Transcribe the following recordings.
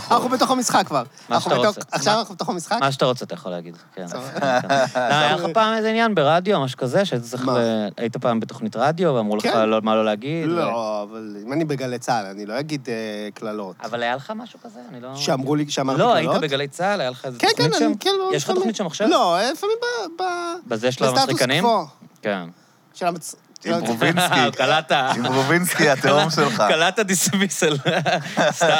אנחנו בתוך המשחק כבר. מה שאתה רוצה. עכשיו אנחנו בתוך המשחק? מה שאתה רוצה, אתה יכול להגיד. כן. היה לך פעם איזה עניין ברדיו, משהו כזה, שהיית פעם בתוכנית רדיו, ואמרו לך מה לא להגיד? לא, אבל אם אני בגלי צהל, אני לא אגיד קללות. אבל היה לך משהו כזה? אני לא... שאמרו לי, שאמרתי קללות? לא, היית בגלי צהל, היה לך איזה תוכנית שם? כן, יש לך תוכנית שם עכשיו? לא, לפעמים בזה של המצחיקנים? כן. של עם רובינסקי. קלטת. עם רובינסקי, התאום שלך. קלטת דיסמיסל. סתם.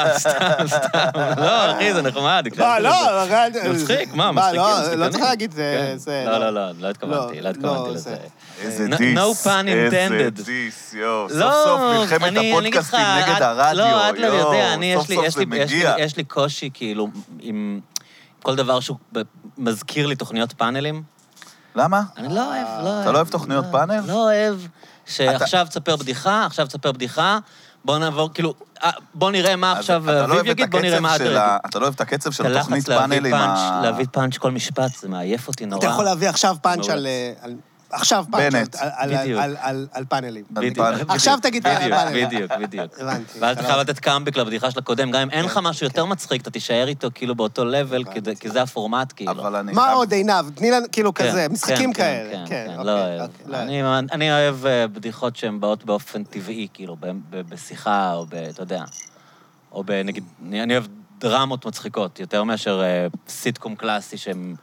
לא, אחי, זה נחמד. לא, מצחיק, מה, מצחיקים? לא צריך להגיד זה... לא התכוונתי לזה. איזה דיס. No pun intended. איזה דיס, יו. סוף סוף מלחמת הפודקאסטים נגד הרדיו. לא, אדלר יודע, סוף סוף זה מגיע. יש לי קושי, כאילו, עם כל דבר שהוא מזכיר לי תוכניות פאנלים. למה? אני לא אוהב. אתה לא אוהב תוכניות פאנל? לא אוהב, שעכשיו תספר בדיחה, בוא נעבור, כאילו, בוא נראה מה עכשיו אביב יגיד, בוא נראה מה אדלר יגיד. אתה לא אוהב את הקצב של תוכנית פאנל עם ה... להביא פאנץ' כל משפט, זה מעייף אותי נורא. אתה יכול להביא עכשיו פאנץ' על... עכשיו פאנץ' על פאנלים. עכשיו תגיד על פאנלים. בדיוק. ואז אתה חייב לתת קאמבק לבדיחה של הקודם, גם אם אין לך משהו יותר מצחיק, אתה תישאר איתו כאילו באותו לבל, כי זה הפורמט כאילו. מה עוד עינב? תני לנו כאילו כזה, משחקים כאלה. כן, לא אוהב. אני אוהב בדיחות שהן באות באופן טבעי, כאילו, בשיחה או אתה יודע, או נגיד, אני אוהב דרמות מצחיקות, יותר מאשר סיטקום קלאסי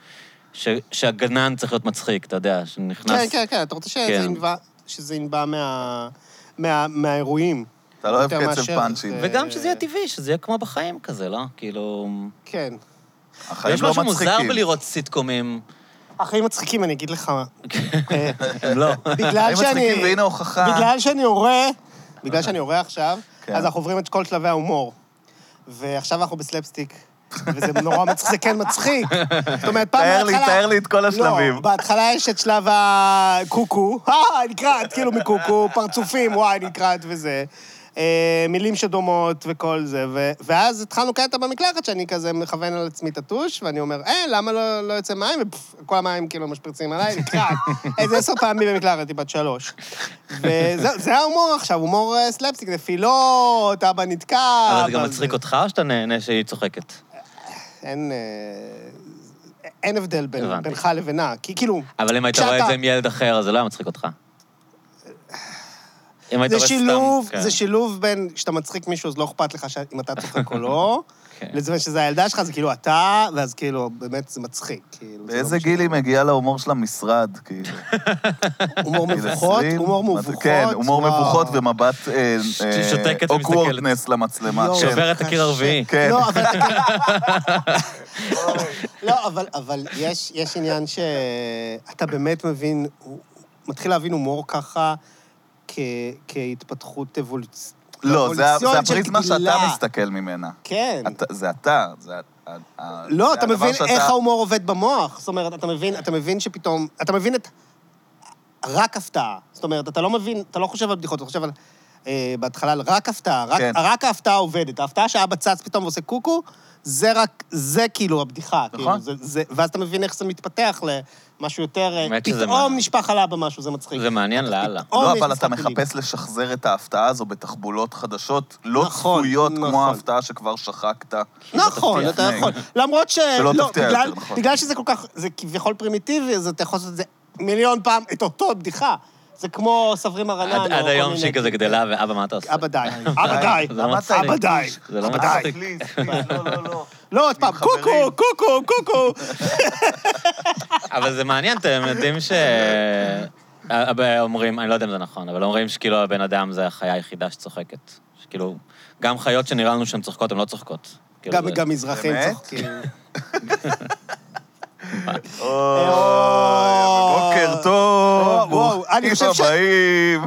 שהגנן צריך להיות מצחיק, אתה יודע, שנכנס... כן, אתה רוצה שזה ינבע מהאירועים. אתה לא אוהב קצב פאנצ'ים. וגם שזה יהיה טבעי, שזה יהיה כמו בחיים כזה, לא? כאילו... כן. החיים יש לא משהו מוזר מצחיקים. בלראות סיטקומים. החיים מצחיקים, אני אגיד לך. הם לא. החיים מצחיקים, והנה הוכחה. בגלל שאני הורה עכשיו, אז אנחנו עוברים את כל שלבי ההומור. ועכשיו אנחנו בסלפסטיק. וזה נורא מצחיק, זה כן מצחיק. זאת אומרת, פעם בהתחלה... תאר לי את כל השלבים. לא, בהתחלה יש את שלב הקוקו, נקראת, כאילו מקוקו, פרצופים, וואי, נקראת וזה. מילים שדומות וכל זה. ואז התחלנו קטע במקלחת, שאני כזה מכוון על עצמי את הטוש, ואני אומר, למה לא יוצא מים? וכל המים כאילו משפריצים עליי, נקראת. איזה 10 פעמים במקלחת, היא בת 3. וזה ההומור עכשיו, הומור סלפסטיק, נפילות, אבא נתקע. אבל זה גם מצחיק אותך, או שאתה נהנה שהיא צוחקת? אין הבדל בינך לבינה, כי כאילו... אבל אם היית רואה את זה עם ילד אחר, אז זה לא היה מצחיק אותך. זה שילוב בין, כשאתה מצחיק מישהו, אז לא אכפת לך אם אתה צוחק או לא, לזה שזה הילדה שלך, זה כאילו אתה, ואז כאילו, באמת זה מצחיק. באיזה גיל היא מגיעה להומור של המשרד, כאילו? הומור מבוכות? הומור מבוכות? כן, הומור מבוכות ומבט ששותקת אוקוורדנס למצלמה. שובר את הקיר הרביעי. כן. לא, אבל יש עניין שאתה באמת מבין, מתחיל להבין הומור ככה, כהתפתחות אבולוציונית. לא, זה הפריזמה שאתה מסתכל ממנה. כן. זה אתה. לא, אתה מבין איך ההומור עובד במוח. זאת אומרת, אתה מבין שפתאום, אתה מבין את רק הפתעה. זאת אומרת, אתה לא מבין, אתה לא חושב על בדיחות, אתה חושב על בהתחלה על רק הפתעה. רק ההפתעה עובדת. ההפתעה שהאבא צץ פתאום ועושה קוקו, זה כאילו הבדיחה. נכון. ואז אתה מבין איך זה מתפתח משהו יותר... פתאום נשפך עליו במשהו, זה מצחיק. זה מעניין לאללה. לא, אבל אתה מחפש לשחזר את ההפתעה הזו בתחבולות חדשות, לא צפויות כמו ההפתעה שכבר שחקת. נכון, אתה יכול. למרות שלא תפתיע יותר, נכון. בגלל שזה כל כך, זה כביכול פרימיטיבי, אז אתה יכול לעשות את זה מיליון פעם, את אותו בדיחה. זה כמו סברים הרנן. עד היום שהיא כזה גדלה, ואבא, מה אתה עושה? אבא די. אבא די. זה לא מצחיק. לא. לא, עוד פעם, קוקו. אבל זה מעניין, אתם יודעים אומרים, אני לא יודע אם זה נכון, אבל אומרים שכאילו הבן אדם זה החיה היחידה שצוחקת. שכאילו, גם חיות שנראה לנו שהן צוחקות, הן לא צוחקות. גם מזרחים צוחקים. בוקר טוב, ברוכים הבאים.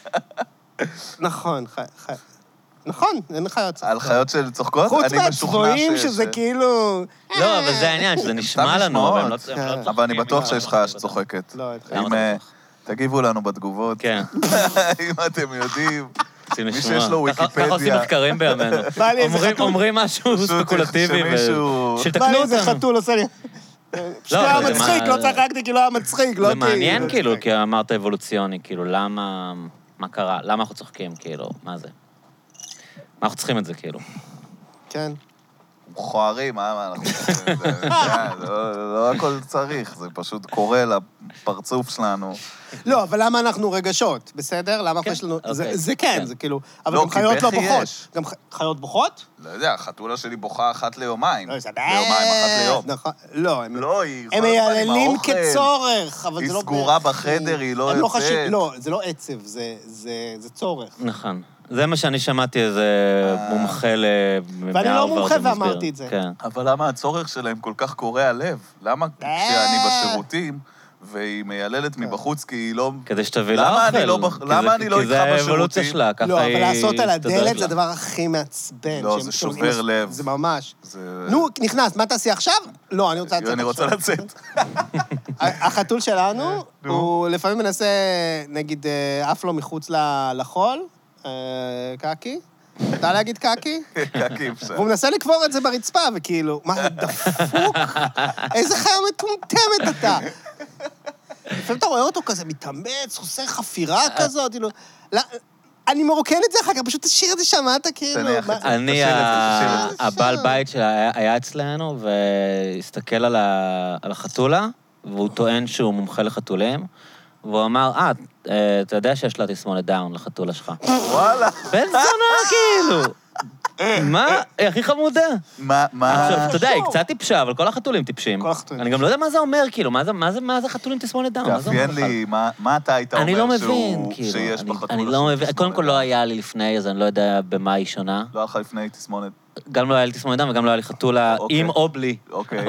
נכון, אין חיות צוחקות. על חיות של צוחקות? חוץ מהצבועים שזה כאילו... לא, אבל זה העניין, שזה נשמע לנו, אבל הם לא צוחקים. אבל אני בטוח שיש חיה שצוחקת. תגיבו לנו בתגובות. כן. אם אתם יודעים. מי שיש לו ויקיפדיה. ככה עושים מחקרים בימינו. אומרים משהו ספקולטיבי. בא לי איזה חתול עושה לי... שהיה מצחיק, לא צחקתי כי לא היה מצחיק. זה מעניין כאילו, כי אמרת אבולוציוני, כאילו, למה, מה קרה? למה אנחנו צוחקים, כאילו, מה זה? מה אנחנו צריכים את זה, כאילו? כן. מכוערים, מה אנחנו עושים? לא הכל צריך, זה פשוט קורה לפרצוף שלנו. לא, אבל למה אנחנו רגשות, בסדר? למה יש לנו... זה כן, זה כאילו... אבל גם חיות לא בוכות. גם חיות בוכות? לא יודע, החתולה שלי בוכה אחת ליומיים. לא, זה ליומיים, אחת ליום. לא, הם מייללים כצורך, אבל זה לא... היא סגורה בחדר, היא לא יוצאת. לא, זה לא עצב, זה צורך. נכון. זה מה שאני שמעתי, איזה מומחה ואני לא מומחה ואמרתי את זה. אבל למה הצורך שלהם כל כך קורע לב? למה כשאני בשירותים, והיא מייללת מבחוץ כי היא לא... כדי שתביא לה אוכל. למה אני לא איתך בשירותים? כי זה האבולוציה שלה, ככה היא... לא, אבל לעשות על הדלת זה הדבר הכי מעצבן. לא, זה שובר לב. זה ממש. נו, נכנס, מה תעשי עכשיו? לא, אני רוצה לצאת עכשיו. אני רוצה לצאת. החתול שלנו, הוא לפעמים מנסה, נגיד, אף לו מחוץ לחול, קקי. אתה להגיד קקי? קקי, אפשר. והוא מנסה לקבור את זה ברצפה, וכאילו, מה, דפוק? איזה חיה מטומטמת אתה. לפעמים אתה רואה אותו כזה מתאמץ, עושה חפירה כזאת, כאילו... אני מרוקן את זה אחר כך, פשוט תשאיר את זה שמעת, כאילו... אני, הבעל בית שלה היה אצלנו, והסתכל על החתולה, והוא טוען שהוא מומחה לחתולים, והוא אמר, אתה יודע שיש לה תסמונת דאון לחתולה שלך. וואלה. בן זונה, כאילו. מה? היא הכי חמודה. מה? עכשיו, אתה יודע, היא קצת טיפשה, אבל כל החתולים טיפשים. כל החתולים. אני גם לא יודע מה זה אומר, כאילו, מה זה חתולים תסמונת דאון? תאפיין לי, מה אתה היית אומר אני לא מבין, כאילו. שיש בחתולה? אני לא מבין, קודם כל לא היה לי לפני, אז אני לא יודע במה היא שונה. לא היה לך לפני תסמונת? גם לא היה לי תסמונת דאון, וגם לא היה לי חתולה עם או בלי. אוקיי.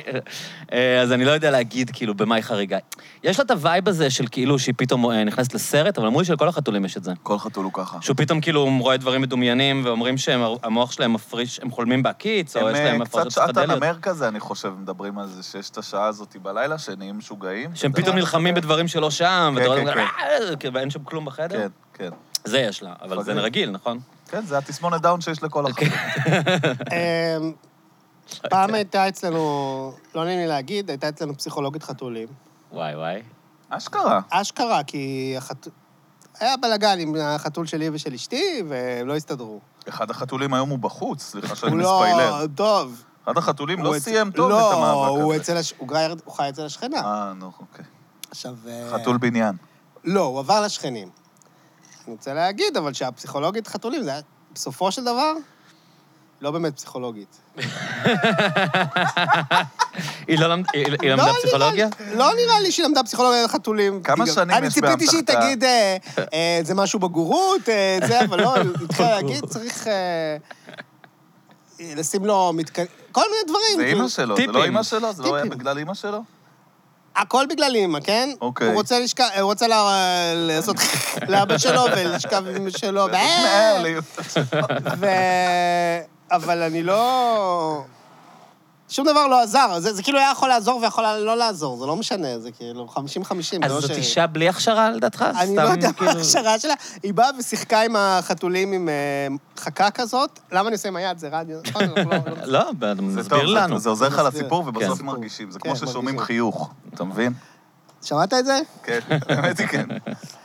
אז אני לא יודע להגיד, כאילו, במה היא חריגה. יש לה את הווייב הזה של כאילו שהיא פתאום נכנסת לסרט, אבל אמרו לי שלכל החתולים יש את זה. כל חתול הוא ככה. שהוא פתאום כאילו רואה דברים מדומיינים, ואומרים שהמוח שלהם מפריש, הם חולמים בהקיץ, או יש להם הפרשות קצת שעת פסיכדליות. הנמר כזה, אני חושב, מדברים על זה, שיש את השעה הזאת בלילה, שנהיים משוגעים. שהם פתאום נלחמים בדברים שלא שם, כן. ואין שם כלום בחדר. כן, כן. זה יש לה, אבל זה רגיל, נכון? כן, זה התסמונת דאון שיש לכל החתולים. פעם הייתה אצלנו, לא נעים לי להגיד, הייתה אצלנו פסיכולוגית חתולים. וואי. אשכרה. אשכרה, כי היה בלגן עם החתול שלי ושל אשתי, והם לא הסתדרו. אחד החתולים היום הוא בחוץ, סליחה שאני הוא מספיילר. לא, טוב. אחד החתולים לא סיים טוב את המאבק הזה. לא, הוא חי אצל השכנה. נו, אוקיי. עכשיו... חתול בניין. לא, הוא עבר לשכנים. אני רוצה להגיד, אבל שהפסיכולוגית חתולים, זה היה בסופו של דבר, לא באמת פסיכולוגית. היא למדה פסיכולוגיה? לא נראה לי שהיא למדה פסיכולוגיה לחתולים. כמה שנים יש באמתחתה? אני ציפיתי שהיא תגיד, זה משהו בגורות, זה, אבל לא, היא התחילה להגיד, צריך לשים לו כל מיני דברים. זה אמא שלו, זה לא אמא שלו? זה לא היה בגלל אמא שלו? הכל בגלל אמא, כן? אוקיי. הוא רוצה לעשות לאבא שלו ולשכב עם אמא שלו. אבל אני לא... שום דבר לא עזר. זה כאילו היה יכול לעזור ויכול לא לעזור, זה לא משנה, זה כאילו 50-50. אז זאת אישה בלי הכשרה, לדעתך? אני לא יודע מה ההכשרה שלה. היא באה ושיחקה עם החתולים עם חכה כזאת. למה אני עושה עם היד? זה רדיו. לא, מסביר לנו. זה עוזר לך לסיפור ובסוף מרגישים. זה כמו ששומעים חיוך, אתה מבין? שמעת את זה? כן, באמת היא כן.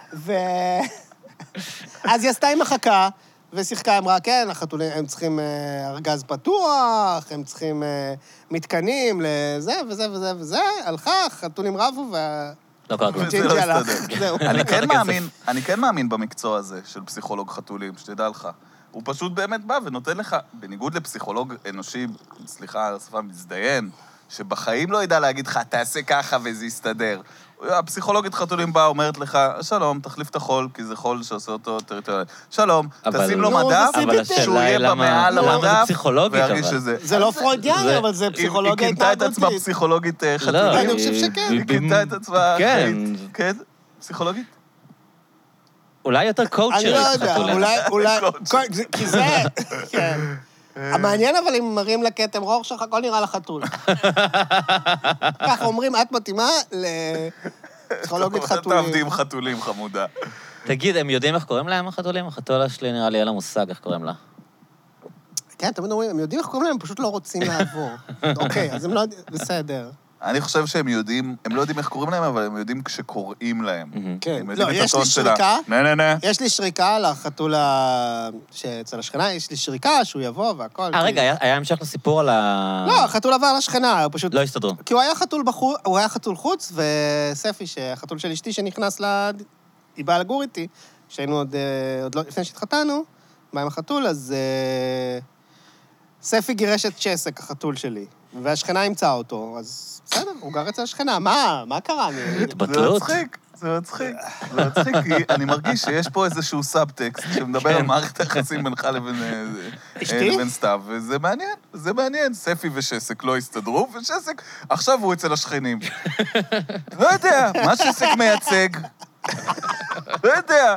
אז היא עשתה עם החכה, ושיחקה, אמרה, כן, החתולים, הם צריכים ארגז פתוח, הם צריכים מתקנים לזה וזה וזה וזה, הלכה, חתולים רבו, לא קרה כלום. וזה לא הסתדר. אני כן מאמין במקצוע הזה של פסיכולוג חתולים, שתדע לך. הוא פשוט באמת בא ונותן לך, בניגוד לפסיכולוג אנושי, סליחה על השפה, מזדיין, שבחיים לא ידע להגיד לך, תעשה ככה וזה יסתדר. הפסיכולוגית חתולים באה, אומרת לך, שלום, תחליף את החול, כי זה חול שעושה אותו טריטוריאלי. שלום, תשים לו מדף, שהוא יהיה במעל המדף, וירגיש שזה... זה לא פרוידיאני, אבל זה פסיכולוגיה היא כינתה את עצמה פסיכולוגית חתולים. אני חושב שכן. היא כינתה את עצמה... כן. כן? פסיכולוגית? אולי יותר קואוצ'רית חתולים. אני לא יודע, אולי... כי זה... כן. המעניין אבל אם מראים לכתם רוח שלך, הכל נראה לחתול. ככה אומרים, את מתאימה לפסיכולוגית חתולים. אתה עבדי עם חתולים, חמודה. תגיד, הם יודעים איך קוראים להם החתולים? החתולה שלי נראה לי, אין לה מושג איך קוראים לה. כן, תמיד אומרים, הם יודעים איך קוראים להם, הם פשוט לא רוצים לעבור. אוקיי, אז הם לא יודעים, בסדר. אני חושב שהם יודעים, הם לא יודעים איך קוראים להם, אבל הם יודעים כשקוראים להם. כן. לא, יש לי שריקה. נה. יש לי שריקה לחתול שאצל השכנה, יש לי שריקה שהוא יבוא והכל. רגע, היה המשך לסיפור על ה... לא, החתול עבר לשכנה, הוא פשוט... לא הסתדרו. כי הוא היה חתול בחוץ, הוא היה חתול חוץ, וספי, החתול של אשתי שנכנס היא באה לגור איתי, שהיינו עוד לא, לפני שהתחתנו, בא עם החתול, אז ספי גירש את צ'סק, החתול שלי, והשכנה ימצא אותו, אז בסדר, הוא גר אצל השכנה, מה קרה? התבטלות. זה מצחיק, כי אני מרגיש שיש פה איזשהו סאבטקסט שמדבר על מערכת היחסים בינך לבין סתיו, וזה מעניין, ספי ושסק לא הסתדרו, ושסק עכשיו הוא אצל השכנים. לא יודע, מה שסק מייצג? לא יודע.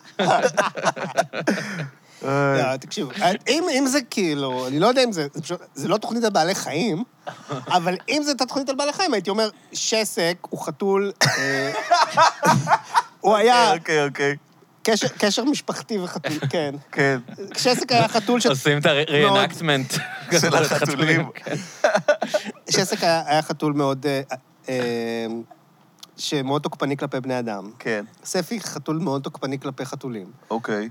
תקשיבו, אם זה כאילו, אני לא יודע אם זה לא תוכנית על בעלי חיים, אבל אם זה תוכנית על בעלי חיים, הייתי אומר, שסק הוא חתול, הוא היה... אוקיי. קשר משפחתי וחתול, כן. כן. שסק היה חתול של... עושים את ה-re-enactment. של החתולים. שסק היה חתול מאוד... שמאוד תוקפני כלפי בני אדם. כן. ספי חתול מאוד תוקפני כלפי חתולים. אוקיי.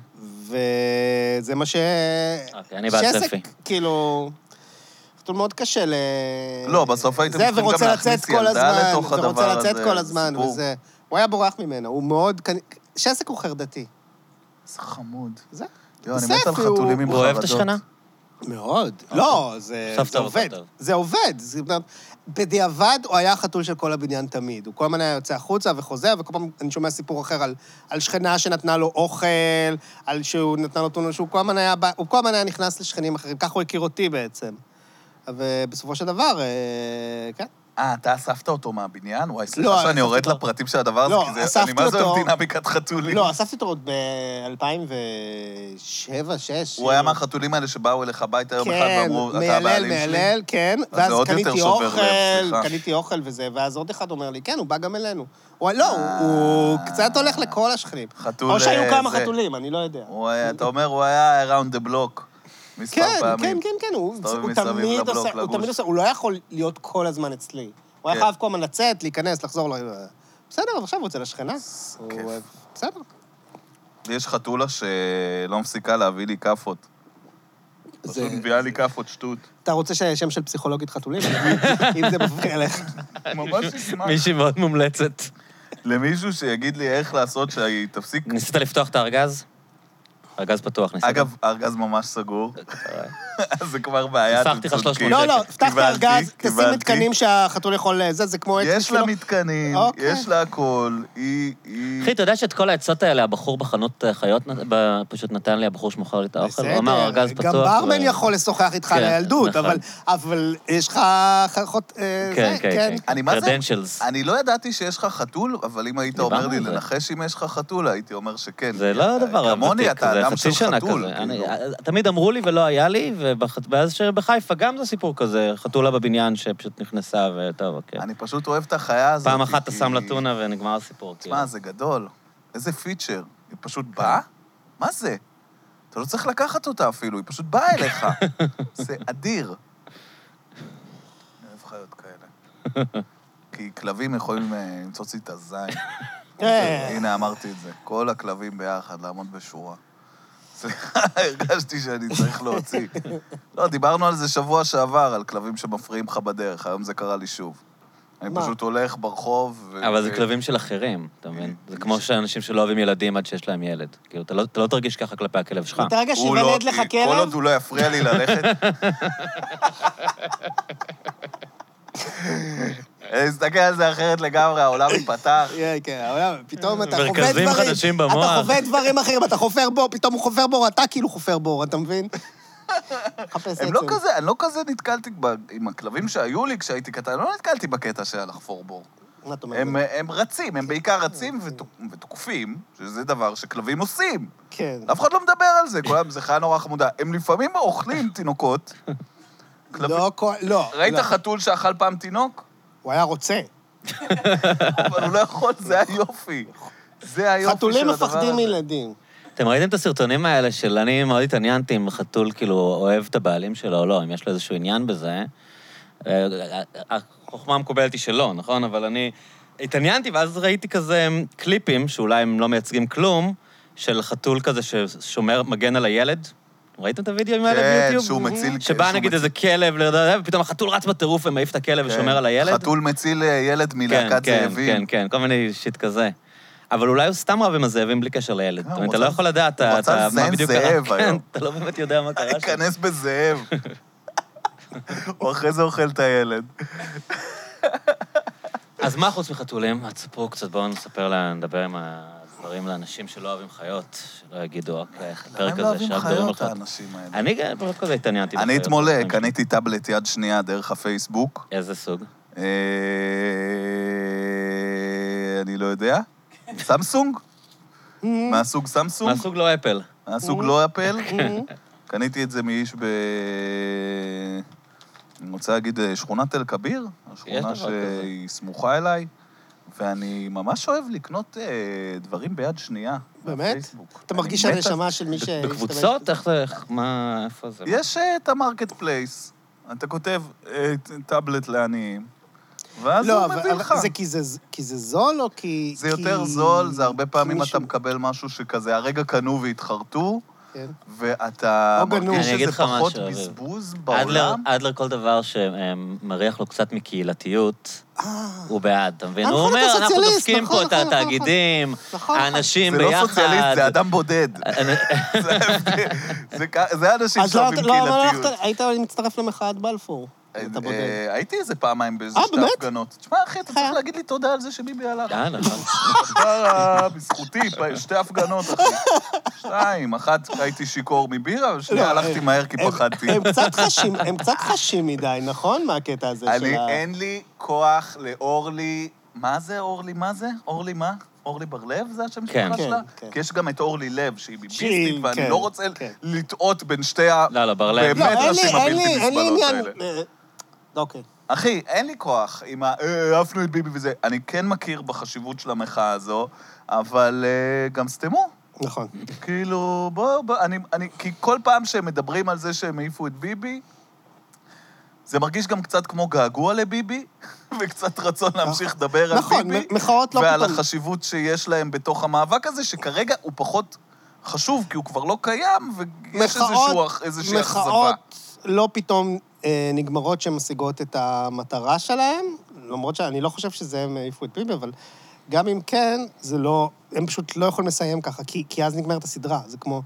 וזה מה ש... אני בעד ספי. כאילו... חתול מאוד קשה לא, בסוף הייתם צריכים גם להכניס ילדה לתוך הדבר הזה. ורוצה לצאת כל הזמן, וזה... הוא היה בורח ממנו, הוא מאוד... שסק הוא חרדתי. זה חמוד. זה? אני מת על חתולים עם חרדות. הוא אוהב את השכנה? מאוד. לא, זה עובד. זה עובד. בדיעבד הוא היה חתול של כל הבניין תמיד. הוא כל הזמן היה יוצא החוצה וחוזר, וכל פעם אני שומע סיפור אחר על שכנה שנתנה לו אוכל, על שהוא נתנה לו טונה, שהוא כל הזמן היה נכנס לשכנים אחרים. ככה הוא הכיר אותי בעצם. ובסופו של דבר, כן. אתה אספת אותו מהבניין? וואי, סליחה שאני יורד לפרטים של הדבר הזה, כי אני מה זה אוהב דינמיקת חתולים. לא, אספתי אותו עוד ב-2007, 2006. הוא היה מהחתולים האלה שבאו אליך הביתה יום אחד ואמרו, אתה הבעלים שלי? מיילל, כן. אז זה עוד יותר שובר לב, סליחה. קניתי אוכל וזה, ואז עוד אחד אומר לי, כן, הוא בא גם אלינו. לא, הוא קצת הולך לכל השכנים. או שהיו כמה חתולים, אני לא יודע. אתה אומר, הוא היה around the block. כן, הוא תמיד עושה, הוא לא יכול להיות כל הזמן אצלי. הוא היה חייב כל הזמן לצאת, להיכנס, לחזור. בסדר, עכשיו הוא אצל השכנה. בסדר. יש חתולה שלא מפסיקה להביא לי כאפות. פשוט מביאה לי כאפות שטות. אתה רוצה שם של פסיכולוגית חתולים? אם זה מפריע לך. ממש נשמח. מישהי מאוד מומלצת. למישהו שיגיד לי איך לעשות שהיא תפסיק... ניסית לפתוח את הארגז? ארגז פתוח, ניסית. אגב, הארגז ממש סגור. זה כבר בעיה, ניסחתי לך 300. לא, פתח את הארגז, תשים מתקנים שהחתול יכול... זה כמו... יש לה מתקנים, יש לה הכל, אחי, אתה יודע שאת כל העצות האלה, הבחור בחנות חיות פשוט נתן לי, הבחור שמוכר לי את האוכל, הוא אמר, ארגז פתוח. גם ברמן יכול לשוחח איתך על הילדות, אבל יש לך... כן, credentials. אני לא ידעתי שיש לך חתול, אבל אם היית אומר לי לנחש אם יש לך חתול, הייתי אומר שכן. זה לא דבר כמוני, אתה אדם של חתול. תמיד אמרו לי ולא היה לי, ואז שבחיפה גם זה סיפור כזה, חתולה בבניין שפשוט נכנסה וטוב, אוקיי. אני פשוט אוהב את החיה הזאת. פעם אחת אתה שם לטונה ונגמר הסיפור. תשמע, זה גדול. איזה פיצ'ר. היא פשוט באה? מה זה? אתה לא צריך לקחת אותה אפילו, היא פשוט באה אליך. זה אדיר. אני אוהב חיות כאלה. כי כלבים יכולים למצוא לי את הזין. הנה, אמרתי את זה. כל הכלבים ביחד, לעמוד בשורה. סליחה, הרגשתי שאני צריך להוציא. לא, דיברנו על זה שבוע שעבר, על כלבים שמפריעים לך בדרך, היום זה קרה לי שוב. אני פשוט הולך ברחוב אבל זה כלבים של אחרים, אתה מבין? זה כמו שאנשים שלא אוהבים ילדים עד שיש להם ילד. כאילו, אתה לא תרגיש ככה כלפי הכלב שלך. אתה רגע שיוולד לך כלב? כל עוד הוא לא יפריע לי ללכת. להסתכל על זה אחרת לגמרי, העולם ייפתח. כן, העולם, פתאום אתה חווה מרכזים חדשים במוח. אתה חווה דברים אחרים, אתה חופר בור, פתאום הוא חופר בור, אתה כאילו חופר בור, אתה מבין? אני לא כזה נתקלתי עם הכלבים שהיו לי כשהייתי קטן, לא נתקלתי בקטע של לחפור בור. הם רצים, הם בעיקר רצים ותוקפים, שזה דבר שכלבים עושים. כן. אף אחד לא מדבר על זה, זה חיה נורא חמודה. הם לפעמים אוכלים תינוקות. לא. ראית חתול שאכל פעם תינוק? הוא היה רוצה. אבל הוא לא יכול, זה היופי. זה היופי של הדבר הזה. חתולים מפחדים מילדים. אתם ראיתם את הסרטונים האלה של אני מאוד התעניינתי אם חתול כאילו אוהב את הבעלים שלו או לא, אם יש לו איזשהו עניין בזה, החוכמה המקובלת היא שלא, נכון? אבל אני התעניינתי, ואז ראיתי כזה קליפים, שאולי הם לא מייצגים כלום, של חתול כזה ששומר, מגן על הילד. ראיתם את הוידאוים האלה ביוטיוב? כן, שהוא מציל... שבא נגיד איזה כלב, ופתאום החתול רץ בטירוף ומעיף את הכלב ושומר על הילד. חתול מציל ילד מלהקת זאבים. כן, כן, כל מיני שיט כזה. אבל אולי הוא סתם רב עם הזאבים בלי קשר לילד. אתה לא יכול לדעת מה בדיוק קרה. כן, אתה לא באמת יודע מה קרה שם. להיכנס בזאב. או אחרי זה אוכל את הילד. אז מה חוץ מחתולים? תספרו קצת, בואו נדבר עם הדברים לאנשים שלא אוהבים חיות, שלא יגידו, אוקיי, הפרק הזה, למה לא אוהבים חיות האנשים האלה? אני פחות כזה התעניינתי. אני אתמול קניתי טאבלט יד שנייה דרך הפייסבוק. איזה סוג? אני לא יודע. סמסונג? מהסוג סמסונג? מהסוג לא אפל. מהסוג לא אפל? קניתי את זה מאיש אני רוצה להגיד שכונת אל-כביר, השכונה שהיא סמוכה אליי, ואני ממש אוהב לקנות דברים ביד שנייה. באמת? אתה מרגיש שהנשמה של מי בקבוצות? מה, איפה זה? יש את המרקט פלייס. אתה כותב טאבלט לעניים, ואז הוא מביא לך. לא, אבל זה כי זה זול או כי... זה יותר זול, זה הרבה פעמים אתה מקבל משהו שכזה, הרגע קנו והתחרטו, ואתה מרגיש שזה פחות בזבוז בעולם. אדלר כל דבר שמריח לו קצת מקהילתיות, הוא בעד, אתה מבין? הוא אומר, אנחנו דופקים פה את התאגידים, האנשים ביחד. זה לא סוציאליסט, זה אדם בודד. זה אנשים שאוהבים קהילתיות. היית מצטרף למחאת בלפור. הייתי איזה פעמיים באיזה שתי הפגנות. תשמע, אחי, אתה צריך להגיד לי תודה על זה שביבי הלך. נכון. בזכותי, שתי הפגנות, אחי. 2, אחת הייתי שיקור מבירה, ושנייה הלכתי מהר כי פחדתי. הם קצת חשים מדי, נכון? מה הקטע הזה של ה... אין לי כוח לאורלי... מה זה אורלי? מה זה? אורלי מה? אורלי בר-לב זה השם שלך שלה? כי יש גם את אורלי לב, שהיא ביביסטית, ואני לא רוצה לטעות בין שתי ה... לא, בר-לב. באמת נשים הבלתי נסבלות האלה. אוקיי. אחי, אין לי כוח עם אהפנו את ביבי וזה. אני כן מכיר בחשיבות של המחאה הזו, אבל גם סתמו. נכון. כאילו, כי כל פעם שהם מדברים על זה שהם העיפו את ביבי, זה מרגיש גם קצת כמו געגוע לביבי, וקצת רצון להמשיך לדבר על ביבי, ועל החשיבות שיש להם בתוך המאבק הזה, שכרגע הוא פחות חשוב, כי הוא כבר לא קיים, ויש איזושהי אכזבה. מחאות לא פתאום נגמרות שמשיגות את המטרה שלהם, למרות שאני לא חושב שזה הם העיפו את ביבי, אבל גם אם כן, זה לא, הם פשוט לא יכולים לסיים ככה, כי אז נגמרת הסדרה, זה כמו...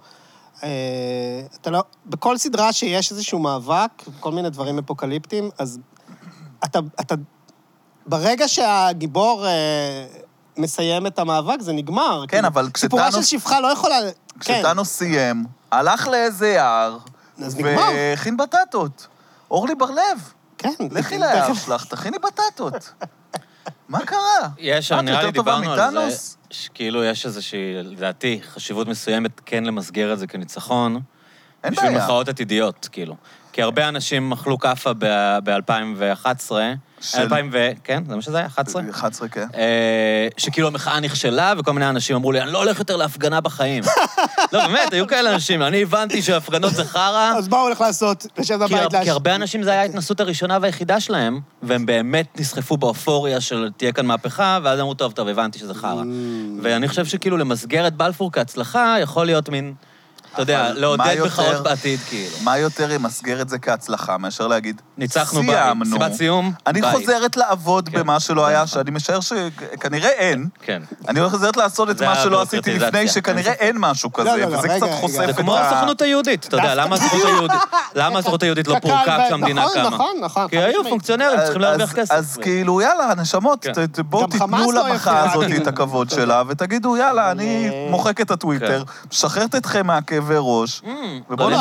אתה לא, בכל סדרה שיש איזשהו מאבק, כל מיני דברים אפוקליפטיים, אז אתה ברגע שהגיבור מסיים את המאבק, זה נגמר. כן, אבל סיפורה של שפחה לא יכולה... כשטאנו סיים, הלך לאיזה יער, והכין בטטות. אורלי בר-לב. כן. לכי ליער שלך, תכיני בטטות. מה קרה? יש, נראה לי דיברנו על זה, שכאילו יש איזושהי, לדעתי, חשיבות מסוימת כן למסגר את זה כניצחון. אין בעיה. בשביל מחאות עתידיות, כאילו. כי הרבה אנשים אכלו קפה ב-2011, כן, זה מה שזה היה? 11? 11, כן. שכאילו המחאה נכשלה, וכל מיני אנשים אמרו לי, אני לא הולך יותר להפגנה בחיים. לא, באמת, היו כאלה אנשים, אני הבנתי שהפגנות זה חרא. אז מה הוא הולך לעשות? לשבת בבית כי הרבה אנשים זה היה ההתנסות הראשונה והיחידה שלהם, והם באמת נסחפו באופוריה של תהיה כאן מהפכה, ואז אמרו, טוב, הבנתי שזה חרא. ואני חושב שכאילו למסגר את בלפור כהצלחה, יכול להיות מין... אתה יודע, לעודד מחאות בעתיד, כאילו. מה יותר ימסגר את זה כהצלחה, מאשר להגיד, ניצחנו בסיבת סיום, אני חוזרת לעבוד במה שלא היה, שאני משער שכנראה אין. כן. אני חוזרת לעשות את מה שלא עשיתי לפני, שכנראה אין משהו כזה, וזה קצת חושף את זה כמו הסוכנות היהודית, אתה יודע, למה הסוכנות היהודית לא פורקה כשהמדינה קמה? נכון. כי היו פונקציונרים, צריכים להרוויח כסף. אז כאילו, יאללה, נשמות, בואו תיתנו למחאה הזאת את הכבוד שלה, ותגידו, יאללה, אני מוחק את הטוויטר, משחררת אתכם מהכאבי ראש, ובואו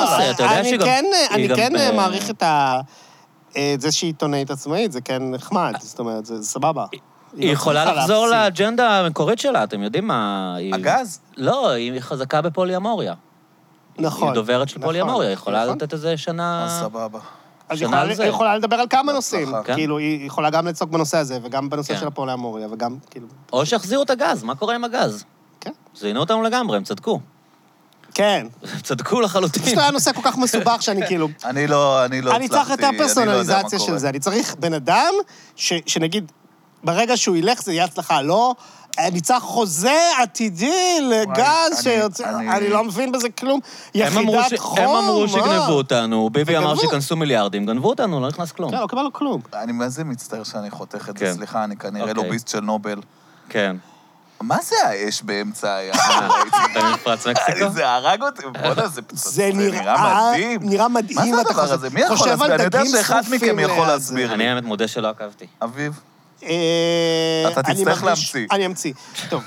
אני כן מעריך את זה שהיא עיתונאית עצמאית, זה כן נחמד, זאת אומרת, זה סבבה. היא יכולה לחזור לאג'נדה המקורית שלה, אתם יודעים מה... הגז? לא, היא חזקה בפוליאמוריה. נכון. היא דוברת של פוליאמוריה, היא יכולה לתת איזה שנה... אז סבבה. אז היא יכולה לדבר על כמה נושאים. כאילו, היא יכולה גם לצעוק בנושא הזה, וגם בנושא של הפוליאמוריה, וגם, כאילו... או שיחזירו את הגז, מה קורה עם הגז? כן. זינו אותנו לגמרי, הם צדקו. כן. צדקו לחלוטין. פשוט היה נושא כל כך מסובך שאני כאילו... אני לא הצלחתי, אני צריך יותר אני לא יודע מה פרסונליזציה של קורה. זה. אני צריך בן אדם שנגיד, ברגע שהוא ילך זה יהיה הצלחה, לא... אני צריך חוזה עתידי לגז שיוצא... אני לא מבין בזה כלום. יחידת חום. הם אמרו שגנבו אותנו, ביבי אמר שכנסו מיליארדים, גנבו אותנו, לא נכנס כלום. כן, לא קיבלנו כלום. אני מה זה מצטער שאני חותך את זה, כן. סליחה, אני כנראה אוקיי. לוביסט של נובל. כן. מה זה האש באמצע הים? במפרץ מקסיקו? זה הרג אותי, בוא'נה, זה נראה מדהים. נראה מדהים. מה זה הדבר הזה? מי יכול להסביר? אני יודע שאחד מכם יכול להסביר. אני האמת מודה שלא עקבתי. אביב? אתה תצטרך להמציא. אני אמציא. טוב.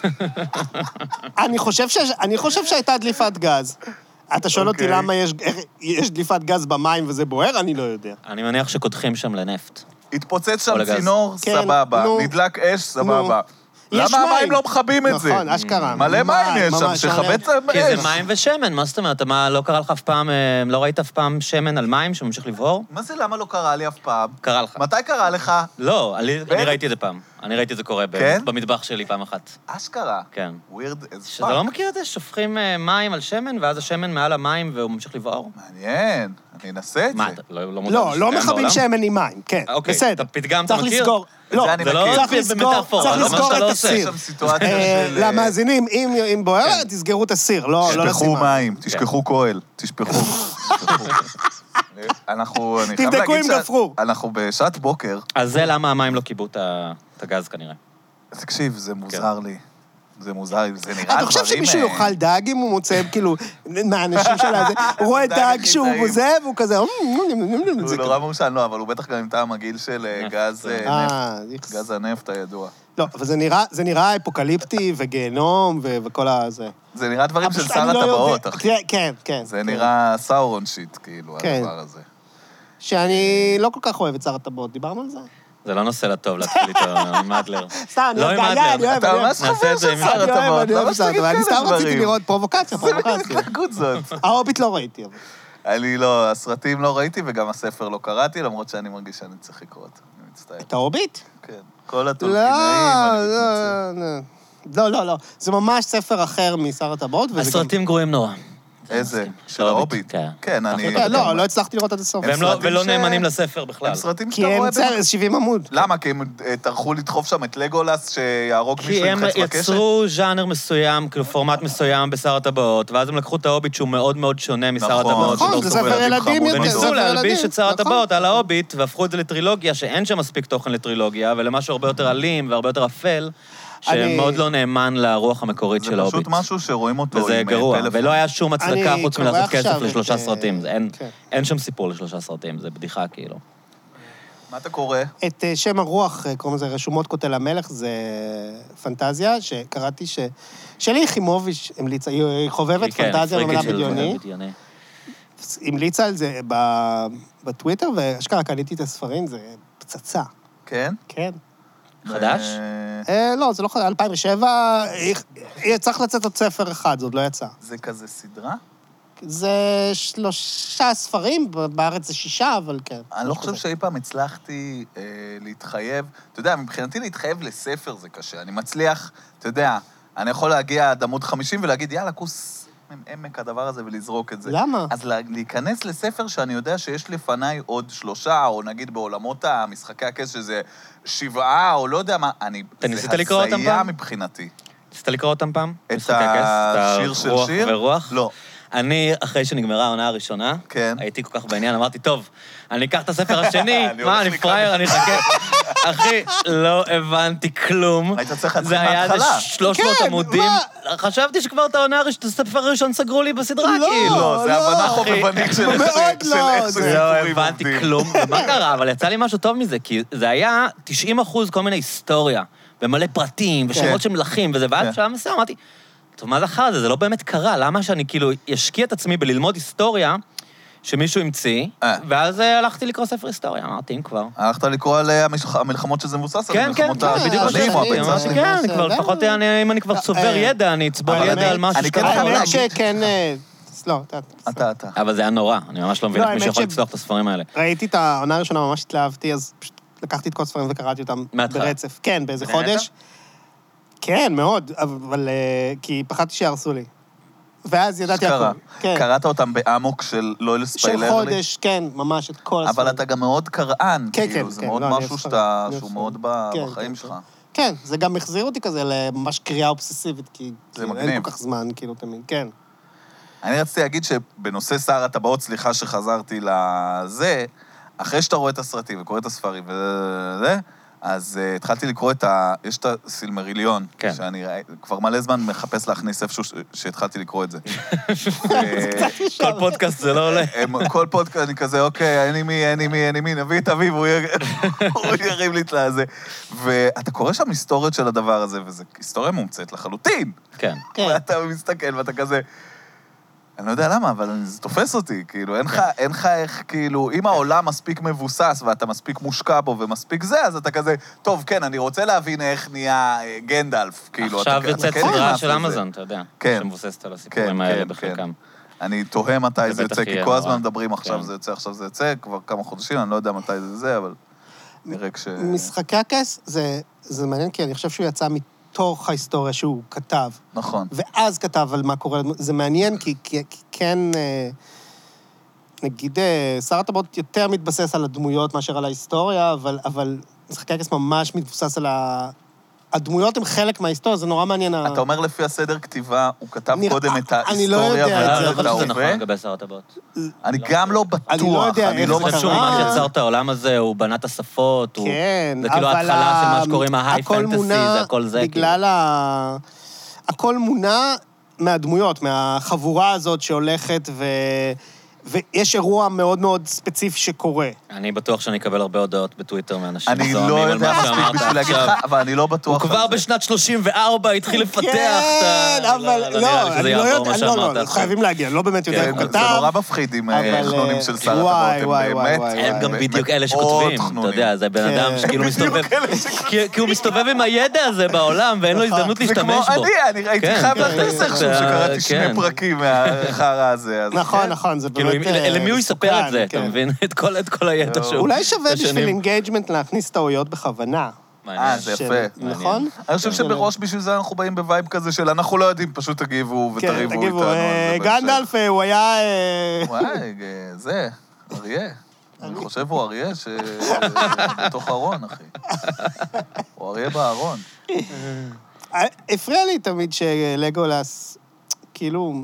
אני חושב שהייתה דליפת גז. אתה שואל אותי למה יש דליפת גז במים וזה בוער? אני לא יודע. אני מניח שקודחים שם לנפט. התפוצץ שם צינור, כן, סבבה. נו. נדלק אש, סבבה. יש למה מים. המים לא מכבים את זה? נכון, אשכרה. מלא מים יש שם, ממש שכבה את כי האש. זה מים ושמן, מה זאת אומרת? מה, לא קרה לך אף פעם, לא ראית אף פעם שמן על מים שממשיך לבעור? מה זה למה לא קרה לי אף פעם? קרה לך. מתי קרה לך? לא, אני ראיתי את זה פעם. אני ראיתי את זה קורה כן? במטבח שלי פעם אחת. אשכרה. כן. ווירד as שאתה לא מכיר את זה? שופכים מים על שמן, ואז השמן מעל המים והוא ממשיך לבעור? מעניין, אני אנסה את זה. מה, אתה לא מודע? לא, לא שקיים מכבים בעולם? שמן עם מים, כן, אוקיי, בסדר. את הפתגם אתה צריך מכיר? לסגור. לא, זה אני זה לא מכיר. במטאפורה, צריך זה מה לסגור שאתה את לא עושה. יש הסיר. שם סיטואציה של... למאזינים, אם בוער, תסגרו את הסיר, לא לשים תשפכו מים. מים, תשכחו כהל, תשפכו. אני חייב תבדקו להגיד אם גפרור. אנחנו בשעת בוקר. אז זה למה המים לא קיבלו את הגז כנראה. תקשיב, זה מוזר לי. זה מוזר לי, זה נראה דברים... אתה חושב שמישהו יאכל דג אם הוא מוצא, כאילו, מהאנשים של הזה, הוא רואה דג דג הכי שהוא טעים. זה, והוא כזה... הוא נורא מושן, לא, אבל הוא בטח גם עם טעם מגעיל של גז נפט. גז הנפט הידוע. לא, אבל זה נראה אפוקליפטי וגיהנום וכל הזה. זה נראה דברים של פשוט שר אני לא הטבעות, יודע- אחי. כן, כן. זה נראה סאורון שיט, כאילו, כן. הדבר הזה. שאני לא כל כך אוהב את שר הטבעות, דיברנו על זה? זה לא נושא לטוב להתחיל איתו עם מדלר. סתם, לא עם אני מדלר. אוהב, אתה אני אוהב. ממש נעשה חבר את זה של עם שר אני אוהב, הטבעות, אני אוהב למה שר שתגיד הטבעות. אני כאלה סתם רציתי דברים? לראות פרובוקציה. זה התנהגות זאת. ההוביט לא ראיתי, אבל. אני לא, הסרטים לא ראיתי וגם הספר לא קראתי, למרות שאני מרגיש שאני צריך לקרוא אותו. אני מצטער. את ההוביט? כן. כל לא, הטולקינאים, אני מתנצל. לא. זה ממש ספר אחר משר הטבעות. וזה גם- הסרטים גרועים נורא. איזה? של ההוביט? ההוביט? כן. כן, אני... כן, לא הצלחתי לראות עד הסוף. הם סרטים ולא ש- נאמנים לספר בכלל. הם סרטים כי שאתה רואה... הם 70 עמוד. למה? כי הם טרחו לדחוף שם את לגולס שיהרוג מישהו כי עם הם חץ בקשת? יצרו ז'אנר מסוים, כאילו פורמט מסוים בשר הטבעות, ואז הם לקחו את ההוביט שהוא מאוד מאוד שונה משר נכון, הטבעות. נכון, שדור זה סובל ספר ילדים ילדים חמוד יותר. מאוד. וניסו ספר להלביש ילדים, את שר נכון. הטבעות על ההוביט, והפכו את זה לטרילוגיה שאין שם מספיק תוכן לטרילוגיה, ולמשהו הרבה יותר אלים והרבה יותר אפל, שמאוד לא נאמן לרוח המקורית של זה ההוביט. פשוט משהו שרואים אותו וזה עם גרוע, טלפון. ולא היה שום הצדקה אני חוץ קורא מלעשות כסף עכשיו לשלושה את, סרטים. כן. אין שם סיפור לשלושה סרטים, זה בדיחה כאילו. מה אתה קורא? את שם הרוח, קוראים לזה רשומות כותל המלך, זה פנטזיה, שקראתי שלי יחימוביץ' המליצה, היא חובבת כן, פנטזיה פריקית במדע של בדיוני, בדיוני. המליצה על זה בטוויטר, ואשכרה קניתי את הספרים, זה פצצה, כן? כן. חדש? לא, זה לא חדש, 2007, צריך לצאת עוד ספר אחד, זה עוד לא יצא. זה כזה סדרה? זה 3 ספרים, בארץ זה 6, אבל כן. אני לא חושב שאי פעם הצלחתי להתחייב. אתה יודע, מבחינתי להתחייב לספר זה קשה. אני מצליח, אתה יודע, אני יכול להגיע עד עמוד 50 ולהגיד, יאללה, כוס עמק הדבר הזה ולזרוק את זה. למה? אז להיכנס לספר שאני יודע שיש לפניי עוד 3, או נגיד בעולמות המשחקי הכס, שזה 7, או לא יודע מה, אתה ניסית לקרוא אותם זה הזיה פעם? מבחינתי. ניסית לקרוא אותם פעם? את משחקי הכס? השיר של רוח שיר? ורוח? לא. אני, אחרי שנגמרה העונה הראשונה, כן. הייתי כל כך בעניין, אמרתי, טוב, אני אקח את הספר השני, אני מה, הולך אני לקרוא פראייר, את אני אחכה. אחי, לא הבנתי כלום. היית צריך להתחיל זה היה איזה מההתחלה. 300 כן, עמודים. מה? חשבתי שכבר את העונה הראשונה, את הספר הראשון סגרו לי בסדרה, לא. כאילו. לא, זה לא, הבנה אחי. חובבנית של מאוד איך לא, איך זה- סיפורים לא עובדים. הבנתי כלום. מה קרה? אבל יצא לי משהו טוב מזה, כי זה היה 90% כל מיני היסטוריה, ומלא פרטים, ושמות של מלכים וזה, ואז בשלב מסוים אמרתי, טוב, מה זה אחר זה? זה לא באמת קרה. למה שאני כאילו אשקיע את עצמי בללמוד היסטוריה שמישהו המציא, ואז הלכתי לקרוא ספר היסטוריה, אמרתי, אם כבר. הלכת לקרוא על המלחמות שזה מבוסס, על כן, כן, המלחמות כן, בדיוק השנים, או חשבתי, הביצה אמרתי, שלי. כן, אני כבר, לפחות אם אני כבר צובר ידע, אני אצבור אבל ידע על משהו אני כן שקרה יכול בעולם. האמת שכן... לא, אתה. אבל זה היה נורא, אני ממש לא מבין לא, איך מישהו האמת יכול ש- לצלוח את הספרים האלה. ראיתי את העונה הראשונה, ממש התלהבתי, אז פשוט לקחתי את כל הספרים וקראתי אותם מההתחלה. ברצף. כן, באיזה ונהנית? חודש. כן, מאוד, אבל... כי פחדתי שיהרסו לי. ואז ידעתי הכל. כן. קראת אותם באמוק של לא לספיילר לי? של חודש, כן, ממש את כל הספרים. אבל אתה גם מאוד קראן, כן, כאילו, כן, זה כן, מאוד לא, משהו שהוא מאוד בחיים שלך. כן, זה גם החזיר אותי כזה לממש קריאה אובססיבית, כי מגניב. אין כל כך זמן, כאילו, תמיד, כן. אני רציתי להגיד שבנושא שר הטבעות, סליחה שחזרתי לזה, אחרי שאתה רואה את הסרטים וקורא את הספרים וזה, אז התחלתי לקרוא יש את הסילמריליון, כן. שאני כבר מלא זמן מחפש להכניס איפשהו שהתחלתי לקרוא את זה. כל פודקאסט זה לא עולה. כל פודקאסט אני כזה, אוקיי, אני מי, נביא את אביב, הוא ירים לי את זה. ואתה קורא שם היסטוריות של הדבר הזה, וזו היסטוריה מומצאת לחלוטין. כן. ואתה מסתכל ואתה כזה... אני לא יודע למה, אבל זה תופס אותי, כאילו, אין לך איך, כאילו, אם העולם מספיק מבוסס ואתה מספיק מושקע בו ומספיק זה, אז אתה כזה, טוב, כן, אני רוצה להבין איך נהיה גנדלף, כאילו, עכשיו יוצאת סדרה של אמזון, אתה יודע, שמבוססת על הסיפורים האלה בחלקם. אני תוהה מתי זה יוצא, כי כל הזמן מדברים, עכשיו זה יוצא, כבר כמה חודשים, אני לא יודע מתי זה, אבל נראה משחקי הכס, זה מעניין, כי אני חושב שהוא יצא מתוך ההיסטוריה שהוא כתב. נכון. ואז כתב על מה קורה. זה מעניין, כי כן, נגיד, שר הטבעות יותר מתבסס על הדמויות מאשר על ההיסטוריה, אבל משחקי הכס ממש מתבסס על הדמויות הן חלק מההיסטוריה, זה נורא מעניין. אתה אומר לפי הסדר כתיבה, הוא כתב קודם את אני לא ההיסטוריה יודע את זה, ואת ההווה? זה נכון לגבי שר הטבעות. אני גם לא בטוח. אני לא יודע איך אני חושב שהוא ממש יצר את העולם הזה, הוא בנה את השפות, כן, זה כאילו ההתחלה של מה שקוראים ההיי פנטסי, זה הכל זה. בגלל הכל מונע מהדמויות, מהחבורה הזאת שהולכת ויש אירוע מאוד מאוד ספציפי שקורה. אני בטוח שאני אקבל הרבה הודעות בטוויטר מאנשים אני לא יודע מספיק בשביל להגיד לך, אבל אני לא בטוח. הוא כבר בשנת 34 התחיל לפתח את כן, אבל לא, אני לא יודע, חייבים להגיע, לא באמת יודע איך הוא כתב. זה נורא מפחיד עם חנונים של שר הטבעות, הם באמת... הם גם בדיוק אלה שכותבים, אתה יודע, זה בן אדם שכאילו מסתובב... כי הוא מסתובב עם הידע הזה בעולם, ואין לו הזדמנות להשתמש בו. אני הייתי חייב להכניס איכשהו שקראתי 2 פרקים מהחרא הזה. נכון, זה באמת... למי הוא יספר את זה, אתה מבין? את כל הידע שהוא... אולי שווה בשביל אינגייג'מנט להכניס טעויות בכוונה. זה יפה. נכון? אני חושב שבראש בשביל זה אנחנו באים בווייב כזה של אנחנו לא יודעים, פשוט תגיבו ותריבו איתנו. גנדלף, הוא היה... וואי, זה, אריה. אני חושב הוא אריה שבתוך ארון, אחי. הוא אריה בארון. הפריע לי תמיד שלגולס, כאילו...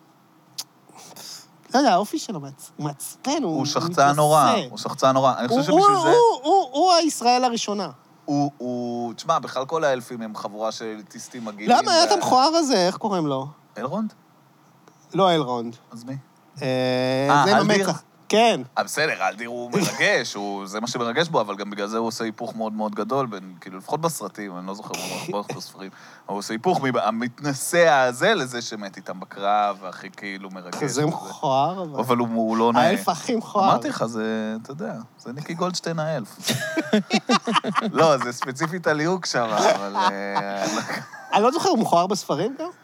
לא יודע, האופי שלו מעצבן, הוא שחצן נורא, הוא שחצן נורא. אני חושב שבשביל זה... הוא הישראל הראשונה. תשמע, בכלל כל האלפים הם חבורה של אליטיסטים מגעילים. למה היה את המכוער הזה? איך קוראים לו? אלרונד? לא אלרונד. אז מי? זה עם המצח. כן. בסדר, אלדיר הוא מרגש, זה מה שמרגש בו, אבל גם בגלל זה הוא עושה היפוך מאוד מאוד גדול, כאילו לפחות בסרטים, אני לא זוכר מה בספרים, הוא עושה היפוך מהמתנסע הזה לזה שמת איתם בקרב, והכי כאילו מרגש. זה מכוער, אבל הוא לא נאה. האלף הכי מכוער. אמרתי לך, זה, אתה יודע, זה ניקי גולדשטיין האלף. לא, זה ספציפית על ליהוק שם, אבל... אני לא זוכר, הוא מכוער בספרים גם?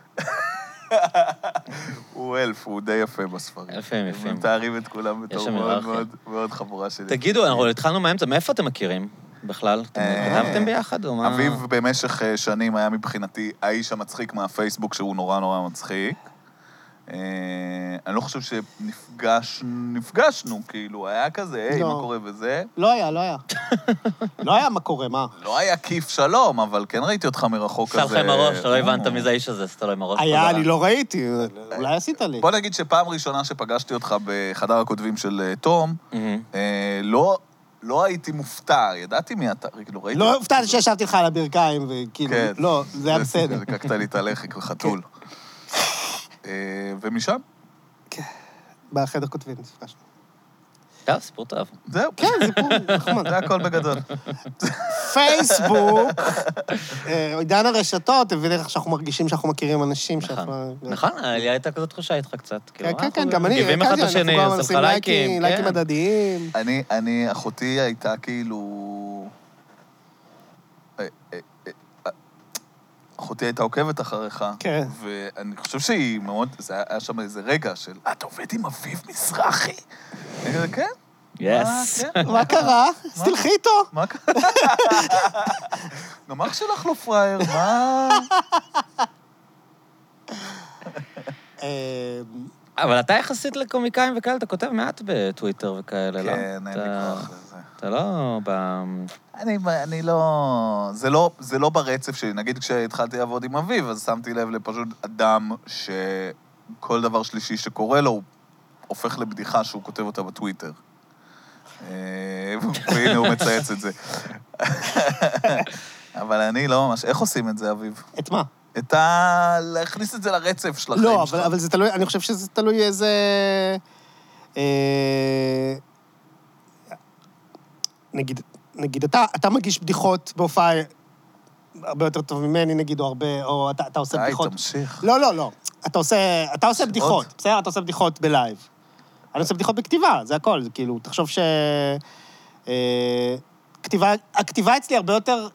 הוא אלף, הוא די יפה בספרים. יפים. הם מתארים את כולם בתור מאוד חבורה שלי. תגידו, אנחנו התחלנו מהאמצע, מאיפה אתם מכירים בכלל? אתם כתבתם ביחד או מה? אביב במשך שנים היה מבחינתי האיש המצחיק מהפייסבוק, שהוא נורא נורא מצחיק. אני לא חושב שנפגשנו, כאילו, היה כזה, היי, מה קורה וזה? לא היה. לא היה מה קורה, מה? לא היה כיף שלום, אבל כן ראיתי אותך מרחוק כזה. שם לך עם הראש, לא הבנת מי זה האיש הזה, עשית לו עם הראש. היה, אני לא ראיתי, אולי עשית לי. בוא נגיד שפעם ראשונה שפגשתי אותך בחדר הכותבים של תום, לא הייתי מופתע, ידעתי מי אתה, כאילו ראיתי... לא הופתעתי שישבתי לך על הברכיים, וכאילו, לא, זה היה בסדר. לקקת לי את הלחי כחתול. ומשם? כן, בחדר כותבים, נפגשנו. סיפור טוב. זהו. כן, סיפור נחמד. זה הכל בגדול. פייסבוק, עידן הרשתות, הביא לך שאנחנו מרגישים שאנחנו מכירים אנשים. נכון, לי הייתה כזאת תחושה איתך קצת. כן, גם אני, גיבים אחד את השני, עושים לך לייקים. לייקים הדדיים. אחותי הייתה כאילו... אחותי הייתה עוקבת אחריך, כן. ואני חושב שהיא מאוד, זה היה שם איזה רגע של, אתה עובד עם אביב מזרחי? אני כזה, כן? יס. מה קרה? אז תלכי איתו. מה קרה? גם אח שלך לא פראייר, מה? אבל אתה יחסית לקומיקאים וכאלה, אתה כותב מעט בטוויטר וכאלה, לא? כן, אין לי כוח לזה. אתה לא אני זה לא ברצף שלי. נגיד כשהתחלתי לעבוד עם אביב, אז שמתי לב לפשוט אדם שכל דבר שלישי שקורה לו, הוא הופך לבדיחה שהוא כותב אותה בטוויטר. והנה הוא מצייץ את זה. אבל אני לא ממש... איך עושים את זה, אביב? את מה? להכניס את זה לרצף של החיים שלך. לא, אבל זה תלוי, אני חושב שזה תלוי איזה... נגיד, אתה מגיש בדיחות בהופעה הרבה יותר טוב ממני, נגיד, או הרבה, או אתה עושה בדיחות... תמשיך. לא. אתה עושה בדיחות, בסדר? אתה עושה בדיחות בלייב. אני עושה בדיחות בכתיבה, זה הכל. זה כאילו, תחשוב הכתיבה אצלי הרבה יותר...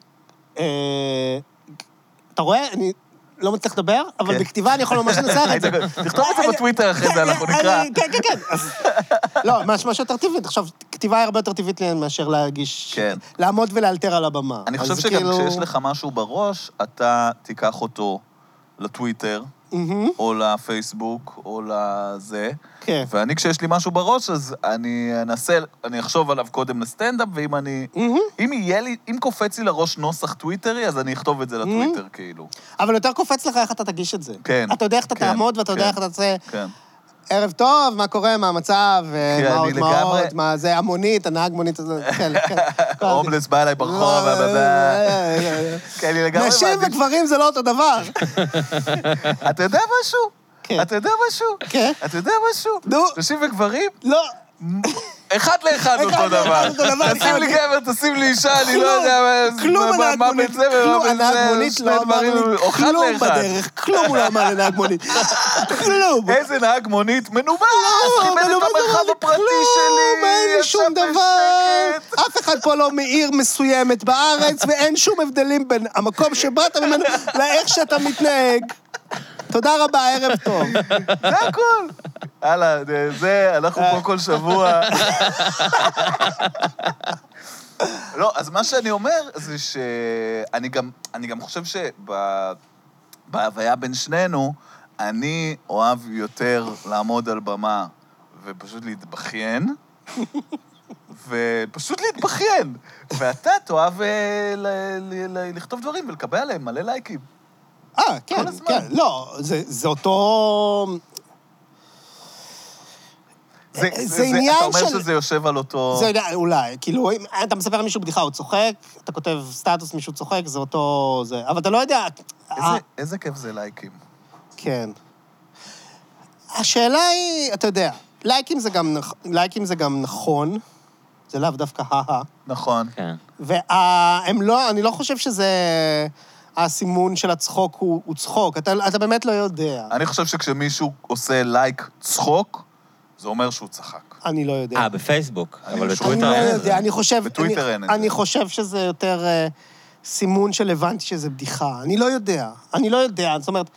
אתה רואה? אני לא מצליח לדבר, אבל בכתיבה אני יכול ממש לנסר את זה. תכתוב את זה בטוויטר אחרי זה, אנחנו נקרא. כן. לא, משהו יותר טבעי. עכשיו, כתיבה היא הרבה יותר טבעית לי מאשר להגיש... לעמוד ולאלתר על הבמה. אני חושב שגם כשיש לך משהו בראש, אתה תיקח אותו לטוויטר, או לפייסבוק, או לזה. כן. ואני, כשיש לי משהו בראש, אז אני אחשוב עליו קודם לסטנדאפ, ואם אם קופץ לי לראש נוסח טוויטרי, אז אני אכתוב את זה לטוויטר, כאילו. אבל יותר קופץ לך איך אתה תגיש את זה. כן. אתה יודע איך אתה תעמוד, ואתה יודע איך אתה תעשה... כן. ערב טוב, מה קורה, מה המצב, מה עוד, מה זה המונית, הנהג מונית, כן. הומלס בא אליי ברחוב, כן, אני לגמרי... נשים וגברים זה לא אותו דבר. אתה יודע משהו? כן. אתה יודע משהו? כן. אתה יודע משהו? נו. נשים וגברים? לא. אחד לאחד אותו דבר. תשים לי גבר, תשים לי אישה, אני לא יודע כלום הנהג מונית, הנהג מונית לא אמר לי כלום אחד. בדרך, כלום הוא לא אמר לנהג מונית. כלום. איזה נהג מונית? מנומס, חיפש את המרחב הפרטי שלי. כלום, אין לי שום דבר. אף אחד פה לא מעיר מסוימת בארץ, ואין שום הבדלים בין המקום שבאת ממנו לאיך שאתה מתנהג. תודה רבה, ערב טוב. זה הכל. הלאה, זה, אנחנו פה כל שבוע. לא, אז מה שאני אומר זה שאני גם חושב שבהוויה בין שנינו, אני אוהב יותר לעמוד על במה ופשוט להתבכיין, ואתה תאהב לכתוב דברים ולקבל עליהם מלא לייקים. כן. לא, זה אותו... זה עניין של... אתה אומר שזה יושב על אותו... זה אולי, כאילו, אם אתה מספר למישהו בדיחה, הוא צוחק, אתה כותב סטטוס, מישהו צוחק, זה אותו... אבל אתה לא יודע... איזה כיף זה לייקים. כן. השאלה היא, אתה יודע, לייקים זה גם נכון, זה לאו דווקא נכון. כן. והם לא, אני לא חושב שזה... הסימון של הצחוק הוא צחוק, אתה באמת לא יודע. אני חושב שכשמישהו עושה לייק צחוק, זה אומר שהוא צחק. אני לא יודע. בפייסבוק, אבל אני בטוויטר לא אין את יודע, זה. בטוויטר אין את זה. אני חושב שזה יותר סימון של הבנתי שזה בדיחה. אני לא יודע. זאת אומרת,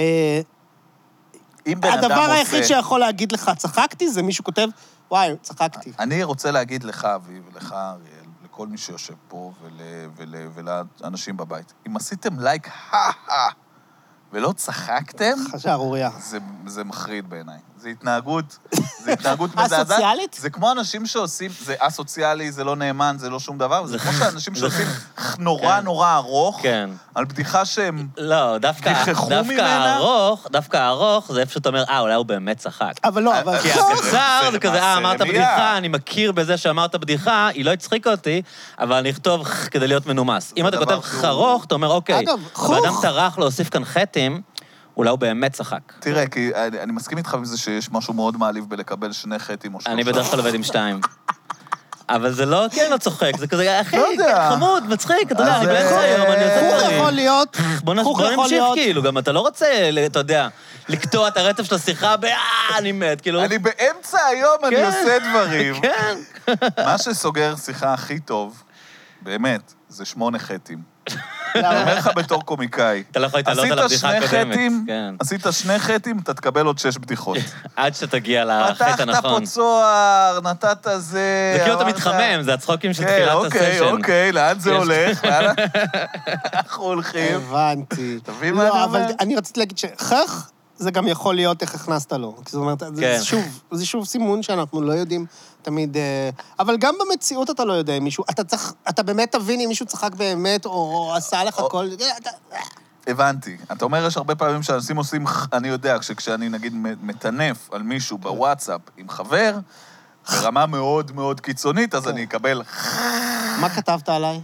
הדבר היחיד שיכול להגיד לך, צחקתי, זה מישהו כותב, וואי, צחקתי. אני רוצה להגיד לך, אביב, ולך, אריאל, לכל מי שיושב פה ולאנשים בבית, אם עשיתם לייק, ולא צחקתם, שערורייה. זה מחריד בעיניי. זה התנהגות מזעזעת. אסוציאלית? זה כמו אנשים שעושים, זה אסוציאלי, זה לא נאמן, זה לא שום דבר, זה כמו שאנשים שעושים נורא ארוך, על בדיחה שהם גיחכו ממנה. דווקא הארוך, זה איפה שאתה אומר, אולי הוא באמת צחק. אבל לא, כי הקצר זה כזה, אמרת בדיחה, אני מכיר בזה שאמרת בדיחה, היא לא הצחיקה אותי, אבל אני אכתוב כדי להיות מנומס. אם אתה כותב חרוך, אתה אומר, אוקיי, ואדם טרח להוסיף כאן חטים, אולי הוא באמת צחק. תראה, כי אני מסכים איתך בזה שיש משהו מאוד מעליב בלקבל 2 חטים או 3. אני בדרך כלל עובד עם 2. אבל זה לא, כן, לא צוחק, זה כזה, אחי, חמוד, מצחיק, אתה יודע, אני באמצע היום, אני עושה דברים. יכול להיות, בוא נמשיך, כאילו, גם אתה לא רוצה, אתה יודע, לקטוע את הרצף של השיחה אני מת, כאילו. אני באמצע היום, אני עושה דברים. כן. מה שסוגר שיחה הכי טוב, באמת, זה 8 חטים. אני אומר לך בתור קומיקאי. אתה לא יכול להתעלות על הבדיחה הקודמת. עשית 2 חטים, אתה תקבל עוד 6 בדיחות. עד שתגיע לחטא הנכון. פתחת פה צוהר, נתת זה... זה כאילו אתה מתחמם, זה הצחוקים של תחילת הסשן. אוקיי, לאן זה הולך? אנחנו הולכים. הבנתי. תבין מה אני אומר? אבל אני רציתי להגיד שחך זה גם יכול להיות איך הכנסת לו. זאת אומרת, זה שוב סימון שאנחנו לא יודעים תמיד... אבל גם במציאות אתה לא יודע אם מישהו... אתה באמת תבין אם מישהו צחק באמת, או עשה לך כל... הבנתי. אתה אומר, יש הרבה פעמים שאנשים עושים... אני יודע, כשאני נגיד מטנף על מישהו בוואטסאפ עם חבר, ברמה מאוד מאוד קיצונית, אז אני אקבל... מה כתבת עליי?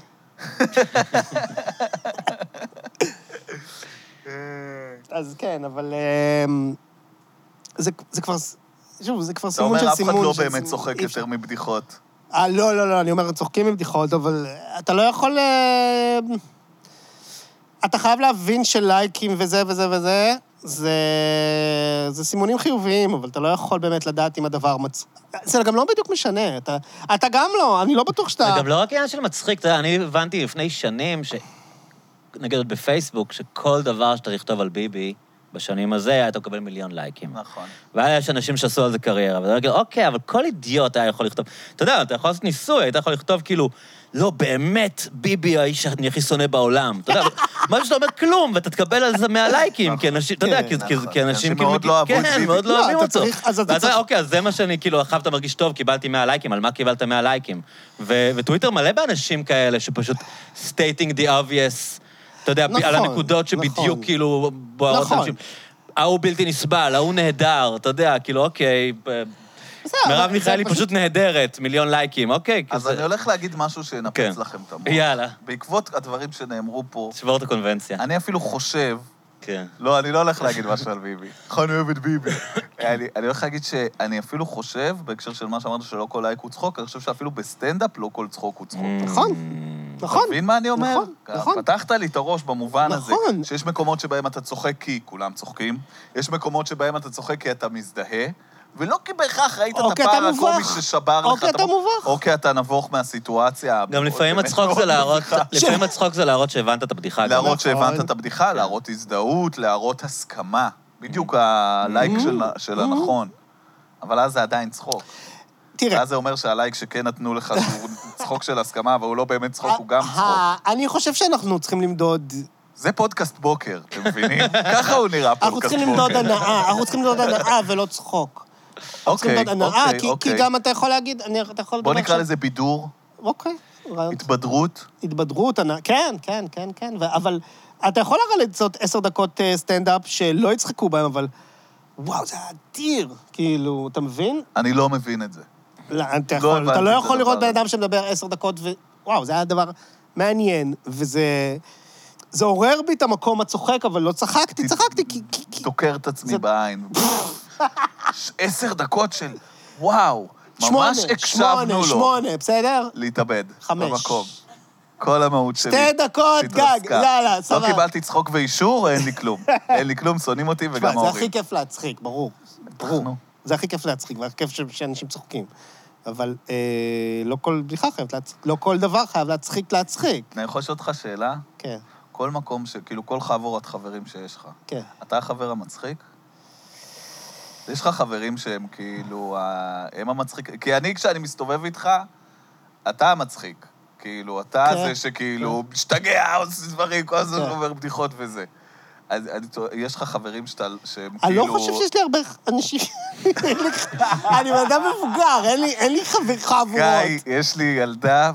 אז כן, אבל זה כבר, שוב, זה כבר סימון של סימון. אתה אומר, אף אחד לא באמת צוחק יותר מבדיחות. לא, אני אומר, צוחקים מבדיחות, אבל אתה לא יכול... אתה חייב להבין שלייקים וזה וזה וזה, זה סימונים חיוביים, אבל אתה לא יכול באמת לדעת אם הדבר זה גם לא בדיוק משנה. אתה גם לא, אני לא בטוח שאתה... זה גם לא רק עניין של מצחיק, אתה יודע, אני הבנתי לפני שנים נגיד עוד בפייסבוק, שכל דבר שאתה תכתוב על ביבי, בשנים הזה, אתה מקבל 1,000,000 לייקים. נכון. ויש אנשים שעשו על זה קריירה, ואתה אומר, אוקיי, אבל כל אידיוט היה יכול לכתוב. אתה יודע, אתה יכול לעשות ניסוי, אתה יכול לכתוב כאילו, לא, באמת, ביבי האיש אני הכי שונא בעולם. אתה יודע, משהו שאתה אומר כלום, ואתה תקבל על זה 100 לייקים, כי אנשים, אתה יודע, כי אנשים כאילו... מאוד לא אהבו את ביבי. כן, מאוד לא אוהבים אותו. ואתה צריך... אוקיי, אז זה מה שאני, כאילו, אחר אתה מרגיש טוב, קיבלתי 100 לייקים, על מה קיבלת 100 לייקים? וטוויטר מלא באנשים כאלה שפשוט stating the obvious, אתה יודע, על הנקודות שבדיוק כאילו בוערות אנשים. ההוא בלתי נסבל, ההוא נהדר, אתה יודע, כאילו, אוקיי, מרב מיכאלי פשוט נהדרת, 1,000,000 לייקים, אוקיי. אז אני הולך להגיד משהו שינפץ לכם את המוח. יאללה. בעקבות הדברים שנאמרו פה... שבור את הקונבנציה. אני אפילו חושב... כן. לא, אני לא הולך להגיד משהו על ביבי. אני אוהב את ביבי. אני הולך להגיד שאני אפילו חושב, בהקשר של מה שאמרת שלא כל לייק הוא צחוק, אני חושב שאפילו בסטנדאפ לא כל צחוק הוא צחוק. נכון. אתה מבין מה אני אומר? נכון. פתחת לי את הראש במובן הזה, שיש מקומות שבהם אתה צוחק כי כולם צוחקים, יש מקומות שבהם אתה צוחק כי אתה מזדהה, ולא כי בהכרח ראית את הפער הקומי ששבר לך. או כי אתה מובך. או כי אתה נבוך מהסיטואציה. גם לפעמים הצחוק זה להראות שהבנת את הבדיחה. להראות שהבנת את הבדיחה, להראות הזדהות, להראות הסכמה. בדיוק הלייק של הנכון. אבל אז זה עדיין צחוק. תראה. ואז זה אומר שהלייק שכן נתנו לך שהוא צחוק של הסכמה, אבל הוא לא באמת צחוק, הוא גם צחוק. אני חושב שאנחנו צריכים למדוד... זה פודקאסט בוקר, אתם מבינים? ככה הוא נראה פודקאסט בוקר. אנחנו צריכים למדוד הנאה ולא צחוק. אוקיי. כי גם אתה יכול להגיד... בוא נקרא לזה בידור. אוקיי. התבדרות. התבדרות, כן. אבל אתה יכול הרי לצאת 10 דקות סטנדאפ שלא יצחקו בהם, אבל וואו, זה אדיר. כאילו, אתה מבין? אני לא מבין את זה. אתה לא יכול לראות בן אדם שמדבר 10 דקות, ווואו, זה היה דבר מעניין, וזה עורר בי את המקום הצוחק, אבל לא צחקתי כי... תוקר את עצמי בעין. 10 דקות של וואו, ממש הקשבנו לו. 8, בסדר? להתאבד. 5. במקום. כל המהות שלי. 2 דקות גג, יאללה, סבבה. לא קיבלתי צחוק ואישור, אין לי כלום. אין לי כלום, שונאים אותי וגם ההורים. זה הכי כיף להצחיק, ברור. זה הכי כיף להצחיק, והכי כיף שאנשים צוחקים. אבל לא כל בדיחה חייבת להצחיק, לא כל דבר חייב להצחיק. אני יכול לשאול אותך שאלה? כן. כל מקום כאילו כל חבורת חברים שיש לך. כן. אתה החבר המצחיק? יש לך חברים שהם כאילו, הם המצחיק, כי אני כשאני מסתובב איתך, אתה המצחיק. כאילו, אתה זה שכאילו משתגע, עושה דברים, כל הזמן אומר בדיחות וזה. אז יש לך חברים שהם כאילו... אני לא חושב שיש לי הרבה אנשים... אני אדם מבוגר, אין לי חבורות. גיא, יש לי ילדה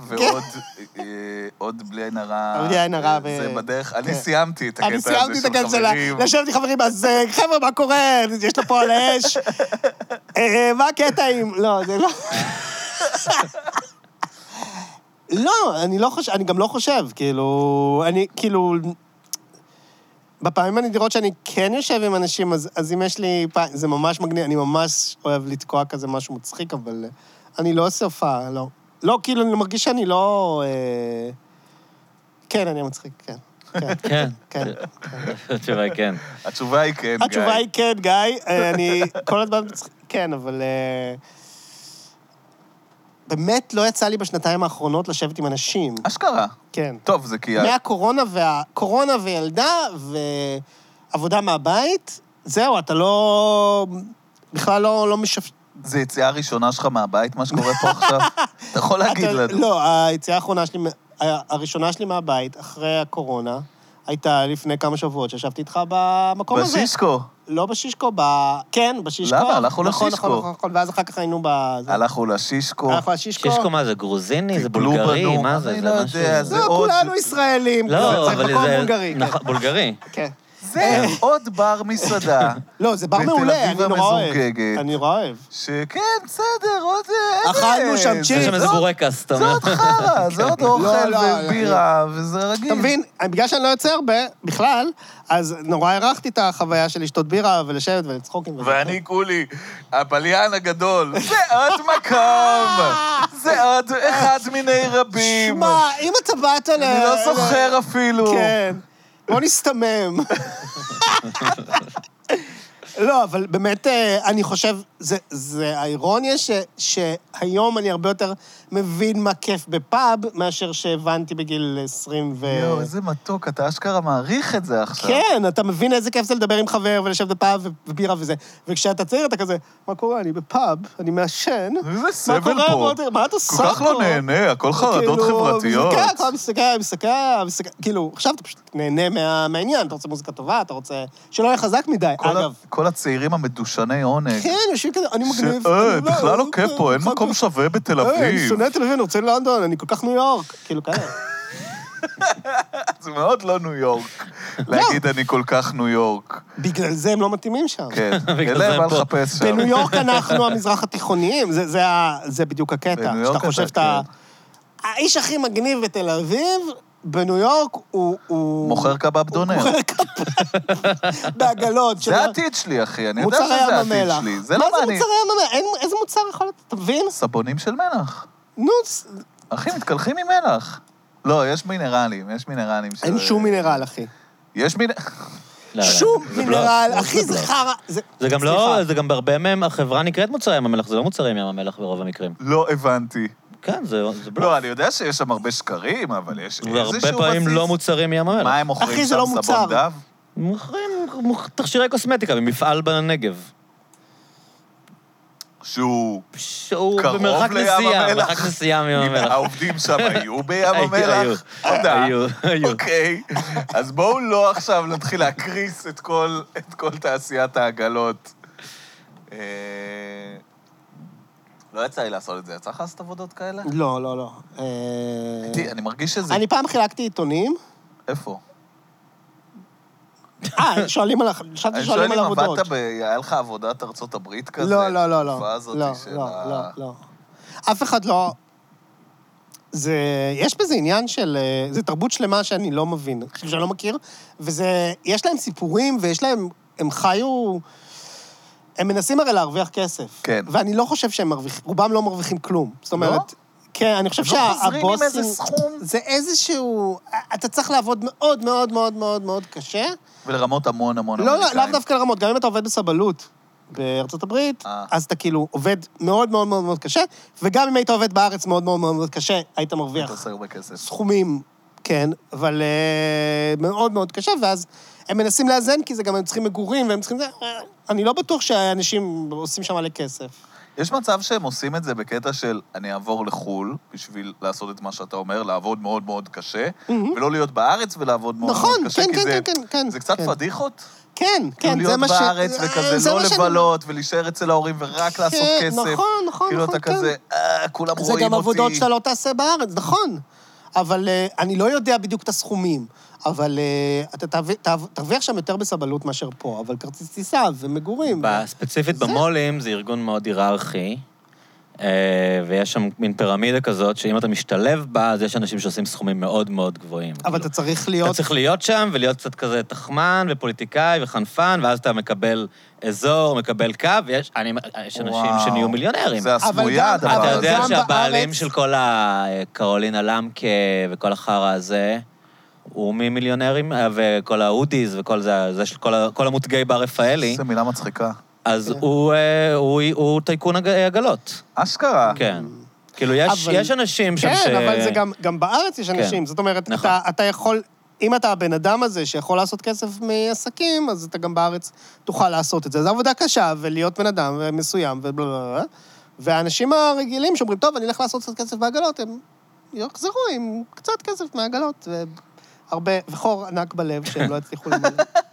ועוד בלי עין הרע. בלי עין הרע. זה בדרך. אני סיימתי את הקטע הזה של חברים. אני סיימתי את הקטע שלה. לשבת עם חברים, אז חבר'ה, מה קורה? יש לו פה על האש. מה הקטע עם... לא, זה לא... לא, אני גם לא חושב, כאילו... אני, כאילו... בפעמים הנדירות שאני כן יושב עם אנשים, אז אם יש לי... זה ממש מגניב, אני ממש אוהב לתקוע כזה משהו מצחיק, אבל אני לא עושה הופעה, לא. לא, כאילו, אני מרגיש שאני לא... כן, אני מצחיק, כן. כן. התשובה היא כן. התשובה היא כן, גיא. התשובה היא כן, גיא. אני כל הזמן מצחיק, כן, אבל... באמת לא יצא לי בשנתיים האחרונות לשבת עם אנשים. אשכרה. כן. טוב, זה כי... מהקורונה וילדה ועבודה מהבית, זהו, אתה לא... בכלל לא משפט... זה יציאה הראשונה שלך מהבית, מה שקורה פה עכשיו? אתה יכול להגיד לנו. לא, היציאה הראשונה שלי מהבית, אחרי הקורונה, הייתה לפני כמה שבועות, שישבתי איתך במקום הזה. בשישקו. לא בשישקו, כן, בשישקו. למה? הלכנו לשישקו. נכון, ואז אחר כך היינו הלכנו לשישקו. הלכנו לשישקו. שישקו מה זה, גרוזיני? זה בולגרי? מה זה? אני לא יודע, זה לא, עוד... כולנו ישראלים. לא, אבל מקום זה... בולגרי. נכון, בולגרי. כן. זה עוד בר מסעדה. לא, זה בר מעולה, אני נורא אוהב. אני נורא אוהב. שכן, בסדר, עוד... אכלנו שם צ'יפ. יש שם איזה בורקס, אתה זה אומר. עוד חרא, זה עוד אוכל ובירה, וזה רגיל. אתה מבין, בגלל שאני לא יוצא הרבה, בכלל, אז נורא הערכתי את החוויה של לשתות בירה ולשבת ולצחוקים. ואני כולי, הפליין הגדול, זה עוד מקום, זה עוד אחד מיני רבים. שמע, אם אתה באת אני לא זוכר אפילו. כן. בוא נסתמם. לא, אבל באמת, אני חושב, זה האירוניה שהיום אני הרבה יותר מבין מה כיף בפאב, מאשר שהבנתי בגיל 20 יואו, איזה מתוק, אתה אשכרה מעריך את זה עכשיו. כן, אתה מבין איזה כיף זה לדבר עם חבר ולשבת בפאב ובירה וזה. וכשאתה צעיר אתה כזה, מה קורה? אני בפאב, אני מעשן. איזה סבל פה. מה אתה עושה פה? כל כך לא נהנה, הכל חרדות חברתיות. כן, אתה מסתכל, כאילו, עכשיו אתה פשוט נהנה מהעניין, אתה רוצה מוזיקה טובה, אתה רוצה שלא יהיה חזק מדי, אגב. כל הצעירים המדושני עונג. כן, יושבים כזה, אני מגניב. בכלל לא כיף פה, אין מקום שווה בתל אני אביב. שונא תל אביב, אני רוצה ללונדון, אני כל כך ניו יורק, כאילו כאלה. זה מאוד לא ניו יורק, להגיד אני כל כך ניו יורק. בגלל זה הם לא מתאימים שם. כן, אין להם מה לחפש שם. בניו יורק אנחנו המזרח התיכוניים, זה בדיוק הקטע. שאתה חושב שאתה... האיש הכי מגניב בתל אביב, בניו יורק הוא... מוכר קבב דונר. מוכר קבב בעגלות. זה העתיד שלי, אחי, אני יודע שזה העתיד שלי. זה לא מה זה מעניין. מוצרי ים המלח? איזה מוצר יכול להיות? אתה מבין? סבונים של מלח. נו, אחי, מתקלחים עם מלח. לא, יש מינרלים, יש מינרלים. אין שום מינרל, אחי. יש שום מינרל, אחי, זה חרא. זה גם לא, זה גם בהרבה מהם, החברה נקראת מוצרי ים המלח, זה לא מוצרי ים המלח ברוב המקרים. לא הבנתי. כן, זה בלוף. לא, אני יודע שיש שם הרבה שקרים, אבל יש איזשהו בסיס. והרבה פעמים לא מוצרים ים המלח. מה הם מוכרים שם, סבון דב? מוכרים תכשירי קוסמטיקה במפעל בנגב. שהוא קרוב במרחק נסיעה, במרחק נסיעה מים המלח. העובדים שם היו בים המלח? תודה. היו. אוקיי. אז בואו לא עכשיו נתחיל להקריס את כל תעשיית העגלות. לא יצא לי לעשות את זה. יצא לך לעשות עבודות כאלה? לא. אני מרגיש שזה... אני פעם חילקתי עיתונים. איפה? שואלים על עבודות. אני שואל אם היה לך עבודת ארצות הברית כזה? לא. התקופה הזאת של לא. אף אחד לא... יש בזה עניין של... זה תרבות שלמה שאני לא מבין, שאני לא מכיר, יש להם סיפורים ויש להם... הם חיו... הם מנסים הרי להרוויח כסף. כן. ואני לא חושב שהם מרוויחים, רובם לא מרוויחים כלום. זאת אומרת... לא? כן, אני חושב לא חוזרים עם איזה סכום? זה איזשהו... אתה צריך לעבוד מאוד מאוד מאוד מאוד מאוד קשה. ולרמות המון לא, לאו דווקא לרמות. גם אם אתה עובד בסבלות בארצות הברית, אז אתה כאילו עובד מאוד מאוד מאוד מאוד קשה, וגם אם היית עובד בארץ מאוד מאוד מאוד קשה, היית מרוויח סכומים, כן, אבל מאוד מאוד קשה, ואז הם מנסים לאזן, כי זה גם הם צריכים מגורים, והם צריכים... אני לא בטוח שהאנשים עושים שם מלא כסף. יש מצב שהם עושים את זה בקטע של אני אעבור לחול, בשביל לעשות את מה שאתה אומר, לעבוד מאוד מאוד קשה, ולא להיות בארץ ולעבוד מאוד מאוד קשה, כי זה קצת פדיחות. כן, להיות בארץ וכזה לא לבלות, ולהישאר אצל ההורים ורק לעשות כסף. נכון. כאילו אתה כזה, כולם רואים אותי. זה גם עבודות שאתה לא תעשה בארץ, נכון. אבל אני לא יודע בדיוק את הסכומים. אבל אתה תרוויח שם יותר בסבלות מאשר פה, אבל כרטיס טיסה ומגורים. ספציפית במולים זה ארגון מאוד היררכי, ויש שם מין פירמידה כזאת, שאם אתה משתלב בה, אז יש אנשים שעושים סכומים מאוד מאוד גבוהים. אבל אתה צריך להיות... אתה צריך להיות שם, ולהיות קצת כזה תחמן, ופוליטיקאי, וחנפן, ואז אתה מקבל אזור, מקבל קו, ויש אנשים שנהיו מיליונרים. זה הסמויה, הדבר הזה. אתה יודע שהבעלים של כל הקרולינה למקה, וכל החרא הזה, הוא ממיליונרים, וכל ההודיז, וכל זה, כל המותגי בר רפאלי. זו מילה מצחיקה. אז הוא טייקון עגלות. אשכרה. כן. כאילו, יש אנשים שם כן, אבל זה גם בארץ יש אנשים. זאת אומרת, אתה יכול, אם אתה הבן אדם הזה שיכול לעשות כסף מעסקים, אז אתה גם בארץ תוכל לעשות את זה. זו עבודה קשה, ולהיות בן אדם מסוים, ובלבלבלה. והאנשים הרגילים שאומרים, טוב, אני אלך לעשות קצת כסף בעגלות, הם יחזרו עם קצת כסף מהעגלות. הרבה, וחור ענק בלב שהם לא הצליחו למלא.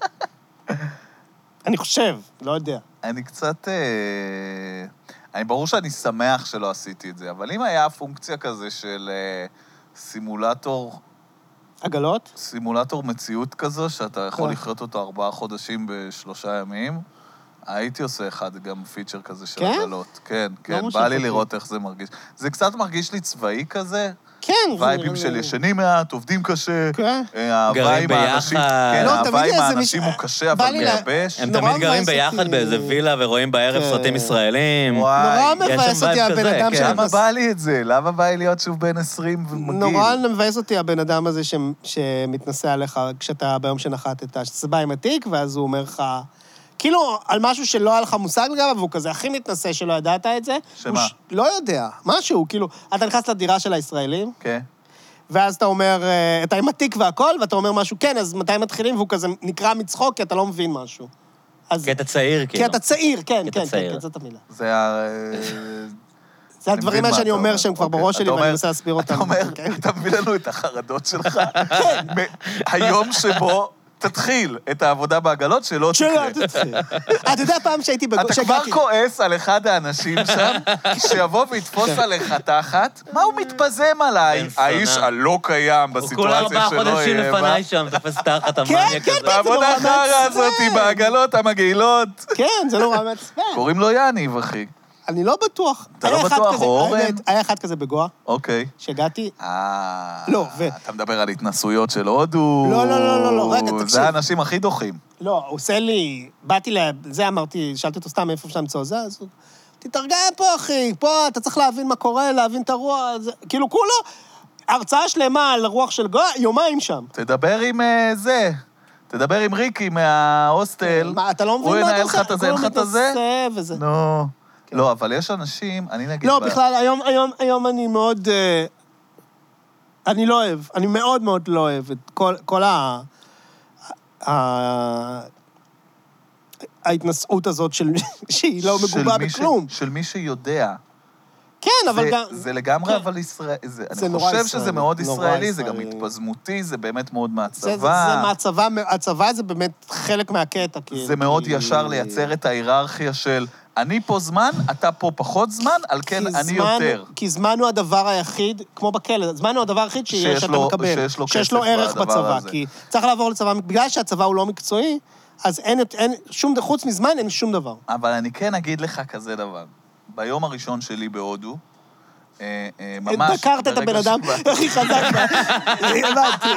אני חושב, לא יודע. אני קצת... ברור שאני שמח שלא עשיתי את זה, אבל אם היה פונקציה כזה של סימולטור... עגלות? סימולטור מציאות כזו, שאתה יכול לחיות אותו 4 חודשים ב3 ימים, הייתי עושה אחד גם פיצ'ר כזה של עגלות. כן, כן, בא לי לראות איך זה מרגיש. זה קצת מרגיש לי צבאי כזה. כן. וייבים של ישנים מעט, עובדים קשה. כן. גרים ביחד. כן, ההוואי עם האנשים הוא קשה, אבל מייבש. הם תמיד גרים ביחד באיזה וילה ורואים בערב סרטים ישראלים. נורא מבאס אותי הבן אדם למה בא לי את זה? למה בא לי להיות שוב בן 20 ומגיל? נורא מבאס אותי הבן אדם הזה שמתנסה עליך כשאתה ביום שנחתת, שאתה בא עם התיק, ואז הוא אומר לך... כאילו, על משהו שלא היה לך מושג לגביו, והוא כזה הכי מתנסה שלא ידעת את זה. שמה? לא יודע, משהו, כאילו, אתה נכנס לדירה של הישראלים, כן. ואז אתה אומר, אתה עם התיק והכל, ואתה אומר משהו, כן, אז מתי מתחילים? והוא כזה נקרא מצחוק, כי אתה לא מבין משהו. כי אתה צעיר, כאילו. כי אתה צעיר, כן, זאת המילה. זה הדברים האלה שאני אומר שהם כבר בראש שלי, ואני מנסה להסביר אותם. אתה מביא לנו את החרדות שלך. היום שבו... תתחיל את העבודה בעגלות שלא תקרה. אתה יודע פעם שהייתי אתה כבר כועס על אחד האנשים שם, שיבוא ויתפוס עליך תחת, מה הוא מתפזם עליי? האיש הלא קיים בסיטואציה שלו יהיה בה. הוא כולה 4 חודשים לפניי שם, תפס תחת המניאק הזה. בעבודה החרה הזאת, בעגלות המגעילות. כן, זה נורא מעצבן. קוראים לו יניב, אחי. אני לא בטוח. אתה לא בטוח, אורן? היה אחד כזה בגואה. אוקיי. שהגעתי... לא, אתה מדבר על התנסויות של הודו. לא, רגע, תקשיב. זה האנשים הכי דוחים. לא, הוא עושה לי... באתי זה אמרתי, שאלתי אותו סתם איפה אפשר למצוא זה, אז הוא... תתרגע פה, אחי, פה אתה צריך להבין מה קורה, להבין את הרוח, כאילו כולו... הרצאה שלמה על הרוח של גואה, יומיים שם. תדבר עם זה. תדבר עם ריקי מההוסטל. אתה לא מבין מה אתה עושה? נו. לא, אבל יש אנשים, אני נגיד... לא, בכלל, היום אני מאוד... אני לא אוהב, אני מאוד מאוד לא אוהב את כל ההתנסות הזאת שהיא לא מגובה בכלום. של מי שיודע. כן, אבל גם... זה לגמרי, אבל ישראל... אני חושב שזה מאוד ישראלי, זה גם התפזמותי, זה באמת מאוד מהצבא. זה מהצבא, הצבא זה באמת חלק מהקטע. זה מאוד ישר לייצר את ההיררכיה של... אני פה זמן, אתה פה פחות זמן, על כן אני יותר. כי זמן הוא הדבר היחיד, כמו בכלא, זמן הוא הדבר היחיד שאתה מקבל. שיש לו ערך בצבא. כי צריך לעבור לצבא, בגלל שהצבא הוא לא מקצועי, אז אין שום, חוץ מזמן אין שום דבר. אבל אני כן אגיד לך כזה דבר. ביום הראשון שלי בהודו, ממש... דקרת את הבן אדם הכי חזק. הבנתי.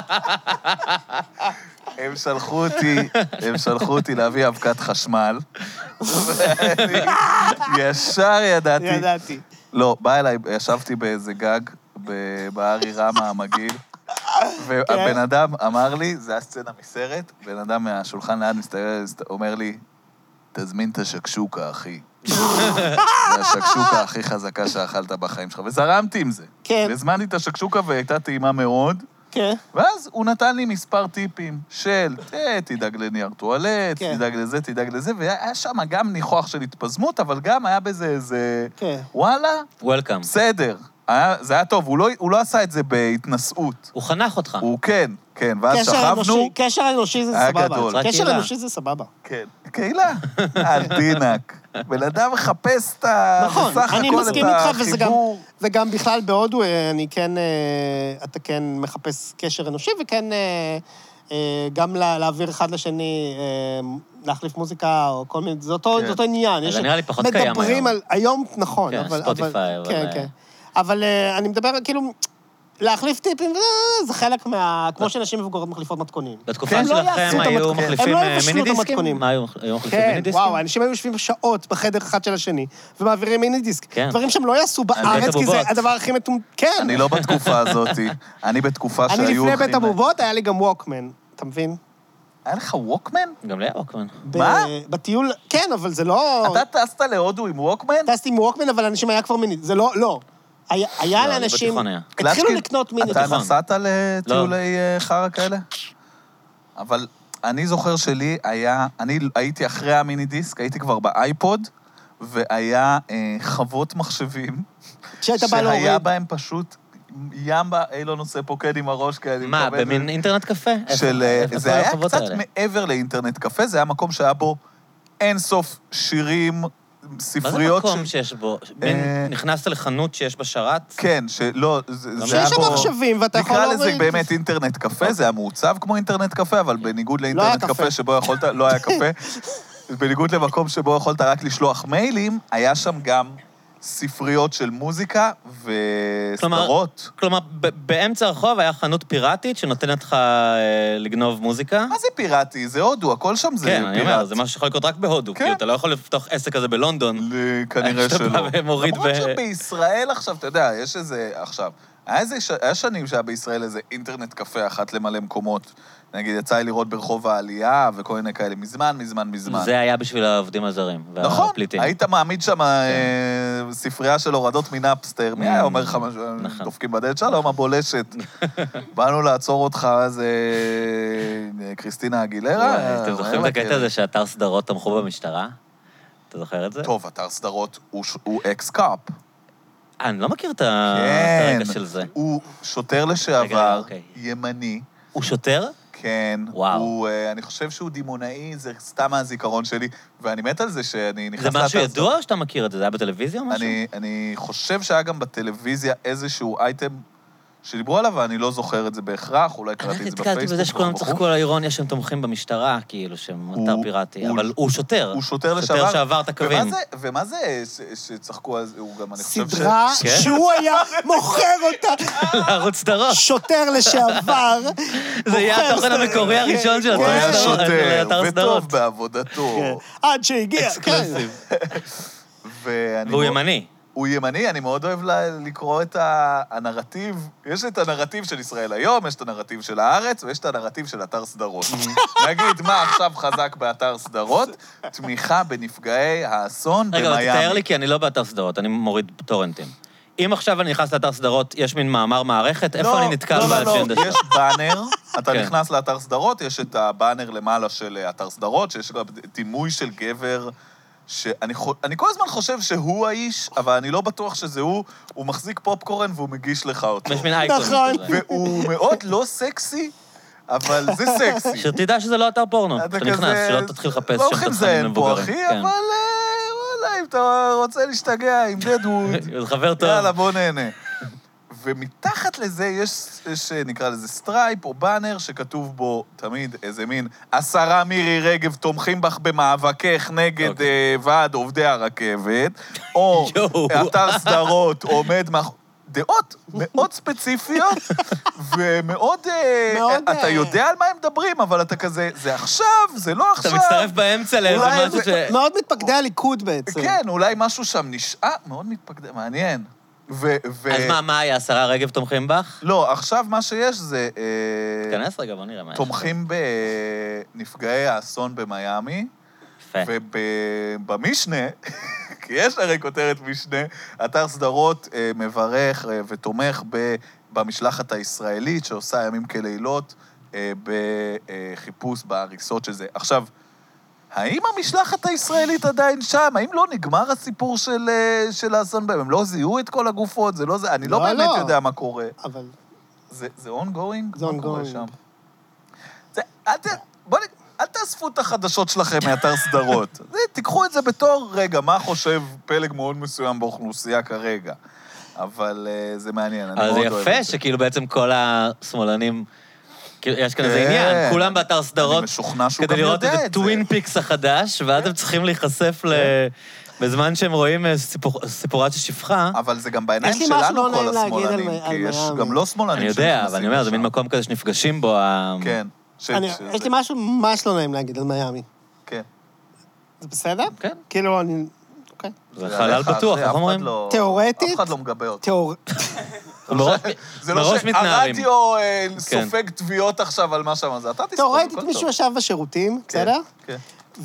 הם שלחו אותי להביא אבקת חשמל, ואני ישר ידעתי. לא, בא אליי, ישבתי באיזה גג, בארי רמה המגעיל, והבן אדם אמר לי, זה היה סצנה מסרט, בן אדם מהשולחן ליד אומר לי, תזמין את השקשוקה, אחי. זה השקשוקה הכי חזקה שאכלת בחיים שלך, וזרמתי עם זה. כן. והזמנתי את השקשוקה והייתה טעימה מאוד, כן. ואז הוא נתן לי מספר טיפים של, תדאג לנייר טואלט, תדאג לזה, תדאג לזה, והיה שם גם ניחוח של התפזמות, אבל גם היה בזה איזה, וואלה, וולקאם. בסדר. זה היה טוב, הוא לא עשה את זה בהתנסות. הוא חנך אותך. הוא כן, ואז שכבנו, קשר אנושי זה סבבה. קשר אנושי זה סבבה. כן. קהילה, אל תינק. בן אדם מחפש את נכון, אני מסכים איתך, וגם בכלל בהודו, אתה כן מחפש קשר אנושי, וכן גם להעביר אחד לשני, להחליף מוזיקה, או כל מיני, זה אותו עניין. זה נראה לי פחות קיים היום. מדברים על, היום נכון, כן, ספוטיפיי, אבל... כן. אבל אני מדבר, כאילו, להחליף טיפים, זה חלק כמו שאנשים מבוגרות מחליפות מתכונים. בתקופה שלכם היו מחליפים מיני דיסקים? מה היו מחליפים מיני דיסקים? וואו, האנשים היו יושבים שעות בחדר אחד של השני, ומעבירים מיני דיסק. דברים שהם לא יעשו בארץ, כי זה הדבר הכי כן. אני לא בתקופה הזאת, אני בתקופה שהיו... אני לפני בית הבובות, היה לי גם ווקמן, אתה מבין? היה לך ווקמן? גם לי היה ווקמן. מה? בטיול, כן, אבל זה לא... אתה טסת להודו עם ווקמן? טסתי עם ווקמן, אבל אנשים היה כבר מיני, זה לא. היה לאנשים... התחילו לקנות מיני. אתה נסעת לטיולי חרה כאלה? אבל אני זוכר שלי היה... אני הייתי אחרי המיני דיסק, הייתי כבר באייפוד, והיה חוות מחשבים, שהיית בא להוריד. שהיה בהם פשוט ימבה, אילון עושה פוקד עם הראש, כי אני מה, במין אינטרנט קפה? זה היה קצת מעבר לאינטרנט קפה, זה היה מקום שהיה בו אינסוף שירים, ספריות... מה זה מקום שיש בו? נכנסת לחנות שיש בה שרת? כן, שלא, זה היה בו... שיש שם מחשבים, ואתה יכול להוריד... נקרא לזה באמת אינטרנט קפה, זה היה מעוצב כמו אינטרנט קפה, אבל בניגוד לאינטרנט קפה שבו יכולת... לא היה קפה. בניגוד למקום שבו יכולת רק לשלוח מיילים, היה שם גם ספריות של מוזיקה וסדרות. כלומר, באמצע הרחוב היה חנות פיראטית שנותנת לך לגנוב מוזיקה. מה זה פיראטי? זה הודו, הכל שם זה פיראט. כן, אני אומר, זה משהו שיכול לקרות רק בהודו. כאילו, אתה לא יכול לפתוח עסק כזה בלונדון. כנראה שלא. למרות שבישראל עכשיו, אתה יודע, יש איזה... עכשיו, היה שנים שהיה בישראל איזה אינטרנט קפה אחת למלא מקומות. נגיד, יצא לי לראות ברחוב העלייה וכל מיני כאלה, מזמן. זה היה בשביל העובדים הזרים והפליטים. נכון, היית מעמיד שם ספרייה של הורדות מנאפסטר, מי היה אומר לך משהו, דופקים בדלת שלום, הבולשת. באנו לעצור אותך, אז קריסטינה אגילרה. אתם זוכרים את הקטע הזה שאתר סדרות תמכו במשטרה? אתה זוכר את זה? טוב, אתר סדרות הוא אקס-קאפ. אני לא מכיר את הרגע של זה. הוא שוטר לשעבר, ימני. הוא שוטר? כן. וואו. אני חושב שהוא דימונאי, זה סתם מהזיכרון שלי, ואני מת על זה שאני נכנס... זה משהו ידוע או שאתה מכיר את זה? זה היה בטלוויזיה או משהו? אני חושב שהיה גם בטלוויזיה איזשהו אייטם שדיברו עליו, ואני לא זוכר את זה בהכרח, אולי קראתי את זה בפייסבוק. נתקלתי בזה שכולם צחקו על האירוניה שהם תומכים במשטרה, כאילו, שהם אתר פיראטי, אבל הוא שוטר. הוא שוטר לשעבר. שוטר שעבר את הקווים. ומה זה שצחקו על זה? הוא גם, אני חושב סדרה שהוא היה מוכר אותה. לערוץ סדרות. שוטר לשעבר. זה יהיה התוכן המקורי הראשון של הוא היה אתר שוטר, סדרות. וטוב בעבודתו. עד שהגיע. אקסקלוסיב. והוא ימני. הוא ימני, אני מאוד אוהב לקרוא את הנרטיב. יש את הנרטיב של ישראל היום, יש את הנרטיב של הארץ, ויש את הנרטיב של אתר סדרות. נגיד, מה עכשיו חזק באתר סדרות? תמיכה בנפגעי האסון במיאמי. רגע, תתאר לי, כי אני לא באתר סדרות, אני מוריד טורנטים. אם עכשיו אני נכנס לאתר סדרות, יש מין מאמר מערכת, איפה אני נתקל באג'נדה שלו? יש באנר, אתה נכנס לאתר סדרות, יש את הבאנר למעלה של אתר סדרות, שיש גם דימוי של גבר... שאני כל הזמן חושב שהוא האיש, אבל אני לא בטוח שזה הוא מחזיק פופקורן והוא מגיש לך אותו. יש מין אייקון. נכון. והוא מאוד לא סקסי, אבל זה סקסי. שתדע שזה לא אתר פורנו. אתה נכנס, שלא תתחיל לחפש לא שם הולכים תכנים מבוגרים. פה, אחי, אבל וואלה, אם אתה רוצה להשתגע עם דדווד, זה חבר טוב. יאללה, בוא נהנה. ומתחת לזה יש, נקרא לזה סטרייפ או באנר, שכתוב בו תמיד איזה מין, 10 מירי רגב תומכים בך במאבקך נגד ועד עובדי הרכבת, או אתר סדרות עומד דעות מאוד ספציפיות, ומאוד, אתה יודע על מה הם מדברים, אבל אתה כזה, זה עכשיו, זה לא עכשיו. אתה מצטרף באמצע לאיזה משהו ש... מאוד מתפקדי הליכוד בעצם. כן, אולי משהו שם נשאר, מאוד מתפקדי, מעניין. אז מה היה, 10 רגב תומכים בך? לא, עכשיו מה שיש זה... תכנס רגע, בוא נראה מה יש. תומכים בנפגעי האסון במיאמי, ובמשנה, כי יש הרי כותרת משנה, אתר סדרות מברך ותומך במשלחת הישראלית, שעושה ימים כלילות בחיפוש בהריסות של זה. עכשיו, האם המשלחת הישראלית עדיין שם? האם לא נגמר הסיפור של האסון בהם? הם לא זיהו את כל הגופות? זה לא זה, אני לא באמת יודע מה קורה. אבל... זה ongoing? זה ongoing. אל תאספו את החדשות שלכם מאתר סדרות. תיקחו את זה בתור, רגע, מה חושב פלג מאוד מסוים באוכלוסייה כרגע? אבל זה מעניין, אני מאוד אוהב את זה. אבל זה יפה שכאילו בעצם כל השמאלנים... יש כאן איזה עניין, כולם באתר סדרות, כדי לראות את הטווין פיקס החדש, ואז הם צריכים להיחשף בזמן שהם רואים סיפורת ששפחה. אבל זה גם בעיניים שלנו כל השמאלנים, כי יש גם לא שמאלנים. אני יודע, אבל אני אומר, זה מין מקום כזה שנפגשים בו. כן. יש לי משהו ממש לא נעים להגיד על מיאמי. כן. זה בסדר? כן. כאילו, אני... אוקיי. זה חלל בטוח, איך אומרים? תיאורטית? אף אחד לא מגבה אותו. זה לא שהרדיו סופג תביעות עכשיו על מה שם, זה אתה תספוג. תיאורטית, מישהו ישב בשירותים, בסדר? כן.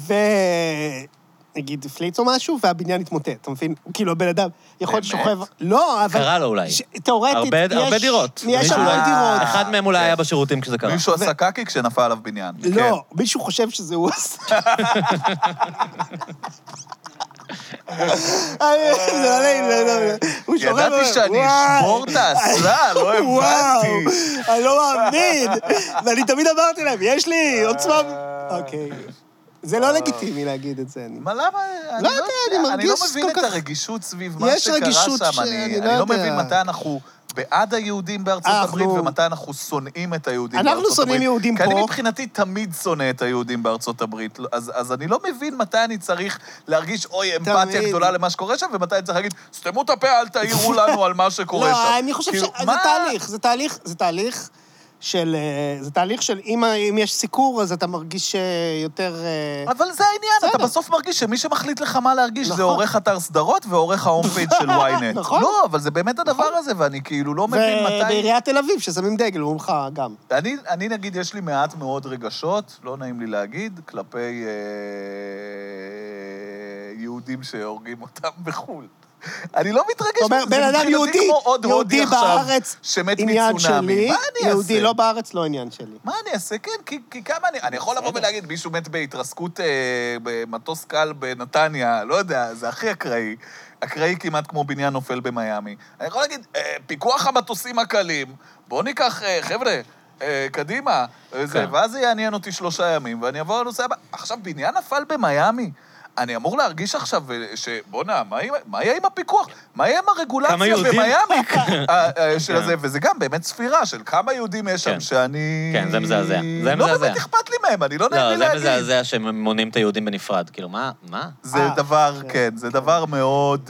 נגיד, פליץ או משהו, והבניין התמוטט, אתה מבין? כאילו, הבן אדם יכול שוכב... לא, אבל... קרה לו אולי. תיאורטית, יש... הרבה דירות. יש הרבה דירות. אחד מהם אולי היה בשירותים כשזה קרה. מישהו עשה קקי כשנפל עליו בניין. לא, מישהו חושב שזה הוא עשה. זה לא נעים, הוא שורק... ידעתי שאני אשבור את האסלה, לא הבנתי. אני לא מאמין. ואני תמיד אמרתי להם, יש לי עוצמה... אוקיי. זה לא לגיטימי להגיד את זה. מה, למה? לא יודע, אני מרגיש אני לא מבין כל את כך... הרגישות סביב מה שקרה רגישות שם. שאני אני לא מבין מתי אנחנו בעד היהודים בארצות הברית ומתי אנחנו שונאים את היהודים בארצות הברית. אנחנו שונאים יהודים פה. כי אני מבחינתי תמיד שונא את היהודים בארצות הברית. אז אני לא מבין מתי אני צריך להרגיש, אוי, אמפתיה גדולה למה שקורה שם, ומתי אני צריך להגיד, סתמו את הפה, אל תעירו לנו על מה שקורה שם. לא, אני חושב זה תהליך של אם יש סיקור, אז אתה מרגיש יותר... אבל זה העניין, אתה בסוף מרגיש שמי שמחליט לך מה להרגיש זה עורך אתר סדרות ועורך ההום פייג' של ynet. נכון. לא, אבל זה באמת הדבר הזה, ואני כאילו לא מבין מתי... ובעיריית תל אביב, ששמים דגל, הוא ממך גם. אני נגיד, יש לי מעט מאוד רגשות, לא נעים לי להגיד, כלפי יהודים שהורגים אותם בחו"ל. אני לא מתרגש. זאת אומרת, בן אדם יהודי בארץ, שמת עניין שלי, יהודי לא אעשה? בארץ, לא עניין שלי. מה אני אעשה? כן, כי כמה אני יכול לבוא ולהגיד, מישהו מת בהתרסקות במטוס קל בנתניה, לא יודע, זה הכי אקראי. אקראי כמעט כמו בניין נופל במיימי. אני יכול להגיד, פיקוח המטוסים הקלים, בואו ניקח, חבר'ה, קדימה, ואז זה יעניין אותי 3 ימים, ואני אבוא לנושא הבא. עכשיו, בניין נפל במיימי, אני אמור להרגיש עכשיו בוא'נה, מה יהיה עם הפיקוח? מה יהיה עם הרגולציה במיימי של הזה? וזה גם באמת ספירה של כמה יהודים יש שם שאני... כן, זה מזעזע. לא באמת אכפת לי מהם, אני לא נעים לי להגיד. לא, זה מזעזע שהם מונים את היהודים בנפרד. כאילו, מה? זה דבר, כן, זה דבר מאוד...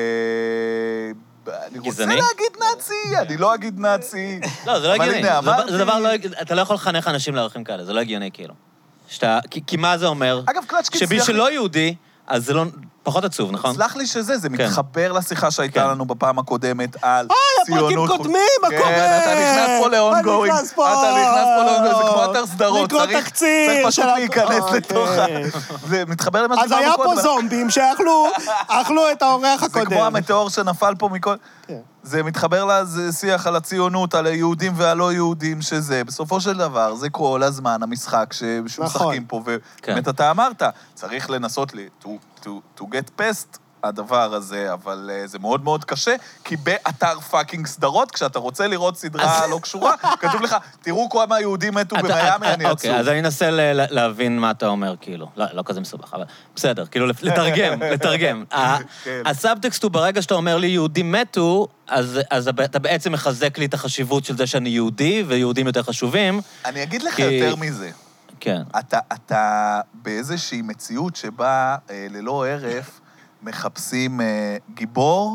אני רוצה להגיד נאצי, אני לא אגיד נאצי. לא, זה לא הגיוני. זה דבר לא... אתה לא יכול לחנך אנשים לערכים כאלה, זה לא הגיוני, כאילו. כי מה זה אומר? אגב, קלצ'קין שמי שלא יהודי, אז זה לא... פחות עצוב, נכון? סלח לי זה מתחבר לשיחה שהייתה לנו בפעם הקודמת על ציונות... הפרקים קודמים, מה קורה? כן, אתה נכנס פה לאונגוינג. זה כמו אתר סדרות. לקרוא תקציב. צריך פשוט להיכנס לתוך זה מתחבר למה אז היה פה זומבים שאכלו את האורח הקודם. זה כמו המטאור שנפל פה מכל... זה מתחבר לשיח על הציונות, על היהודים והלא יהודים, שזה בסופו של דבר, זה כל הזמן המשחק שמשחקים פה, ובאמת אתה אמרת, צריך לנסות to get past הדבר הזה, אבל זה מאוד מאוד קשה, כי באתר פאקינג סדרות, כשאתה רוצה לראות סדרה לא קשורה, כתוב לך, תראו כמה יהודים מתו במיימי, אני עצוב. אוקיי, אז אני אנסה להבין מה אתה אומר, כאילו. לא כזה מסובך, אבל בסדר, כאילו, לתרגם. הסאבטקסט הוא ברגע שאתה אומר לי יהודים מתו, אז אתה בעצם מחזק לי את החשיבות של זה שאני יהודי, ויהודים יותר חשובים. אני אגיד לך יותר מזה. כן. אתה באיזושהי מציאות שבה ללא הרף מחפשים גיבור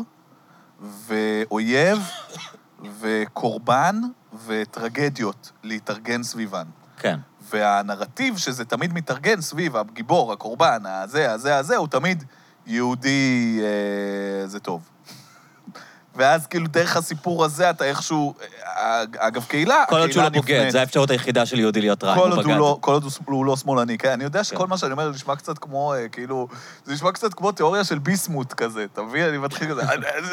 ואויב וקורבן וטרגדיות להתארגן סביבן. כן. והנרטיב שזה תמיד מתארגן סביב הגיבור, הקורבן, הזה, הוא תמיד יהודי זה טוב. ואז כאילו דרך הסיפור הזה אתה איכשהו, אגב קהילה, כל עוד שהוא לא בוגד, זו האפשרות היחידה של יהודי להיות רע, כל עוד הוא לא שמאלני, כן, אני יודע שכל מה שאני אומר נשמע קצת כמו, כאילו, זה נשמע קצת כמו תיאוריה של ביסמוט כזה, אתה מבין? אני מתחיל כזה,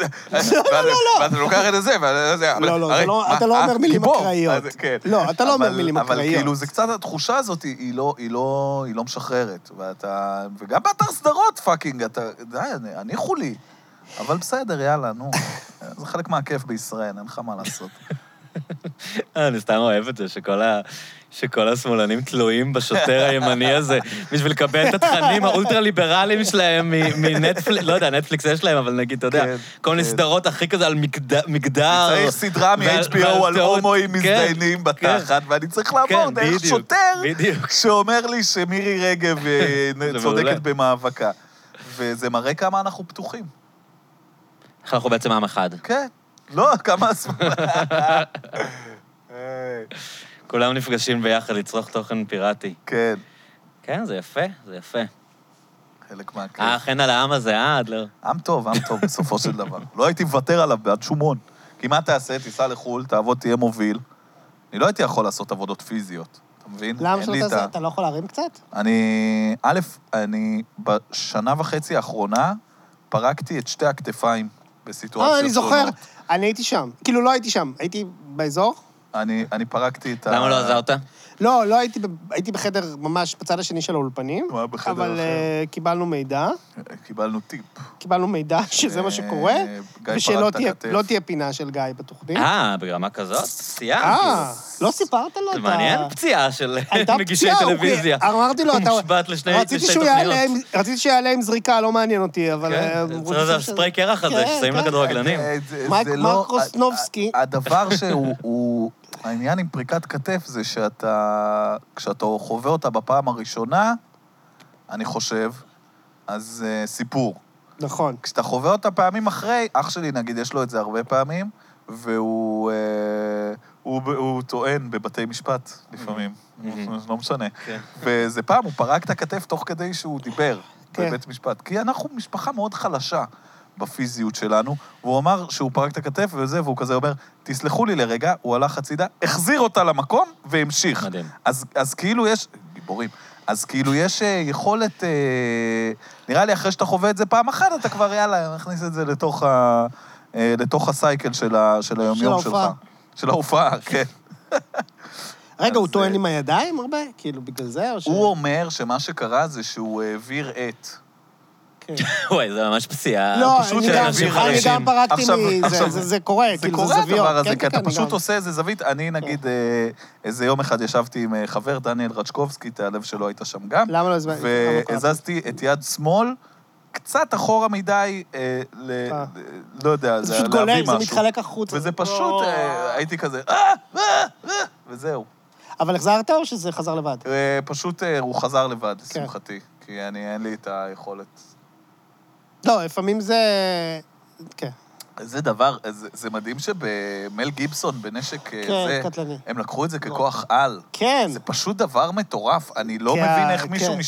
ואתה לוקח את זה, לא, אתה לא אומר מילים אקראיות. לא, אתה לא אומר מילים אקראיות. אבל כאילו, זה קצת, התחושה הזאת היא לא משחררת, וגם באתר סדרות, פאקינג, די, הניחו לי. אבל בסדר, יאללה, נו. זה חלק מהכיף בישראל, אין לך מה לעשות. אני סתם אוהב את זה, שכל השמאלנים תלויים בשוטר הימני הזה, בשביל לקבל את התכנים האולטרה-ליברליים שלהם מנטפליקס, לא יודע, נטפליקס יש להם, אבל נגיד, אתה יודע, כל מיני סדרות הכי כזה על מגדר. צריך סדרה מ-HBO על הומואים מזדיינים בתחת, ואני צריך לעבור דרך שוטר שאומר לי שמירי רגב צודקת במאבקה. וזה מראה כמה אנחנו פתוחים. איך אנחנו בעצם עם אחד. כן. לא, כמה השמאל. כולם נפגשים ביחד לצרוך תוכן פיראטי. כן. כן, זה יפה, זה יפה. חלק מהכיף. חן על העם הזה, עד לא. עם טוב בסופו של דבר. לא הייתי מוותר עליו בעד שום הון. כי מה תעשה? תיסע לחו"ל, תעבוד, תהיה מוביל. אני לא הייתי יכול לעשות עבודות פיזיות. אתה מבין? למה שלא תעשה? אתה לא יכול להרים קצת? אני בשנה וחצי האחרונה פרקתי את 2 הכתפיים בסיטואציות אני זוכר. אני הייתי שם. כאילו לא הייתי שם, הייתי באזור. אני פרקתי את למה לא עזרת? לא, הייתי בחדר ממש בצד השני של האולפנים, הוא היה בחדר אבל אחר. קיבלנו מידע. קיבלנו טיפ. קיבלנו מידע שזה מה שקורה, ושלא תהיה פינה של גיא בתוכנית. ברמה כזאת? פציעה? לא סיפרת לו את ה... זה מעניין פציעה של הייתה מגישי פציעה, טלוויזיה. אמרתי לו, אתה... מושבת לשתי תוכניות. רציתי שיעלה עם זריקה, לא מעניין אותי, אבל... כן, זה הספרי קרח הזה, ששמים לכדורגלנים. מרק קוסנובסקי. הדבר שהוא... העניין עם פריקת כתף זה כשאתה חווה אותה בפעם הראשונה, אני חושב, אז סיפור. נכון. כשאתה חווה אותה פעמים אחרי, אח שלי נגיד, יש לו את זה הרבה פעמים, והוא טוען בבתי משפט לפעמים, לא משנה. וזה פעם, הוא פרק את הכתף תוך כדי שהוא דיבר בבית משפט, כי אנחנו משפחה מאוד חלשה בפיזיות שלנו, והוא אמר שהוא פרק את הכתף וזה, והוא כזה אומר, תסלחו לי לרגע, הוא הלך הצידה, החזיר אותה למקום והמשיך. מדהים. אז כאילו יש, גיבורים, אז כאילו יש יכולת, נראה לי אחרי שאתה חווה את זה פעם אחת, אתה כבר יאללה, נכניס את זה לתוך הסייקל של היומיום שלך. של ההופעה, כן. רגע, הוא טוען עם הידיים הרבה? כאילו, בגלל זה? הוא אומר שמה שקרה זה שהוא העביר את... וואי, זה ממש פציעה. לא, אני גם פרקתי זה קורה, כאילו, זה זוויות. זה קורה הדבר הזה, כי אתה פשוט עושה איזה זווית. אני, נגיד, איזה יום אחד ישבתי עם חבר, דניאל רצ'קובסקי, תעלב שלא היית שם גם. למה לא הזמנתי? והזזתי את יד שמאל, קצת אחורה מדי, לא יודע, זה פשוט גולל, זה מתחלק החוצה. וזה פשוט, הייתי כזה, וזהו. אבל החזרת או שזה חזר לבד? פשוט הוא חזר לבד, לשמחתי, כי אין לי את היכולת. לא, לפעמים זה... כן. זה דבר, זה מדהים שבמל גיבסון, בנשק זה, הם לקחו את זה ככוח על. כן. זה פשוט דבר מטורף, אני לא מבין איך מישהו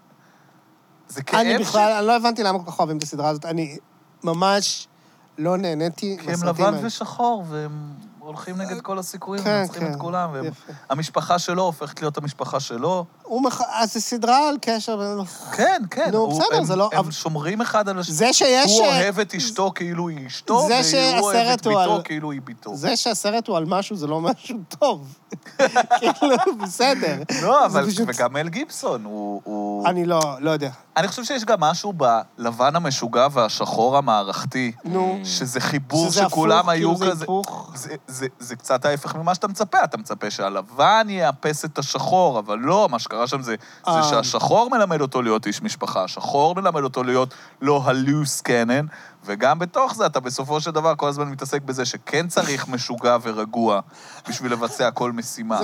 זה כאב אני בכלל, אני לא הבנתי למה כל כך אוהבים את הסדרה הזאת, אני ממש לא נהניתי כי הם לבן ושחור, והם הולכים נגד כל הסיכויים, ומנצחים את כולם, והמשפחה שלו הופכת להיות המשפחה שלו. אז זה סדרה על קשר... כן, כן. נו, בסדר, זה לא... הם שומרים אחד על השני. זה שיש... הוא אוהב את אשתו כאילו היא אשתו, והוא אוהב את ביתו כאילו היא ביתו. זה שהסרט הוא על משהו, זה לא משהו טוב. כאילו, בסדר. לא, אבל... וגם מל גיבסון, הוא... אני לא יודע. אני חושב שיש גם משהו בלבן המשוגע והשחור המערכתי, שזה חיבור שכולם היו כזה... זה קצת ההפך ממה שאתה מצפה. אתה מצפה שהלבן יאפס את השחור, אבל לא, מה שקרה שם זה שהשחור מלמד אותו להיות איש משפחה, השחור מלמד אותו להיות לא הלוס קנן, וגם בתוך זה אתה בסופו של דבר כל הזמן מתעסק בזה שכן צריך משוגע ורגוע בשביל לבצע כל משימה.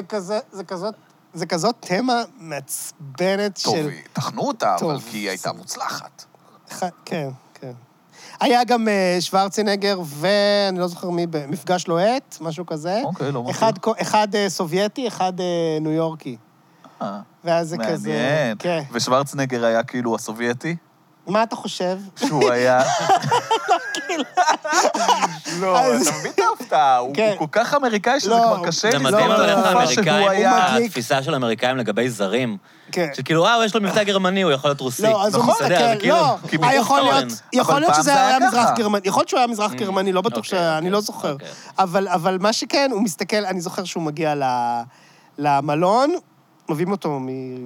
זה כזאת תמה מעצבנת של... טוב, תכנו אותה, אבל כי היא הייתה מוצלחת. כן, כן. היה גם שוורצנגר, ואני לא זוכר מי, במפגש לוהט, משהו כזה. אוקיי, לא מכיר. אחד סובייטי, אחד ניו יורקי. ואז זה כזה... מעניין. כן. ושוורצנגר היה כאילו הסובייטי? מה אתה חושב? שהוא היה... לא, אתה מבין את ההפתעה, הוא כל כך אמריקאי שזה כבר קשה. זה מדהים אבל איך האמריקאים, התפיסה של האמריקאים לגבי זרים, שכאילו, יש לו מבטא גרמני, הוא יכול להיות רוסי. לא, אז הוא מסתכל, לא, יכול להיות שזה היה מזרח גרמני, יכול להיות שהוא היה מזרח גרמני, לא בטוח שאני לא זוכר. אבל מה שכן, הוא מסתכל, אני זוכר שהוא מגיע למלון, מביאים אותו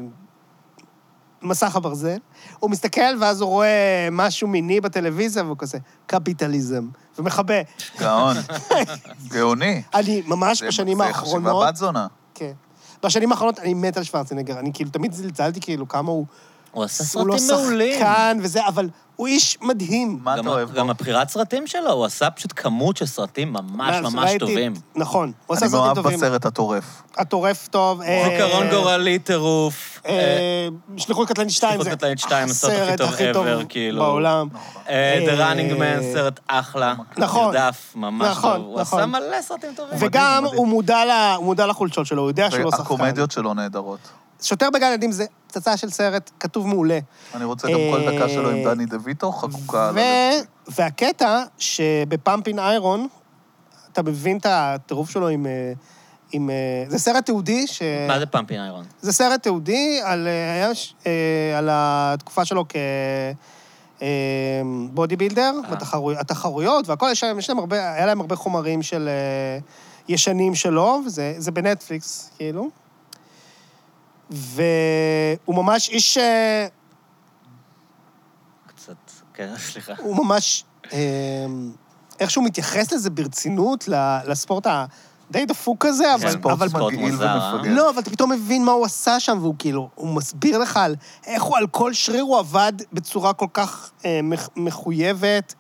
ממסך הברזל, הוא מסתכל ואז הוא רואה משהו מיני בטלוויזיה, והוא כזה, קפיטליזם, ומחבא. גאון, גאוני. אני ממש בשנים האחרונות... זה חשיבה בת זונה. כן. בשנים האחרונות אני מת על שוורצנגר, אני כאילו תמיד זלזלתי כאילו כמה הוא... הוא עשה סרטים מעולים. הוא לא שחקן וזה, אבל הוא איש מדהים. מה אתה אוהב בו? גם הבחירת סרטים שלו, הוא עשה פשוט כמות של סרטים ממש ממש טובים. נכון, הוא עשה סרטים טובים. אני מאוהב בסרט הטורף. הטורף טוב. זיכרון גורלי, טירוף. שליחות קטלנית 2, שליחות קטלנית 2, הסרט הכי טוב ever, כאילו. בעולם. The Running Man, סרט אחלה. נכון. נרדף, ממש טוב. הוא עשה מלא סרטים טובים. וגם הוא מודע לחולשות שלו, הוא יודע שהוא לא שחקן. והקומדיות שלו נהדרות. שוטר בגן ילדים זה פצצה של סרט, כתוב מעולה. אני רוצה גם כל דקה שלו עם דני דויטו, חקוקה על הלב. והקטע שבפאמפין איירון, אתה מבין את הטירוף שלו עם... זה סרט תיעודי ש... מה זה פאמפין איירון? זה סרט תיעודי על התקופה שלו כבודי בילדר, התחרויות והכל, היה להם הרבה חומרים של ישנים שלו, וזה בנטפליקס, כאילו. והוא ממש איש... קצת, כן, סליחה. הוא ממש... איך שהוא מתייחס לזה ברצינות, לספורט די דפוק כזה, אבל... ספורט מוזר, לא, אבל אתה פתאום מבין מה הוא עשה שם, והוא כאילו, הוא מסביר לך איך הוא על כל שריר הוא עבד בצורה כל כך מחויבת,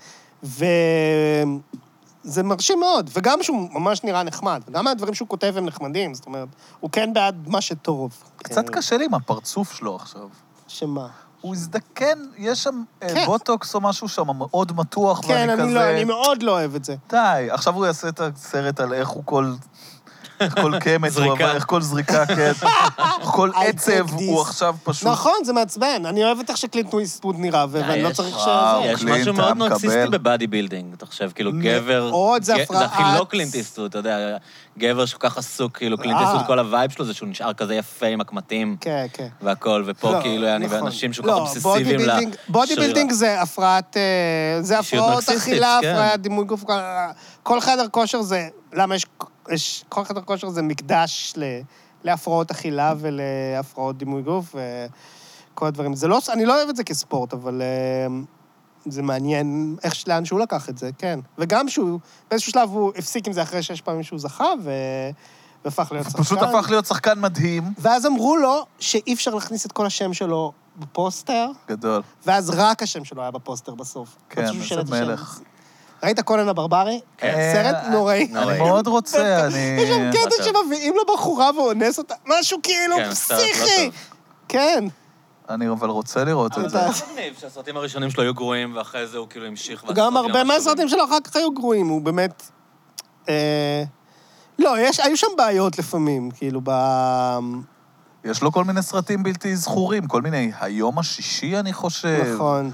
וזה מרשים מאוד. וגם שהוא ממש נראה נחמד, וגם הדברים שהוא כותב הם נחמדים, זאת אומרת, הוא כן בעד מה שטוב. קצת קשה לי עם הפרצוף שלו עכשיו. שמה? הוא הזדקן, יש שם בוטוקס או משהו שם מאוד מתוח, כן, ואני כזה... אני מאוד לא אוהב את זה. די, עכשיו הוא יעשה את הסרט על איך הוא כל קמץ, איך כל זריקה, כן. כל עצב הוא עכשיו פשוט... נכון, זה מעצבן. אני אוהבת איך שקלינט איסטווד נראה, ואני לא צריך ש... יש משהו מאוד נרקסיסטי בבאדי בילדינג, אתה חושב, כאילו גבר... מאוד, זה הפרעה... זה הכי לא קלינט איסטווד, אתה יודע, גבר שכל כך עסוק, כאילו קלינט איסטווד, כל הווייב שלו זה שהוא נשאר כזה יפה עם הקמטים, והכל, ופה כאילו, אני ואנשים שכל כך אובססיביים ל... בודי בילדינג זה הפרעת... זה הפרעות אכילה, הפרעת דימוי גוף, כל חדר כושר זה... למה כל חדר כושר זה מקדש להפרעות אכילה ולהפרעות דימוי גוף וכל הדברים. זה לא, אני לא אוהב את זה כספורט, אבל זה מעניין לאן שהוא לקח את זה, כן. וגם שהוא, באיזשהו שלב הוא הפסיק עם זה אחרי 6 פעמים שהוא זכה, והפך להיות שחקן. פשוט הפך להיות שחקן מדהים. ואז אמרו לו שאי אפשר להכניס את כל השם שלו בפוסטר. גדול. ואז רק השם שלו היה בפוסטר בסוף. כן, איזה מלך. ראית קולן הברברי? סרט נוראי. אני מאוד רוצה, יש שם קטע שמביאים לו בחורה ואונס אותה, משהו כאילו פסיכי. כן. אני אבל רוצה לראות את זה. זה מגניב שהסרטים הראשונים שלו היו גרועים, ואחרי זה הוא כאילו המשיך. גם הרבה מהסרטים שלו אחר כך היו גרועים, הוא באמת... לא, היו שם בעיות לפעמים, כאילו יש לו כל מיני סרטים בלתי זכורים, כל מיני היום השישי, אני חושב. נכון.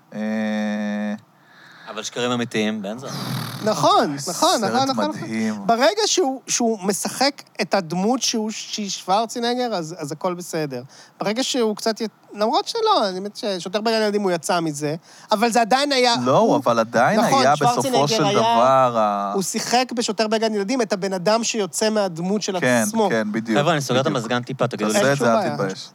אבל שקרים אמיתיים, בין זה. נכון. סרט מדהים. ברגע שהוא משחק את הדמות שהיא שוורצנגר, אז הכל בסדר. ברגע שהוא קצת... למרות שלא, אני באמת ששוטר בגן ילדים הוא יצא מזה, אבל זה עדיין היה... לא, אבל עדיין היה בסופו של דבר... הוא שיחק בשוטר בגן ילדים את הבן אדם שיוצא מהדמות של עצמו. כן, בדיוק. חבר'ה, אני סוגר את המזגן טיפה, תגידו לי. תעשה את זה, אל תתבייש.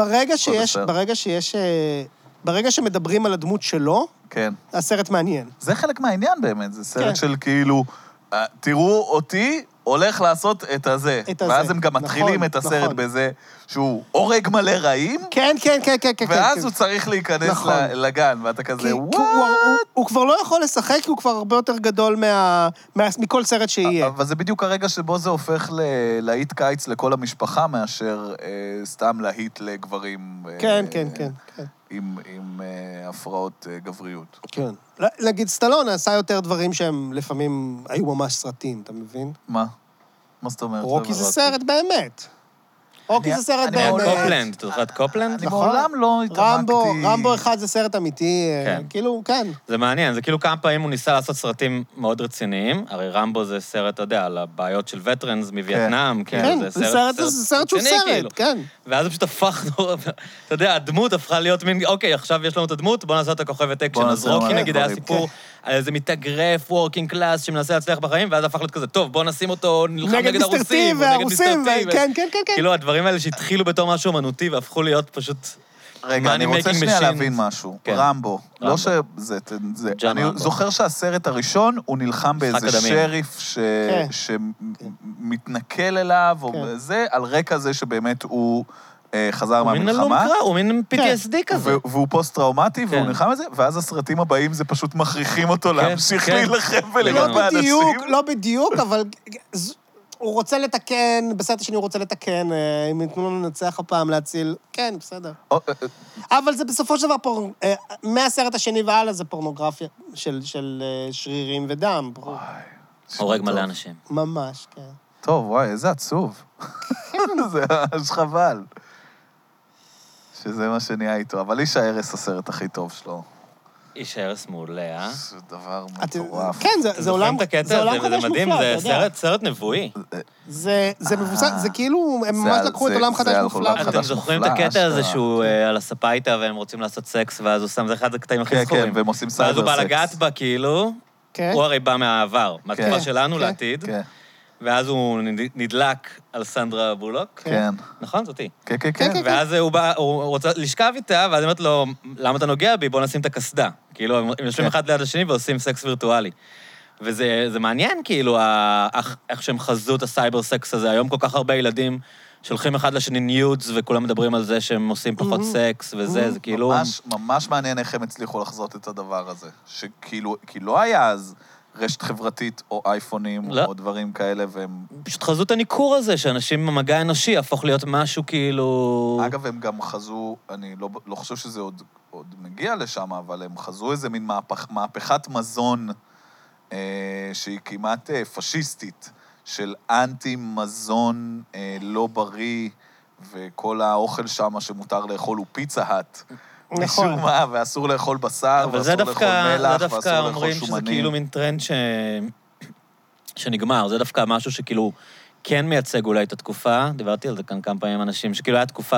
ברגע שמדברים על הדמות שלו, כן. הסרט מעניין. זה חלק מהעניין באמת, זה סרט של כאילו, תראו אותי הולך לעשות את הזה. ואז הם גם מתחילים את הסרט בזה שהוא הורג מלא רעים. כן. ואז הוא צריך להיכנס לגן, ואתה כזה, וואט? הוא כבר לא יכול לשחק, כי הוא כבר הרבה יותר גדול מכל סרט שיהיה. אבל זה בדיוק הרגע שבו זה הופך להיט קיץ לכל המשפחה, מאשר סתם להיט לגברים. כן. עם הפרעות גבריות. כן. להגיד, סטלון עשה יותר דברים שהם לפעמים היו ממש סרטים, אתה מבין? מה? מה זאת אומרת? רוקי זה סרט באמת. רוקי זה סרט באמת. קופלנד, אתה זוכר את קופלנד? אני מעולם לא התעמקתי... רמבו 1 זה סרט אמיתי, כאילו, כן. זה מעניין, זה כאילו כמה פעמים הוא ניסה לעשות סרטים מאוד רציניים, הרי רמבו זה סרט, אתה יודע, על הבעיות של וטרנס מווייטנאם, כן, זה סרט שהוא סרט, כן. ואז פשוט הפכנו, אתה יודע, הדמות הפכה להיות מין, אוקיי, עכשיו יש לנו את הדמות, בוא נעשה את הכוכבת אקשן, אז רוקי נגיד היה סיפור על איזה מתאגרף, וורקינג קלאס, שמנסה להצליח בחיים, ואז הפך להיות כזה, טוב, בוא נשים אותו, נלחם נגד הרוסים, כן. כאילו, הדברים האלה שהתחילו בתור משהו אמנותי, והפכו להיות פשוט... רגע, אני רוצה שנייה להבין משהו. רמבו, לא שזה... אני זוכר שהסרט הראשון, הוא נלחם באיזה שריף שמתנכל אליו, או זה, על רקע זה שבאמת הוא חזר מהמלחמה. הוא מין PTSD כזה. והוא פוסט-טראומטי, והוא נלחם בזה, ואז הסרטים הבאים זה פשוט מכריחים אותו להמשיך להילחם ולראות באנשים. לא בדיוק, אבל... הוא רוצה לתקן, בסרט השני הוא רוצה לתקן, אם ייתנו לנו לנצח הפעם להציל, כן, בסדר. אבל זה בסופו של דבר, מהסרט השני והלאה זה פורנוגרפיה של שרירים ודם. הורג מלא אנשים. ממש, כן. טוב, וואי, איזה עצוב. זה ממש חבל. שזה מה שנהיה איתו, אבל איש ההרס הסרט הכי טוב שלו. איש ההרס מעולה, זה דבר מטורף. כן, זה עולם חדש מופלא, זה מדהים, זה סרט נבואי. זה מבוסס, זה כאילו, הם ממש לקחו את עולם חדש מופלא. אתם זוכרים את הקטע הזה שהוא על הספה איתה והם רוצים לעשות סקס, ואז הוא שם, זה אחד הקטעים הכי זכורים. כן, והם עושים סייבר סקס. ואז הוא בא לגעת בה, כאילו, הוא הרי בא מהעבר, מהתקופה שלנו לעתיד. ואז הוא נדלק על סנדרה בולוק. כן. נכון? זאתי. כן, כן, כן. ואז הוא בא, הוא רוצה לשכב איתה, ואז היא אומרת לו, למה אתה נוגע בי? בוא נשים את הקסדה. כאילו, הם יושבים אחד ליד השני ועושים סקס וירטואלי. וזה מעניין, כאילו, איך שהם חזו את הסייבר סקס הזה. היום כל כך הרבה ילדים שולחים אחד לשני ניודס, וכולם מדברים על זה שהם עושים פחות סקס, וזה, זה כאילו... ממש מעניין איך הם הצליחו לחזות את הדבר הזה. שכאילו, כי לא היה אז רשת חברתית או אייפונים או דברים כאלה, והם... פשוט חזו את הניכור הזה, שאנשים במגע אנושי יהפוך להיות משהו כאילו... אגב, הם גם חזו, אני לא חושב שזה עוד מגיע לשם, אבל הם חזו איזה מין מהפכת מזון שהיא כמעט פשיסטית, של אנטי-מזון לא בריא, וכל האוכל שם שמותר לאכול הוא פיצה האט. נכון. משום מה, ואסור לאכול בשר, ואסור לאכול מלח, ואסור לאכול שומנים. זה דווקא אומרים שזה כאילו מין טרנד שנגמר, זה דווקא משהו שכאילו כן מייצג אולי את התקופה, דיברתי על זה כאן כמה פעמים אנשים, שכאילו היה תקופה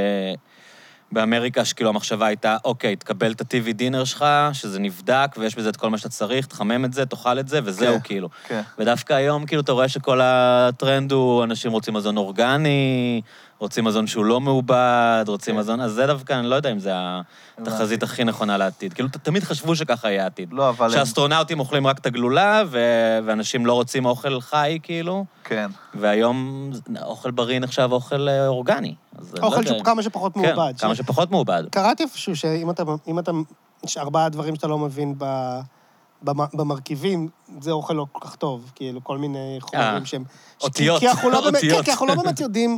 באמריקה, שכאילו המחשבה הייתה, אוקיי, תקבל את ה-TV דינר שלך, שזה נבדק, ויש בזה את כל מה שאתה צריך, תחמם את זה, תאכל את זה, וזהו כאילו. ודווקא היום, כאילו, אתה רואה שכל הטרנד הוא, אנשים רוצים מזון אורגני, רוצים מזון שהוא לא מעובד, רוצים מזון, אז זה דווקא, אני לא יודע אם זה התחזית הכי נכונה לעתיד. כאילו, תמיד חשבו שככה יהיה העתיד. לא, אבל... שהאסטרונאוטים אוכלים רק את הגלולה, ואנשים לא רוצים אוכל חי, כאילו. כן. והיום אוכל בריא נחשב אוכל אורגני. אוכל כמה שפחות מעובד. כן, כמה שפחות מעובד. קראתי איפשהו שאם אתה... יש 4 דברים שאתה לא מבין במרכיבים, זה אוכל לא כל כך טוב, כאילו, כל מיני חומרים שהם... אותיות. כי אנחנו לא באמת יודעים...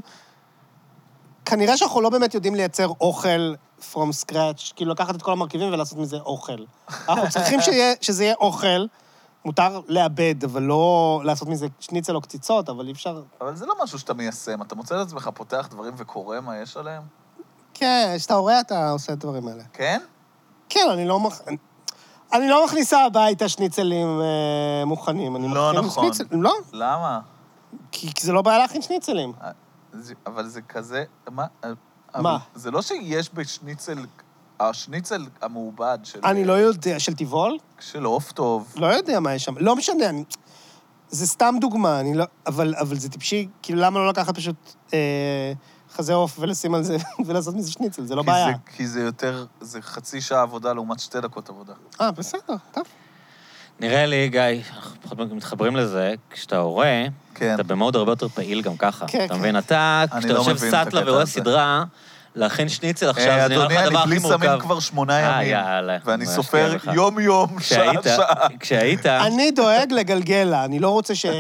כנראה שאנחנו לא באמת יודעים לייצר אוכל from scratch, כאילו לקחת את כל המרכיבים ולעשות מזה אוכל. אנחנו צריכים שזה יהיה אוכל, מותר לאבד, אבל לא לעשות מזה שניצל או קציצות, אבל אי אפשר... אבל זה לא משהו שאתה מיישם. אתה מוצא את עצמך, פותח דברים וקורא מה יש עליהם? כן, כשאתה הורה אתה עושה את הדברים האלה. כן? כן, אני לא מכניסה הביתה שניצלים מוכנים. לא נכון. לא? למה? כי זה לא בעיה להכין שניצלים. אבל זה כזה... מה? זה לא שיש בשניצל... השניצל המעובד של... אני לא יודע, של טבעול? של עוף טוב. לא יודע מה יש שם. לא משנה, זה סתם דוגמה, אבל זה טיפשי, כאילו למה לא לקחת פשוט חזה עוף ולשים על זה ולעשות מזה שניצל, זה לא בעיה. כי זה יותר, זה חצי שעה עבודה לעומת 2 דקות עבודה. בסדר, טוב. נראה לי, גיא, אנחנו פחות מתחברים לזה, כשאתה הורה, אתה במוד הרבה יותר פעיל גם ככה. אתה מבין, אתה, כשאתה יושב סטלה ורואה סדרה, להכין שניצל עכשיו, זה נראה לך הדבר הכי מורכב. אדוני, אני בלי סמים כבר 8 ימים, ואני סופר יום-יום, שעה-שעה. כשהיית... אני דואג לגלגלה, אני לא רוצה ש...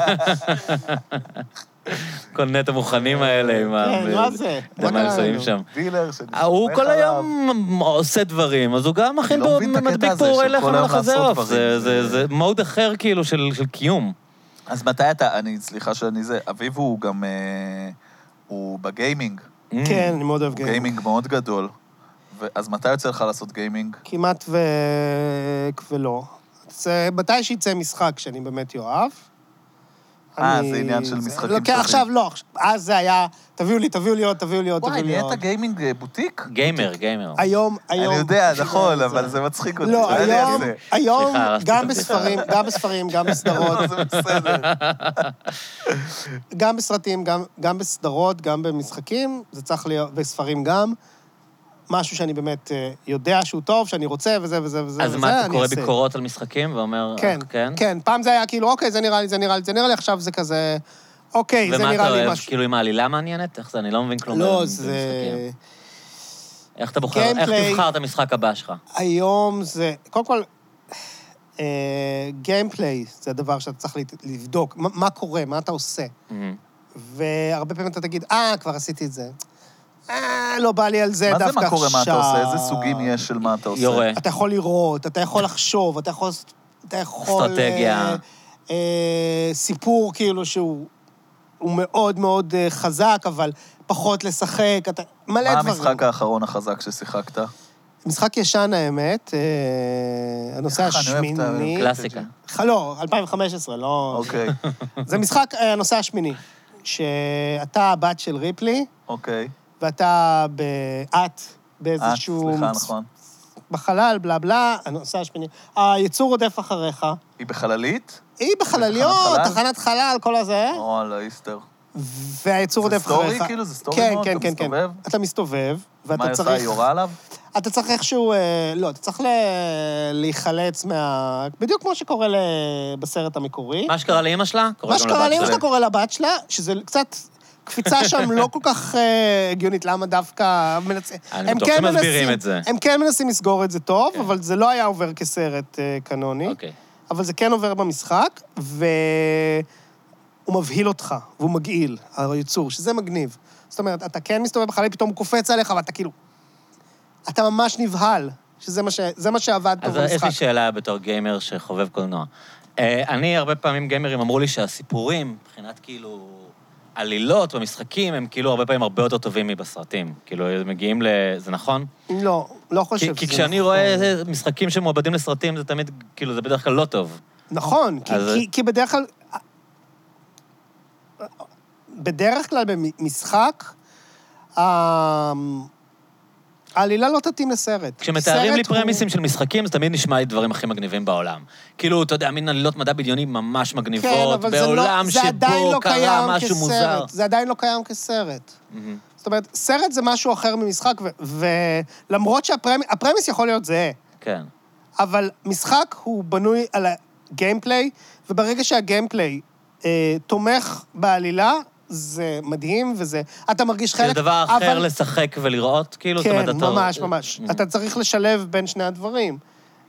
כל נט המוכנים האלה עם ה... כן, מה זה? מה שמים שם. דילר שנשמח הוא כל היום עושה דברים, אז הוא גם מכין פה, מדביק פה לחם על החזה עוף. זה מוד אחר כאילו של קיום. אז מתי אתה... סליחה שאני זה, אביב הוא גם... הוא בגיימינג. כן, אני מאוד אוהב גיימינג. גיימינג מאוד גדול. אז מתי יוצא לך לעשות גיימינג? כמעט ולא. מתי שיצא משחק שאני באמת יאהב. זה עניין של משחקים פתוחים. עכשיו לא, אז זה היה, תביאו לי עוד. וואי, נהיית גיימינג בוטיק? גיימר. היום... אני יודע, נכון, אבל זה מצחיק אותי. לא, היום, גם בספרים, גם בסדרות. זה בסדר. גם בסרטים, גם בסדרות, גם במשחקים, זה צריך להיות, בספרים גם. משהו שאני באמת יודע שהוא טוב, שאני רוצה, וזה, אז מה, אתה קורא ביקורות על משחקים ואומר... כן. פעם זה היה כאילו, אוקיי, זה נראה לי, עכשיו זה כזה, אוקיי, זה נראה לי משהו. ומה אתה אוהב? כאילו עם העלילה מעניינת? איך זה? אני לא מבין כלום. לא, זה... איך אתה בוחר, איך תבחר את המשחק הבא שלך? היום זה, קודם כל, גיימפליי זה הדבר שאתה צריך לבדוק, מה קורה, מה אתה עושה. והרבה פעמים אתה תגיד, כבר עשיתי את זה. לא בא לי על זה דווקא עכשיו. מה זה מה קורה, מה אתה עושה? איזה סוגים יש של מה אתה עושה? יורה. אתה יכול לראות, אתה יכול לחשוב, אתה יכול... אסטרטגיה. סיפור כאילו שהוא מאוד מאוד חזק, אבל פחות לשחק, מלא דברים. מה המשחק האחרון החזק ששיחקת? משחק ישן, האמת, הנושא השמיני. קלאסיקה. לא, 2015, לא... אוקיי. זה משחק, הנושא השמיני, שאתה הבת של ריפלי, אוקיי. ואתה באיזשהו... סליחה, נכון. בחלל, בלה בלה, הנושא השמיני. היצור רודף אחריך. היא בחללית? היא בחלליות, בתחנת תחנת חלל, כל הזה. וואלה, איסטר. והיצור רודף אחריך. זה סטורי כאילו? זה סטורי כן, מאוד? כן, אתה כן, כן. מסתובב? אתה מסתובב, מה ואתה היא עושה? צריך... היא יורה עליו? אתה צריך איכשהו... לא, אתה צריך להיחלץ מה... בדיוק כמו שקורה בסרט המקורי. מה שקרה לאמא שלה? מה שקרה לאמא שלה קורה לבת שלה, שזה קצת... קפיצה שם לא כל כך הגיונית, למה דווקא... אני בטוח שמסבירים את זה. הם כן מנסים לסגור את זה טוב, אבל זה לא היה עובר כסרט קנוני. אוקיי. אבל זה כן עובר במשחק, והוא מבהיל אותך, והוא מגעיל, היצור, שזה מגניב. זאת אומרת, אתה כן מסתובב בחלל, פתאום הוא קופץ עליך, ואתה כאילו... אתה ממש נבהל, שזה מה שעבד טוב במשחק. אז יש לי שאלה בתור גיימר שחובב קולנוע. אני, הרבה פעמים גיימרים אמרו לי שהסיפורים, מבחינת כאילו... עלילות במשחקים הם כאילו הרבה פעמים הרבה יותר טובים מבסרטים. כאילו, הם מגיעים זה נכון? לא, לא חושב שזה נכון. כי כשאני רואה משחקים שמועבדים לסרטים, זה תמיד, כאילו, זה בדרך כלל לא טוב. נכון, כי בדרך כלל במשחק, העלילה לא תתאים לסרט. כשמתארים לי פרמיסים של משחקים, זה תמיד נשמע לי דברים הכי מגניבים בעולם. כאילו, אתה יודע, מין עלילות מדע בדיוני ממש מגניבות, בעולם שבו קרה משהו מוזר. זה עדיין לא קיים כסרט. זאת אומרת, סרט זה משהו אחר ממשחק, ולמרות שהפרמיס יכול להיות זהה. כן. אבל משחק הוא בנוי על הגיימפליי, וברגע שהגיימפליי תומך בעלילה, זה מדהים, וזה... אתה מרגיש חלק... זה דבר אחר לשחק ולראות, כאילו? כן, ממש, ממש. אתה צריך לשלב בין שני הדברים.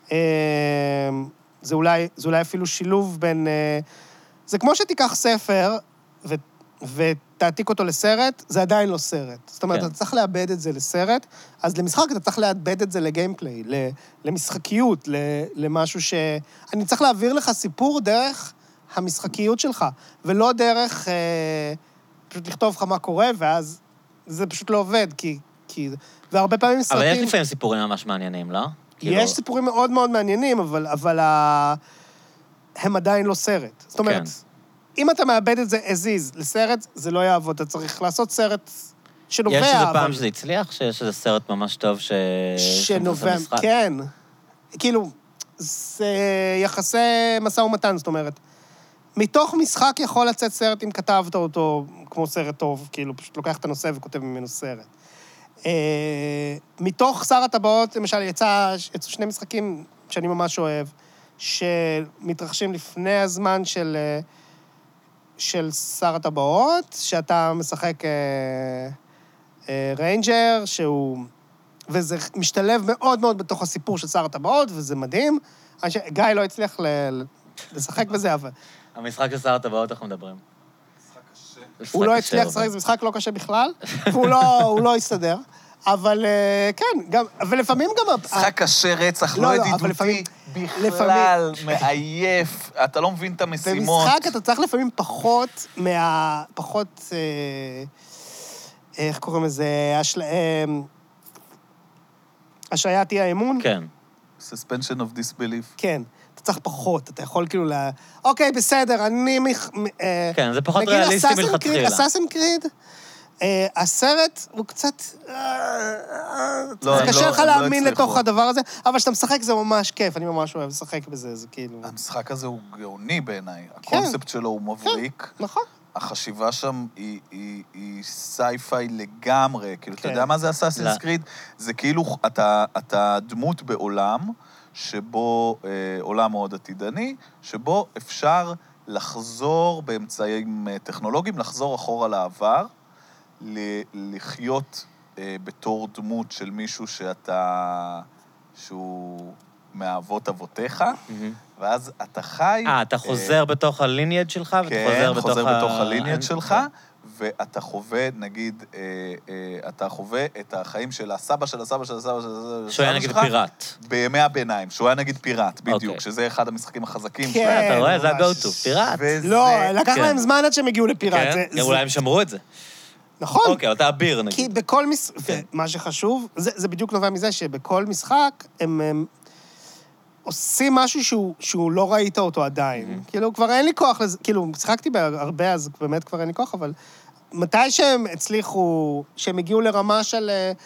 זה אולי אפילו שילוב בין... זה כמו שתיקח ספר ותעתיק אותו לסרט, זה עדיין לא סרט. זאת אומרת, אתה צריך לאבד את זה לסרט, אז למשחק אתה צריך לאבד את זה לגיימפליי, למשחקיות, למשהו ש... אני צריך להעביר לך סיפור דרך המשחקיות שלך, ולא דרך... פשוט לכתוב לך מה קורה, ואז זה פשוט לא עובד, כי... והרבה פעמים סרטים... אבל יש לפעמים סיפורים ממש מעניינים, לא? יש סיפורים מאוד מאוד מעניינים, אבל הם עדיין לא סרט. זאת אומרת, אם אתה מאבד את זה as is לסרט, זה לא יעבוד. אתה צריך לעשות סרט שנובע, יש איזה פעם שזה הצליח? שיש איזה סרט ממש טוב שנובע, כן. כאילו, זה יחסי משא ומתן, זאת אומרת. מתוך משחק יכול לצאת סרט אם כתבת אותו כמו סרט טוב, כאילו פשוט לוקח את הנושא וכותב ממנו סרט. מתוך שר הטבעות, למשל, יצאו שני משחקים שאני ממש אוהב, שמתרחשים לפני הזמן של שר הטבעות, שאתה משחק ריינג'ר, וזה משתלב מאוד מאוד בתוך הסיפור של שר הטבעות, וזה מדהים. גיא לא הצליח לשחק בזה, אבל... המשחק של שר הטבעות, אנחנו מדברים. משחק קשה. הוא לא הצליח לשחק, זה משחק לא קשה בכלל, והוא לא הסתדר. אבל כן, ולפעמים גם... משחק קשה רצח, לא ידידותי, בכלל, מעייף, אתה לא מבין את המשימות. במשחק אתה צריך לפעמים פחות, איך קוראים לזה? השעיית אי האמון? כן. suspension of disbelief. כן. אתה צריך פחות, אתה יכול כאילו אוקיי, בסדר, אני... כן, זה פחות ריאליסטי מלכתחילה. אסאסין קריד, הסרט הוא קצת... קשה לך להאמין לתוך הדבר הזה, אבל כשאתה משחק זה ממש כיף, אני ממש אוהב לשחק בזה, זה כאילו... המשחק הזה הוא גאוני בעיניי, הקונספט שלו הוא מבריק. נכון. החשיבה שם היא סייפיי לגמרי, כאילו, אתה יודע מה זה אסאסינס קריד? זה כאילו, אתה דמות בעולם, שבו, עולם מאוד עתידני, שבו אפשר לחזור באמצעים טכנולוגיים, לחזור אחורה לעבר, לחיות בתור דמות של מישהו שהוא מאבות אבותיך, ואז אתה חי... אתה חוזר בתוך הליניאד שלך, כן, חוזר בתוך הליניאד שלך, ואתה חווה, נגיד, אתה חווה את החיים של הסבא של הסבא של הסבא של הסבא שלך. שהוא היה נגיד פיראט. בימי הביניים, שהוא היה נגיד פיראט, בדיוק, שזה אחד המשחקים החזקים. כן, אתה רואה, זה ה-go-to, פיראט. לא, לקח להם זמן עד שהם הגיעו לפיראט. כן, אולי הם שמרו את זה. נכון. אוקיי, אתה אביר, נגיד. כי בכל משחק, ומה שחשוב, זה בדיוק נובע מזה שבכל משחק הם עושים משהו שהוא לא ראית אותו עדיין. כאילו, כבר אין לי כוח לזה, כאילו, משחקתי בהרבה, אז באמת כבר אין לי כוח, אבל מתי שהם הצליחו, שהם הגיעו לרמה של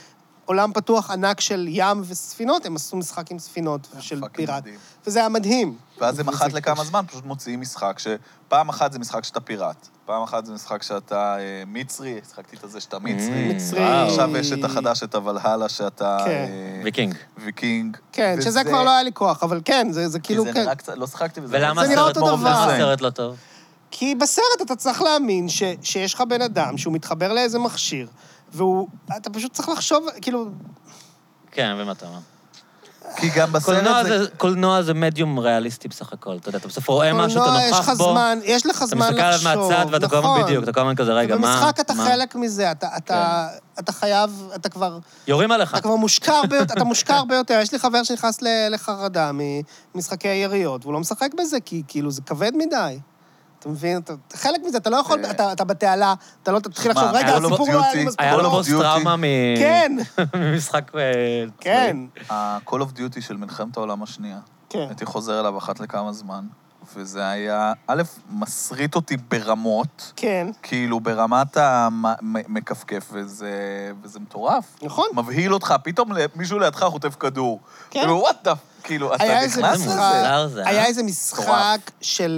עולם פתוח ענק של ים וספינות, הם עשו משחק עם ספינות של פיראט. וזה היה מדהים. ואז הם אחת לכמה זמן פשוט מוציאים משחק, שפעם אחת זה משחק שאתה פיראט, פעם אחת זה משחק שאתה מצרי, שחקתי את זה שאתה מצרי. עכשיו יש את החדש, את הוולהלה, שאתה... ויקינג. כן, שזה כבר לא היה לי כוח, אבל כן, זה כאילו... כי זה נראה קצת, לא שחקתי בזה. ולמה הסרט לא טוב? כי בסרט אתה צריך להאמין שיש לך בן אדם שהוא מתחבר לאיזה מכשיר, ואתה פשוט צריך לחשוב, כאילו... כן, ומה אתה אומר? כי גם בסרט זה... קולנוע זה מדיום ריאליסטי בסך הכל. אתה יודע, אתה בסוף רואה משהו, אתה נוכח בו. יש לך זמן לחשוב. אתה מסתכל עליו מהצד ואתה כל הזמן בדיוק, אתה כל הזמן כזה, רגע, מה? במשחק אתה חלק מזה, אתה חייב, אתה כבר... יורים עליך. אתה כבר מושקע הרבה יותר. יש לי חבר שנכנס לחרדה ממשחקי היריות, והוא לא משחק בזה, כי כאילו זה כבד מדי. אתה מבין? חלק מזה, אתה לא יכול, אתה בתעלה, אתה לא תתחיל לחשוב, רגע, הסיפור לא היה לי מספיק. היה לו פוסט-טראומה ממשחק... כן. ה-Call of Duty של מלחמת העולם השנייה. כן. הייתי חוזר אליו אחת לכמה זמן, וזה היה, א', מסריט אותי ברמות. כן. כאילו, ברמת המקפקף, וזה מטורף. נכון. מבהיל אותך, פתאום מישהו לידך חוטף כדור. כן. כאילו, what the... כאילו, אתה נכנס לזה. היה איזה משחק של...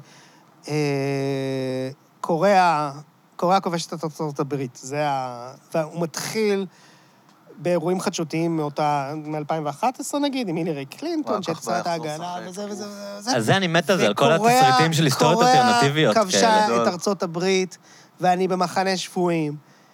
קוריאה כובשת את ארצות הברית. והוא מתחיל באירועים חדשותיים מ-2011 נגיד, עם הילרי קלינטון, שיצרה את ההגנה, וזה וזה וזה. אז זה אני מת על זה, על כל התסריטים של היסטוריות אלטרנטיביות. קוריאה כבשה את ארצות הברית, ואני במחנה שבויים,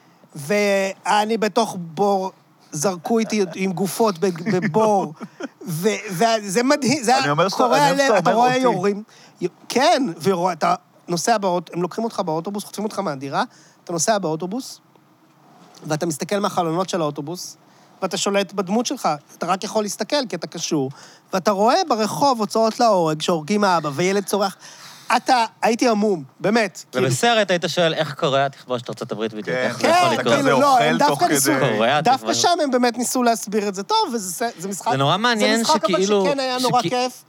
ואני בתוך בור, זרקו איתי עם גופות בבור, וזה מדהים, זה קורע לב, אתה רואה יורים. כן, ואתה נוסע באוטובוס, הם לוקחים אותך באוטובוס, חוטפים אותך מהדירה, אתה נוסע באוטובוס, ואתה מסתכל מהחלונות של האוטובוס, ואתה שולט בדמות שלך, אתה רק יכול להסתכל כי אתה קשור, ואתה רואה ברחוב הוצאות להורג, שהורגים האבא, וילד צורח, הייתי עמום, באמת. ובסרט היית שואל איך קוריאה תכבוש את ארצות הברית בדיוק, איך זה יכול כן, לקרות. כאילו, לא, הם דווקא ניסו, דווקא תכבוש. שם הם באמת ניסו להסביר את זה טוב, וזה משחק... זה נורא מעניין שכאילו... זה משחק אבל שכן היה נורא כיף,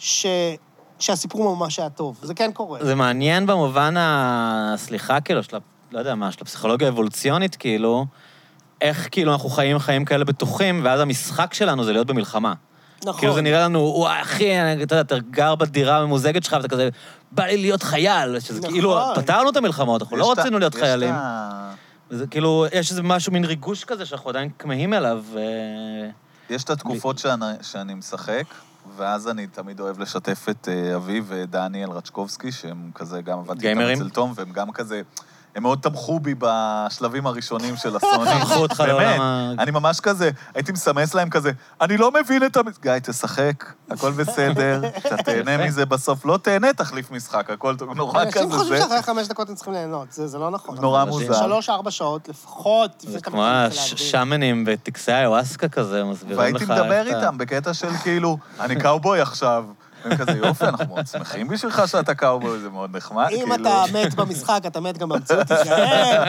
שהסיפור ממש היה טוב, זה כן קורה. זה מעניין במובן הסליחה, כאילו, לא יודע מה, של הפסיכולוגיה האבולוציונית, כאילו, איך כאילו אנחנו חיים כאלה בטוחים, ואז המשחק שלנו זה להיות במלחמה. נכון. כאילו זה נראה לנו, וואי, אחי, אתה יודע, אתה גר בדירה הממוזגת שלך, ואתה כזה, בא לי להיות חייל, שזה כאילו, פתרנו את המלחמות, אנחנו לא רצינו להיות חיילים. וזה כאילו, יש איזה משהו, מין ריגוש כזה, שאנחנו עדיין כמהים אליו. יש את התקופות שאני משחק, ואז אני תמיד אוהב לשתף את אבי ודניאל רצ'קובסקי, שהם כזה גם עבדתי איתם אצל תום, והם גם כזה... הם מאוד תמכו בי בשלבים הראשונים של הסוני. תמכו אותך לעולם באמת, אני ממש כזה, הייתי מסמס להם כזה, אני לא מבין את גיא, תשחק, הכל בסדר, אתה תהנה מזה בסוף, לא תהנה, תחליף משחק, הכל נורא כזה. אנשים חושבים שאחרי 5 דקות הם צריכים ליהנות, זה לא נכון. נורא מוזר. 3-4 שעות לפחות. זה כמו השמנים בטקסי היוואסקה כזה, מסבירים לך. והייתי מדבר איתם בקטע של כאילו, אני קאובוי עכשיו. הם כזה יופי, אנחנו מאוד שמחים בשבילך שאתה קאובוי, זה מאוד נחמד. אם אתה מת במשחק, אתה מת גם במציאות, תיזהר.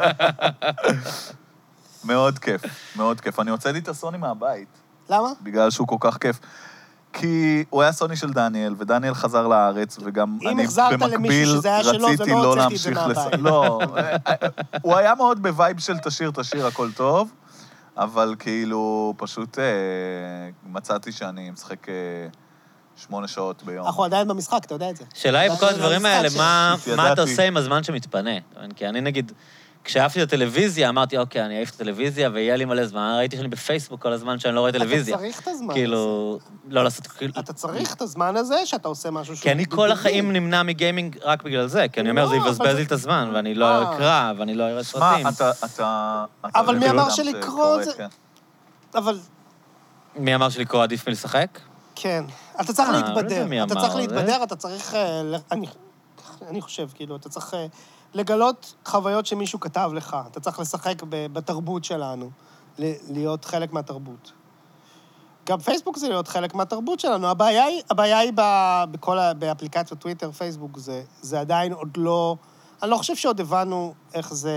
מאוד כיף, מאוד כיף. אני הוצאתי את הסוני מהבית. למה? בגלל שהוא כל כך כיף. כי הוא היה סוני של דניאל, ודניאל חזר לארץ, וגם אני במקביל רציתי לא להמשיך לא, הוא היה מאוד בווייב של תשיר, הכל טוב, אבל כאילו פשוט מצאתי שאני משחק 8 שעות ביום. אנחנו עדיין במשחק, אתה יודע את זה. שאלה היא בכל הדברים האלה, מה אתה עושה עם הזמן שמתפנה? כי אני נגיד, כשאהבתי את הטלוויזיה, אמרתי, אוקיי, אני אעיף את הטלוויזיה, ויהיה לי מלא זמן, ראיתי שאני בפייסבוק כל הזמן שאני לא רואה טלוויזיה. אתה צריך את הזמן הזה. כאילו, לא לעשות... אתה צריך את הזמן הזה שאתה עושה משהו שהוא... כי אני כל החיים נמנע מגיימינג רק בגלל זה, כי אני אומר, זה יבזבז לי את הזמן, ואני לא אקרא, ואני לא אראה סרטים. אבל מי אמר שלקרוא זה... אבל... מי אמר שלקרוא עדיף מלשחק? כן. אתה צריך להתבדר. אתה צריך להתבדר, אתה צריך... אני חושב, כאילו, אתה צריך לגלות חוויות שמישהו כתב לך. אתה צריך לשחק בתרבות שלנו, להיות חלק מהתרבות. גם פייסבוק זה להיות חלק מהתרבות שלנו. הבעיה היא באפליקציות טוויטר, פייסבוק, זה עדיין עוד לא... אני לא חושב שעוד הבנו איך זה...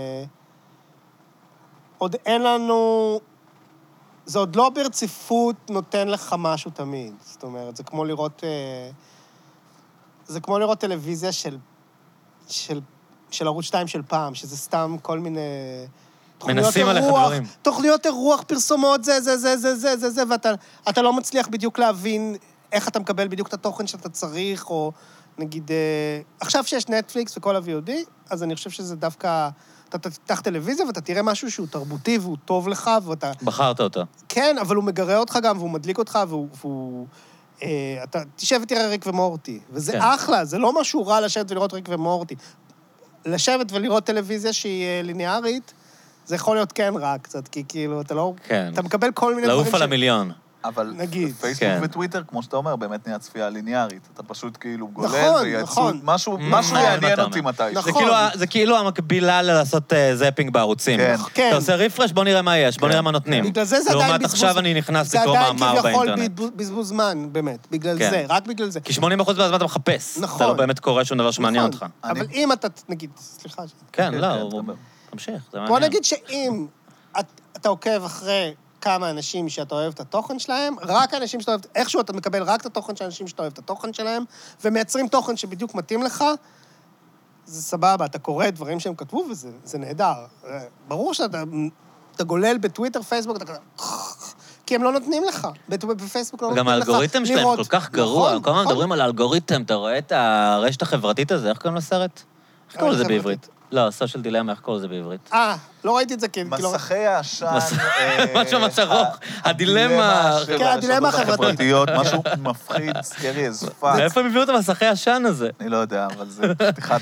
עוד אין לנו... זה עוד לא ברציפות נותן לך משהו תמיד. זאת אומרת, זה כמו לראות... זה כמו לראות טלוויזיה של ערוץ 2 של פעם, שזה סתם כל מיני מנסים עליך דברים. תוכניות אירוח, פרסומות, זה, ואתה לא מצליח בדיוק להבין איך אתה מקבל בדיוק את התוכן שאתה צריך, או נגיד, עכשיו שיש נטפליקס וכל ה-VOD, אז אני חושב שזה דווקא, אתה תפתח טלוויזיה ואתה תראה משהו שהוא תרבותי והוא טוב לך, ואתה... בחרת אותו. כן, אבל הוא מגרה אותך גם, והוא מדליק אותך, והוא... אתה תשב ותראה ריק ומורטי, וזה אחלה, זה לא משהו רע לשבת ולראות ריק ומורטי. לשבת ולראות טלוויזיה שהיא ליניארית, זה יכול להיות כן רע קצת, כי כאילו, אתה לא... כן. אתה מקבל כל מיני דברים לעוף על המיליון. אבל פייסבוק וטוויטר, כמו שאתה אומר, באמת נהיה צפייה ליניארית. אתה פשוט כאילו גולל, נכון. משהו יעניין אותי מתי. זה כאילו המקבילה לעשות זאפינג בערוצים. כן. אתה עושה ריפרש, בוא נראה מה יש, בוא נראה מה נותנים. בגלל זה עדיין לעומת עכשיו אני נכנס לקרוא מאמר באינטרנט. זה עדיין כביכול בזבוז זמן, באמת. בגלל זה, רק בגלל זה. כי 80% מהזמן אתה מחפש. נכון. אתה לא באמת קורא שום דבר שמעניין אותך. אבל אם אתה, נגיד, סליחה. כן, לא, תמשיך, זה מעניין. בוא נגיד שאם אתה עוקב אחרי כמה אנשים שאתה אוהב את התוכן שלהם, רק האנשים שאתה אוהב, איכשהו אתה מקבל רק את התוכן של האנשים שאתה אוהב את התוכן שלהם, ומייצרים תוכן שבדיוק מתאים לך, זה סבבה, אתה קורא דברים שהם כתבו, וזה נהדר. ברור שאתה גולל בטוויטר, פייסבוק, אתה כזה... כי הם לא נותנים לך. בפייסבוק לא נותנים לך. גם האלגוריתם שלהם כל כך גרוע. כל הזמן מדברים על האלגוריתם, אתה רואה את הרשת החברתית הזה, איך קוראים לסרט? איך קוראים לזה בעברית? לא, סושיאל דילמה, איך קוראים לזה בעברית? לא ראיתי את זה כי... מסכי העשן... משהו ממש ארוך. הדילמה... כן, הדילמה החברתית. משהו מפחיד, סקרי, אזפת. מאיפה הם הביאו את המסכי העשן הזה? אני לא יודע, אבל זה פתיחת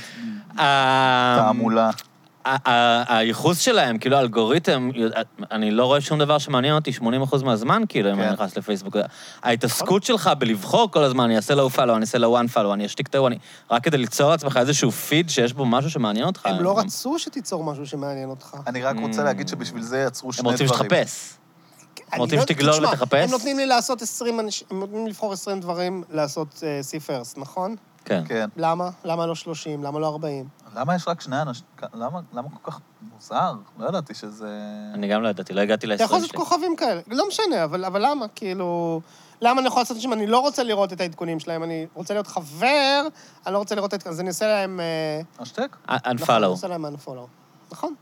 תעמולה. הייחוס שלהם, כאילו האלגוריתם, אני לא רואה שום דבר שמעניין אותי 80% מהזמן, כאילו, אם אני נכנס לפייסבוק. ההתעסקות שלך בלבחור כל הזמן, אני אעשה לו פאלו, אני אעשה לו וואן פאלו, אני אשתיק טעו, רק כדי ליצור לעצמך איזשהו פיד שיש בו משהו שמעניין אותך. הם לא רצו שתיצור משהו שמעניין אותך. אני רק רוצה להגיד שבשביל זה יצרו שני הם דברים. רוצים שתחפש. הם רוצים שתגלול ותחפש. הם נותנים לי לעשות 20 אנשים, הם נותנים לי לבחור 20 דברים לעשות C-First, נכון? כן. למה? למה לא 30? למה לא 40? למה יש רק שני אנשים? למה כל כך מוזר? לא ידעתי שזה... אני גם לא ידעתי, לא הגעתי ל-20 אתה יכול לעשות כוכבים כאלה. לא משנה, אבל למה? כאילו... למה אני יכול לעשות אנשים? אני לא רוצה לראות את העדכונים שלהם, אני רוצה להיות חבר, אני לא רוצה לראות את... אז אני אעשה להם... השטק? Unfollow. אני אעשה להם Unfollow. נכון.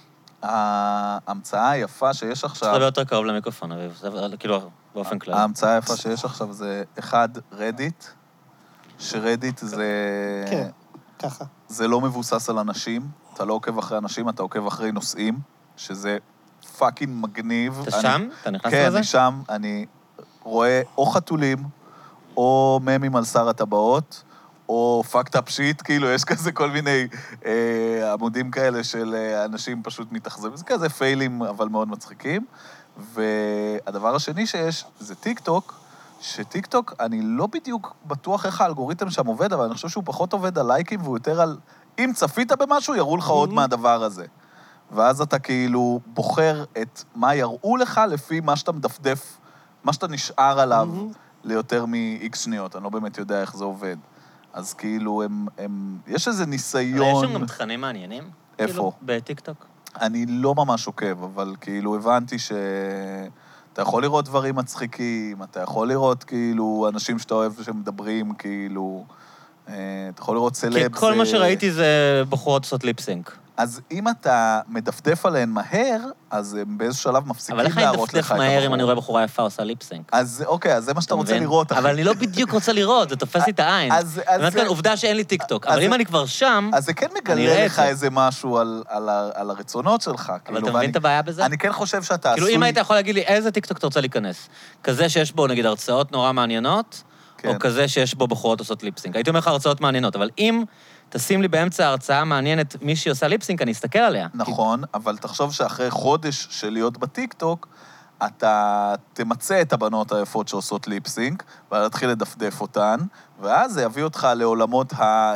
ההמצאה היפה שיש עכשיו... צריך לדבר יותר קרוב למיקרופון, כאילו, באופן כלל. ההמצאה היפה שיש עכשיו זה, אחד, רדיט, שרדיט זה... כן, ככה. זה לא מבוסס על אנשים, אתה לא עוקב אחרי אנשים, אתה עוקב אחרי נושאים, שזה פאקינג מגניב. אתה שם? אתה נכנס לזה? לזה? כן, שם אני רואה או חתולים, או ממים על שר הטבעות, או פאקט אפ שיט, כאילו, יש כזה כל מיני עמודים כאלה של אנשים פשוט מתאכזבים. זה כזה פיילים, אבל מאוד מצחיקים. והדבר השני שיש, זה טיק טוק, שטיק טוק, אני לא בדיוק בטוח איך האלגוריתם שם עובד, אבל אני חושב שהוא פחות עובד על לייקים, והוא יותר על... אם צפית במשהו, יראו לך עוד מהדבר הזה. ואז אתה כאילו בוחר את מה יראו לך לפי מה שאתה מדפדף, מה שאתה נשאר עליו ליותר מ-X שניות. אני לא באמת יודע איך זה עובד. אז כאילו, יש איזה ניסיון... יש שם גם תכנים מעניינים? איפה? כאילו, בטיק-טוק? אני לא ממש עוקב, אבל כאילו הבנתי אתה יכול לראות דברים מצחיקים, אתה יכול לראות כאילו אנשים שאתה אוהב שמדברים כאילו... אתה יכול לראות סלב. כי כל מה שראיתי זה בחורות עושות ליפסינק. אז אם אתה מדפדף עליהן מהר, אז הם באיזשהו שלב מפסיקים להראות לך את אבל איך אני מדפדף מהר אם אני רואה בחורה יפה עושה ליפסינק? אז אוקיי, אז זה מה שאתה רוצה לראות. אבל אני לא בדיוק רוצה לראות, זה תופס לי את העין. אז באמת כאן עובדה שאין לי טיקטוק, אבל אם אני כבר שם... אז זה כן מגלה לך איזה משהו על הרצונות שלך. אבל אתה מבין את הבעיה בזה? אני כן חושב שאתה עשוי... כאילו אם היית יכול להגיד לי איזה טיקטוק אתה רוצה להיכנס, כזה שיש בו נגיד הרצאות נורא מעניינות, או כזה שיש בו בחורות עושות ליפסינק. הייתי אומר לך הרצאות מעניינות, אבל אם תשים לי באמצע ההרצאה מעניינת מישהי עושה ליפסינק, אני אסתכל עליה. נכון, אבל תחשוב שאחרי חודש של להיות בטיקטוק, אתה תמצא את הבנות היפות שעושות ליפסינק, ולהתחיל לדפדף אותן, ואז זה יביא אותך לעולמות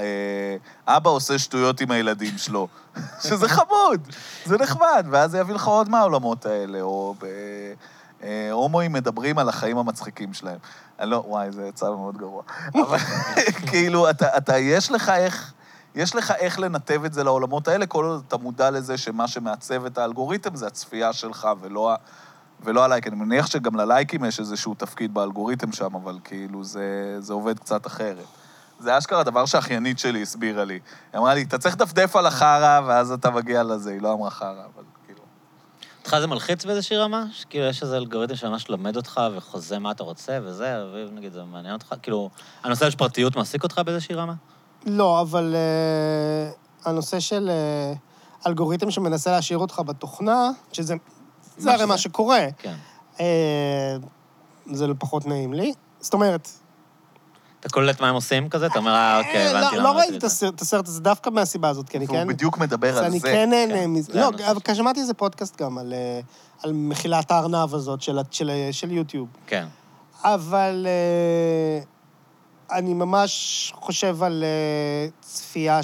אבא עושה שטויות עם הילדים שלו, שזה חמוד, זה נחמד, ואז זה יביא לך עוד מהעולמות האלה, או הומואים מדברים על החיים המצחיקים שלהם. לא, וואי, זה יצא מאוד גרוע. אבל כאילו, יש לך איך לנתב את זה לעולמות האלה, כל עוד אתה מודע לזה שמה שמעצב את האלגוריתם זה הצפייה שלך ולא הלייק. אני מניח שגם ללייקים יש איזשהו תפקיד באלגוריתם שם, אבל כאילו זה עובד קצת אחרת. זה אשכרה הדבר שהאחיינית שלי הסבירה לי. היא אמרה לי, אתה צריך לדפדף על החרא, ואז אתה מגיע לזה. היא לא אמרה חרא, אבל כאילו... אותך זה מלחיץ באיזושהי רמה? כאילו, יש איזה אלגוריתם שממש לומד אותך וחוזה מה אתה רוצה וזה, ונגיד, זה מעניין אותך? כאילו, הנושא של פרטיות מעסיק אותך באיזושהי רמה? לא, אבל הנושא של אלגוריתם שמנסה להשאיר אותך בתוכנה, שזה הרי מה שקורה. כן. זה פחות נעים לי. זאת אומרת... אתה קולט מה הם עושים כזה? אתה אומר, אוקיי, הבנתי. לא ראיתי את הסרט הזה דווקא מהסיבה הזאת, כי אני כן... הוא בדיוק מדבר על זה. אני כן נהנה מזה. לא, אבל שמעתי איזה פודקאסט גם על מחילת הארנב הזאת של יוטיוב. כן. אבל אני ממש חושב על צפייה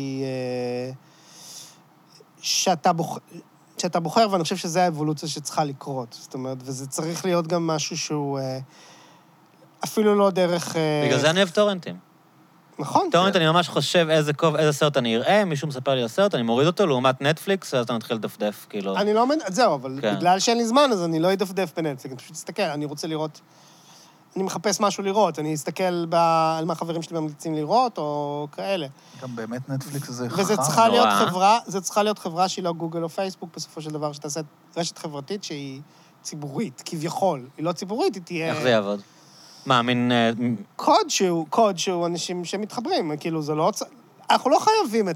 שאתה בוחר, ואני חושב שזו האבולוציה שצריכה לקרות. זאת אומרת, וזה צריך להיות גם משהו שהוא אפילו לא דרך... בגלל זה אני אוהב טורנטים. נכון. טורנט, אני ממש חושב איזה סרט אני אראה, מישהו מספר לי על הסרט, אני מוריד אותו לעומת נטפליקס, ואז אתה מתחיל לדפדף, כאילו... אני לא... זהו, אבל בגלל שאין לי זמן, אז אני לא אדפדף בנטפליקס, אני פשוט אסתכל, אני רוצה לראות... אני מחפש משהו לראות, אני אסתכל על מה החברים שלי ממליצים לראות, או כאלה. גם באמת נטפליקס זה חכם. וזה צריכה להיות חברה, זה צריכה להיות חברה שהיא לא גוגל או פייסבוק, בסופו של דבר, שתעשה רשת חברתית שהיא ציבורית, כביכול. היא לא ציבורית, היא תהיה... איך זה יעבוד? מה, מין... קוד שהוא אנשים שמתחברים, כאילו, זה לא... אנחנו לא חייבים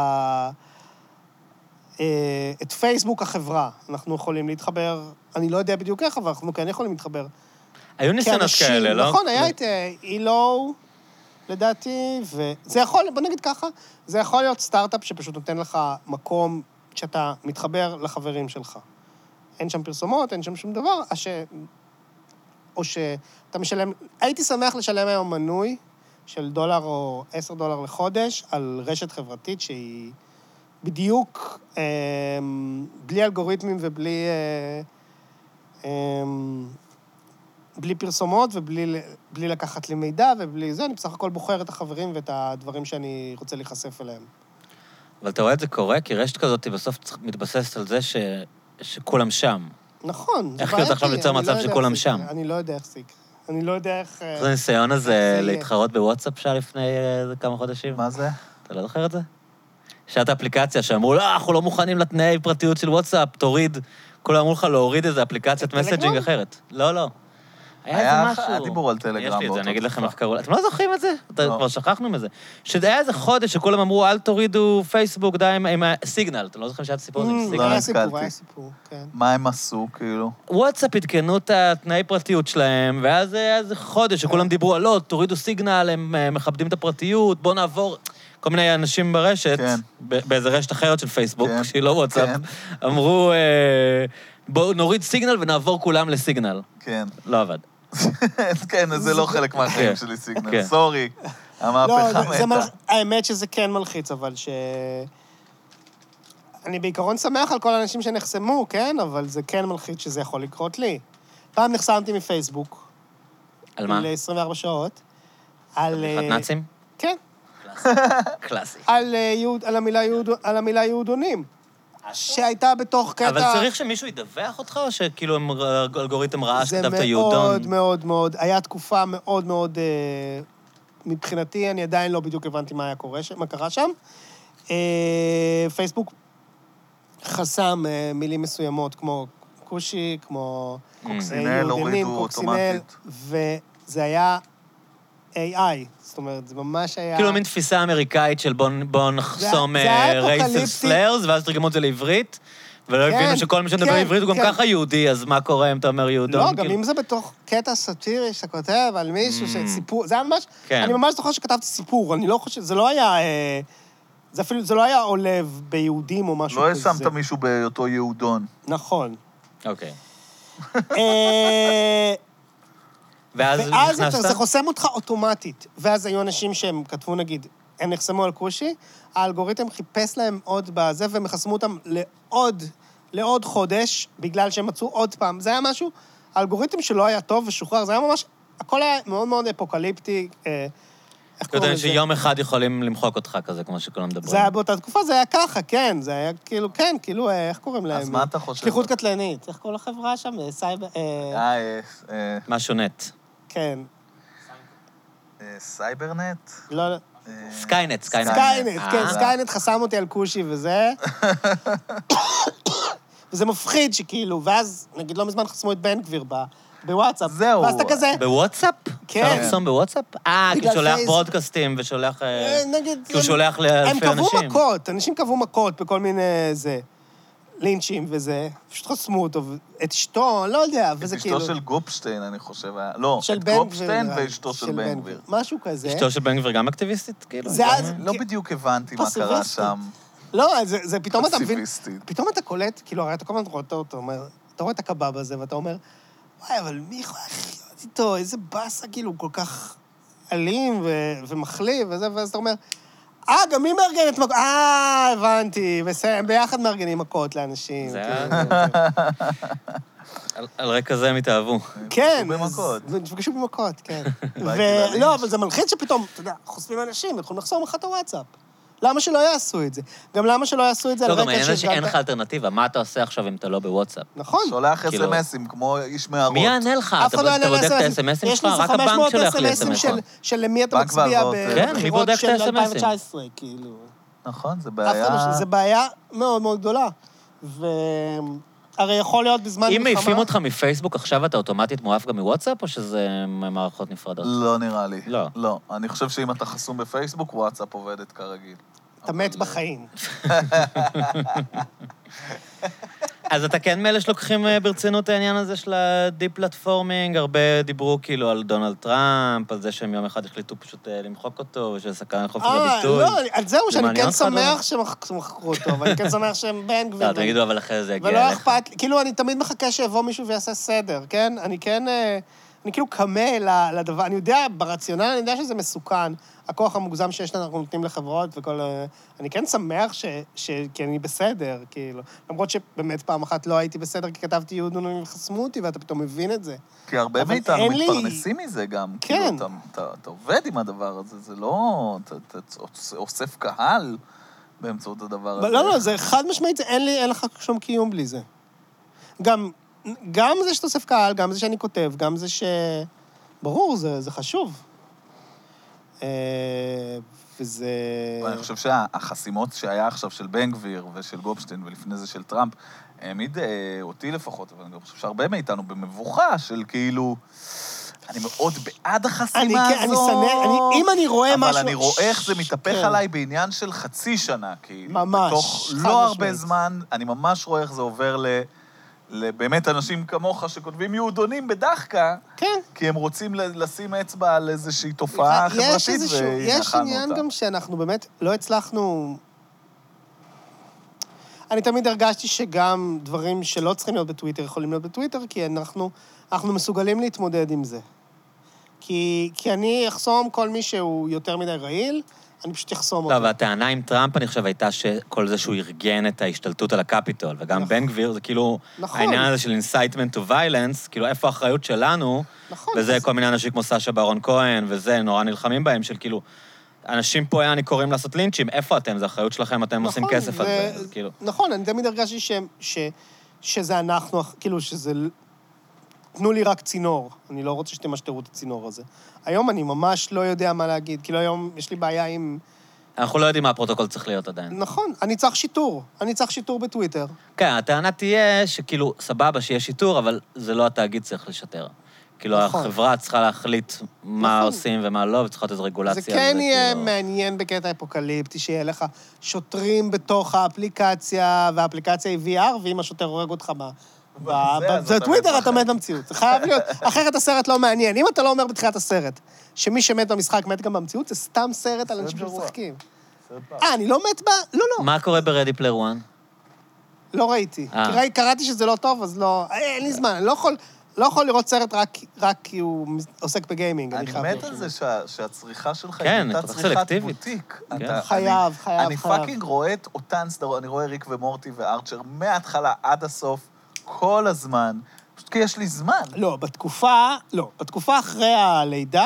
את פייסבוק החברה. אנחנו יכולים להתחבר, אני לא יודע בדיוק איך, אבל אנחנו כן יכולים להתחבר. היו ניסיונות כאלה, לא? נכון, היה את אילו, לדעתי, וזה יכול, בוא נגיד ככה, זה יכול להיות סטארט-אפ שפשוט נותן לך מקום שאתה מתחבר לחברים שלך. אין שם פרסומות, אין שם שום דבר, או שאתה משלם... הייתי שמח לשלם היום מנוי של $1 או $10 לחודש על רשת חברתית שהיא בדיוק בלי אלגוריתמים ובלי... בלי פרסומות ובלי לקחת לי מידע ובלי זה, אני בסך הכל בוחר את החברים ואת הדברים שאני רוצה להיחשף אליהם. אבל אתה רואה את זה קורה? כי רשת כזאת בסוף מתבססת על זה שכולם שם. נכון, איך להיות עכשיו ליצור מצב שכולם שם? אני לא יודע איך זה יקרה. אני לא יודע איך... זה הניסיון הזה להתחרות בוואטסאפ שהיה לפני כמה חודשים? מה זה? אתה לא זוכר את זה? שהייתה אפליקציה שאמרו, לא, אנחנו לא מוכנים לתנאי פרטיות של וואטסאפ, תוריד. כולם אמרו לך להוריד איזה אפליקציית מסג'ינג אחרת. לא, לא. היה איזה משהו. היה דיבור על טלגרם. יש לי את זה, אני אגיד לכם איך קראו. אתם לא זוכרים את זה? כבר שכחנו מזה. שהיה איזה חודש שכולם אמרו, אל תורידו פייסבוק, די עם סיגנל. אתם לא זוכרים שהיה סיפור הזה עם סיגנל? היה סיפור, כן. מה הם עשו, כאילו? וואטסאפ עדכנו את התנאי פרטיות שלהם, ואז היה איזה חודש שכולם דיברו, לא, תורידו סיגנל, הם מכבדים את הפרטיות, בואו נעבור... כל מיני אנשים ברשת, באיזה רשת אחרת של פייסבוק, שהיא לא וואטסאפ, אמרו, בואו נוריד סיגנל ונעבור כולם לסיגנל. כן. לא עבד. כן, זה לא חלק מהחיים שלי סיגנל. סורי, המהפכה מתה. האמת שזה כן מלחיץ, אבל אני בעיקרון שמח על כל האנשים שנחסמו, כן? אבל זה כן מלחיץ שזה יכול לקרות לי. פעם נחסמתי מפייסבוק. על מה? ל-24 שעות. על... בדיחת נאצים? כן. קלאסי. על המילה יהודונים. שהייתה בתוך קטע... אבל צריך שמישהו ידווח אותך, או שכאילו אלגוריתם ראה שכתבת יהודון? זה מאוד מאוד מאוד, היה תקופה מאוד מאוד... מבחינתי, אני עדיין לא בדיוק הבנתי מה קרה שם. פייסבוק חסם מילים מסוימות, כמו קושי, כמו... קוקסינל, הורידו אוטומטית. וזה היה AI, זאת אומרת, זה ממש היה... כאילו מין תפיסה אמריקאית של בוא נחסום רייסל סלארס, ואז תרגמו את זה לעברית, ולא הבינו שכל מי שמדבר עברית הוא גם ככה יהודי, אז מה קורה אם אתה אומר יהודון? לא, גם אם זה בתוך קטע סאטירי שאתה כותב על מישהו שסיפור, זה היה ממש... אני ממש זוכר שכתבתי סיפור, אני לא חושב, זה לא היה... זה אפילו, זה לא היה עולב ביהודים או משהו כזה. לא השמת מישהו בהיותו יהודון. נכון. אוקיי. ואז זה חוסם אותך אוטומטית. ואז היו אנשים שהם כתבו, נגיד, הם נחסמו על קושי, האלגוריתם חיפש להם עוד בזה, והם חסמו אותם לעוד חודש, בגלל שהם מצאו עוד פעם. זה היה משהו, האלגוריתם שלא היה טוב ושוחרר, זה היה ממש, הכל היה מאוד מאוד אפוקליפטי. איך קוראים לזה? שיום אחד יכולים למחוק אותך כזה, כמו שכולם מדברים. זה היה באותה תקופה, זה היה ככה, כן. זה היה כאילו, כן, כאילו, איך קוראים להם? אז מה אתה חושב? שליחות קטלנית. איך קוראים לחברה שם? סייבר... משהו נט. כן. סייברנט? לא, לא. סקיינט. סקיינט, כן, סקיינט חסם אותי על קושי וזה. וזה מפחיד שכאילו, ואז, נגיד, לא מזמן חסמו את בן גביר בוואטסאפ. זהו. ואז אתה כזה... בוואטסאפ? כן. אפשר לחסום בוואטסאפ? כי הוא שולח ברודקאסטים ושולח... נגיד... כי הוא שולח לאלפי אנשים. הם קבעו מכות, אנשים קבעו מכות בכל מיני לינצ'ים וזה, פשוט חסמו אותו, את אשתו, לא יודע, וזה כאילו... את אשתו של גופשטיין, אני חושב, לא, של את בן גופשטיין גביר, ואשתו של בן גביר. משהו כזה. אשתו של בן גביר גם אקטיביסטית, כאילו? זה אז... לא בדיוק הבנתי מה קרה שם. לא, זה פתאום אתה מבין... פציפיסטית. פתאום אתה קולט, כאילו, הרי אתה כל הזמן רואה אותו, אתה רואה את הקבב הזה, ואתה אומר, וואי, אבל מי יכול לחיות איתו? איזה באסה, כאילו, כל כך אלים ומחליב וזה, ואז אתה אומר, גם מי מארגנת מכות? הבנתי, בסדר, הם ביחד מארגנים מכות לאנשים. זה על רקע זה הם התאהבו. כן. במכות. נפגשו במכות, כן. בגילאים. לא, אבל זה מלחיץ שפתאום, אתה יודע, חושפים אנשים, יכולים לחסום לך את הוואטסאפ. למה שלא יעשו את זה? גם למה שלא יעשו את זה על לא, רקע גם העניין שאין לך אלטרנטיבה, מה אתה עושה עכשיו אם אתה לא בוואטסאפ? נכון. שולח כאילו- אס-אמסים, כמו איש מערות. מי יענה לך? אף אחד לא יענה אתה בודק את ל-SMS. האס-אמסים יש שלך? לי איזה רק הבנק 500 שולח לי אס-אמסים אס-אמס. של למי אתה בנק מצביע והלוואות, כן, מי בבחירות בודק את של ה-SMSים? 2019, כאילו. נכון, זה אף אחד בעיה... לא- זה בעיה מאוד מאוד גדולה. הרי יכול להיות בזמן אם מלחמה... מעיפים אותך מפייסבוק, עכשיו אתה אוטומטית מואף גם מוואטסאפ, או שזה מערכות נפרדות? לא נראה לי. לא. לא. אני חושב שאם אתה חסום בפייסבוק, וואטסאפ עובדת כרגיל. אתה מת בחיים. אז אתה כן מאלה שלוקחים ברצינות העניין הזה של הדיפ-פלטפורמינג, הרבה דיברו כאילו על דונלד טראמפ, על זה שהם יום אחד החליטו פשוט למחוק אותו, ושזה סכנה לחופש הביטוי. לא, על זהו, שאני מעניין כן אותך, שמח שמחקו אותו, ואני כן שמח שהם בן גביר. לא, תגידו, אבל אחרי זה יגיע ולא אליך. אכפת, כאילו, אני תמיד מחכה שיבוא מישהו ויעשה סדר, כן? אני כאילו קמה לדבר, אני יודע, ברציונל אני יודע שזה מסוכן, הכוח המוגזם שיש לנו, אנחנו נותנים לחברות וכל... אני כן שמח כי אני בסדר, כאילו. למרות שבאמת פעם אחת לא הייתי בסדר, כי כתבתי יהודון וחסמו אותי, ואתה פתאום מבין את זה. כי הרבה אבל מאיתנו אין לי- מתפרנסים מזה גם. כן. כאילו, אתה עובד עם הדבר הזה, זה לא... אתה אוסף קהל באמצעות הדבר הזה. לא, זה חד משמעית, אין לך שום קיום בלי זה. גם זה שאתה אוסף קהל, גם זה שאני כותב, גם זה ש... ברור, זה חשוב. וזה... אני חושב שהחסימות שהיה עכשיו של בן גביר ושל גופשטיין ולפני זה של טראמפ, העמיד אותי לפחות, אבל אני גם חושב שהרבה מאיתנו במבוכה של כאילו... אני מאוד בעד החסימה אני הזו. אם אני רואה משהו... אבל אני רואה איך זה מתהפך כן. עליי בעניין של חצי שנה, כאילו. ממש, בתוך חד לא הרבה משמעית. זמן, אני ממש רואה איך זה עובר באמת אנשים כמוך שכותבים יהודונים בדחקה, כן. כי הם רוצים לשים אצבע על איזושהי תופעה חברתית, יש עניין גם שאנחנו באמת לא הצלחנו... אני תמיד הרגשתי שגם דברים שלא צריכים להיות בטוויטר יכולים להיות בטוויטר, כי אנחנו מסוגלים להתמודד עם זה. כי אני אחסום כל מי שהוא יותר מדי רעיל, אני פשוט אחסום אותו. לא, והטענה עם טראמפ, אני חושב, הייתה שכל זה שהוא ארגן את ההשתלטות על הקפיטול, וגם בן גביר, זה כאילו, נכון. העניין הזה של incitement to violence, כאילו, איפה האחריות שלנו, נכון. וזה כל מיני אנשים כמו סשה ברון כהן, וזה, נורא נלחמים בהם, של כאילו, אנשים פה אני קוראים לעשות לינצ'ים, איפה אתם? זה אחריות שלכם, אתם עושים כסף על זה, אז כאילו. נכון, אני תמיד הרגשתי שזה אנחנו, כאילו, שזה... תנו לי רק צינור, אני לא רוצה שתמשטרו את הצינור הזה. היום אני ממש לא יודע מה להגיד, כאילו היום יש לי בעיה עם... אנחנו לא יודעים מה הפרוטוקול צריך להיות עדיין. נכון, אני צריך שיטור בטוויטר. כן, הטענה תהיה שכאילו, סבבה שיש שיטור, אבל זה לא התאגיד צריך לשטר. כאילו, נכון. החברה צריכה להחליט מה נכון. עושים ומה לא, וצריכה להיות איזו רגולציה. זה כן יהיה כאילו... מעניין בקטע אפוקליפטי, שיהיה לך שוטרים בתוך האפליקציה, והאפליקציה היא VR, ואם השוטר הורג אותך בטוויטר, אתה מת במציאות. זה חייב להיות, אחרת הסרט לא מעניין. אם אתה לא אומר בתחילת הסרט, שמי שמת במשחק מת גם במציאות, זה סתם סרט על אנשים שמשחקים. אני לא מת בה? לא. מה קורה ב-Ready Player One? לא ראיתי. כי קראתי שזה לא טוב, אז לא... אין לי זמן, אני לא יכול לראות סרט רק כי הוא עוסק בגיימינג. אני מת על זה שהצריכה שלך כן, הייתה כל כך צריכת סלקטיבית. בוטיק. חייב. אני פאקינג רואה את אותן סדרות, אני רואה ריק ומורטי וארצ'ר מההתחלה עד הסוף, כל הזמן, פשוט כי יש לי זמן. לא, בתקופה אחרי הלידה,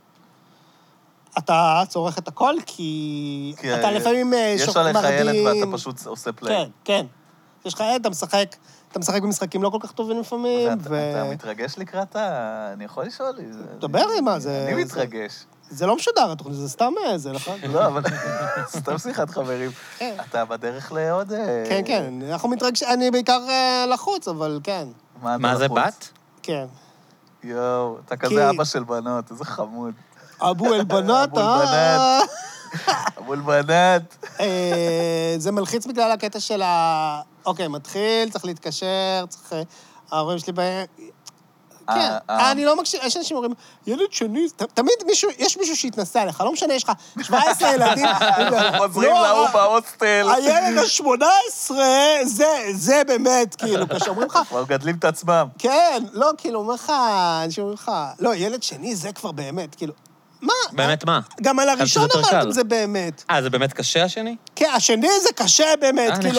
אתה צורך את הכל, כי אתה לפעמים יש עליך ילד ואתה פשוט עושה פליי. כן. יש לך ילד, אתה משחק במשחקים לא כל כך טובים לפעמים, אתה מתרגש לקראת אני יכול לשאול לי? דבר לי מה זה... אני מתרגש. זה לא משודר, התוכנית, זה סתם זה, נכון? לא, אבל סתם שיחת חברים. אתה בדרך לעוד... כן, כן, אנחנו מתרגשים, אני בעיקר לחוץ, אבל כן. מה זה בת? כן. יואו, אתה כזה אבא של בנות, איזה חמוד. אבו אל-בנות, אבו אל-בנות. זה מלחיץ בגלל הקטע של אוקיי, מתחיל, צריך להתקשר, צריך... ההורים שלי כן, אני לא מקשיב, יש אנשים אומרים, ילד שני, תמיד יש מישהו שהתנסה עליך, לא משנה, יש לך 17 ילדים. חוזרים להוא בהוסטל. הילד ה-18, זה באמת, כאילו, כשאומרים לך... כבר גדלים את עצמם. כן, לא, כאילו, אומר לך, אנשים אומרים לך, לא, ילד שני זה כבר באמת, כאילו, מה? באמת מה? גם על הראשון אמרתם זה באמת. זה באמת קשה השני? כן, השני זה קשה באמת, כאילו,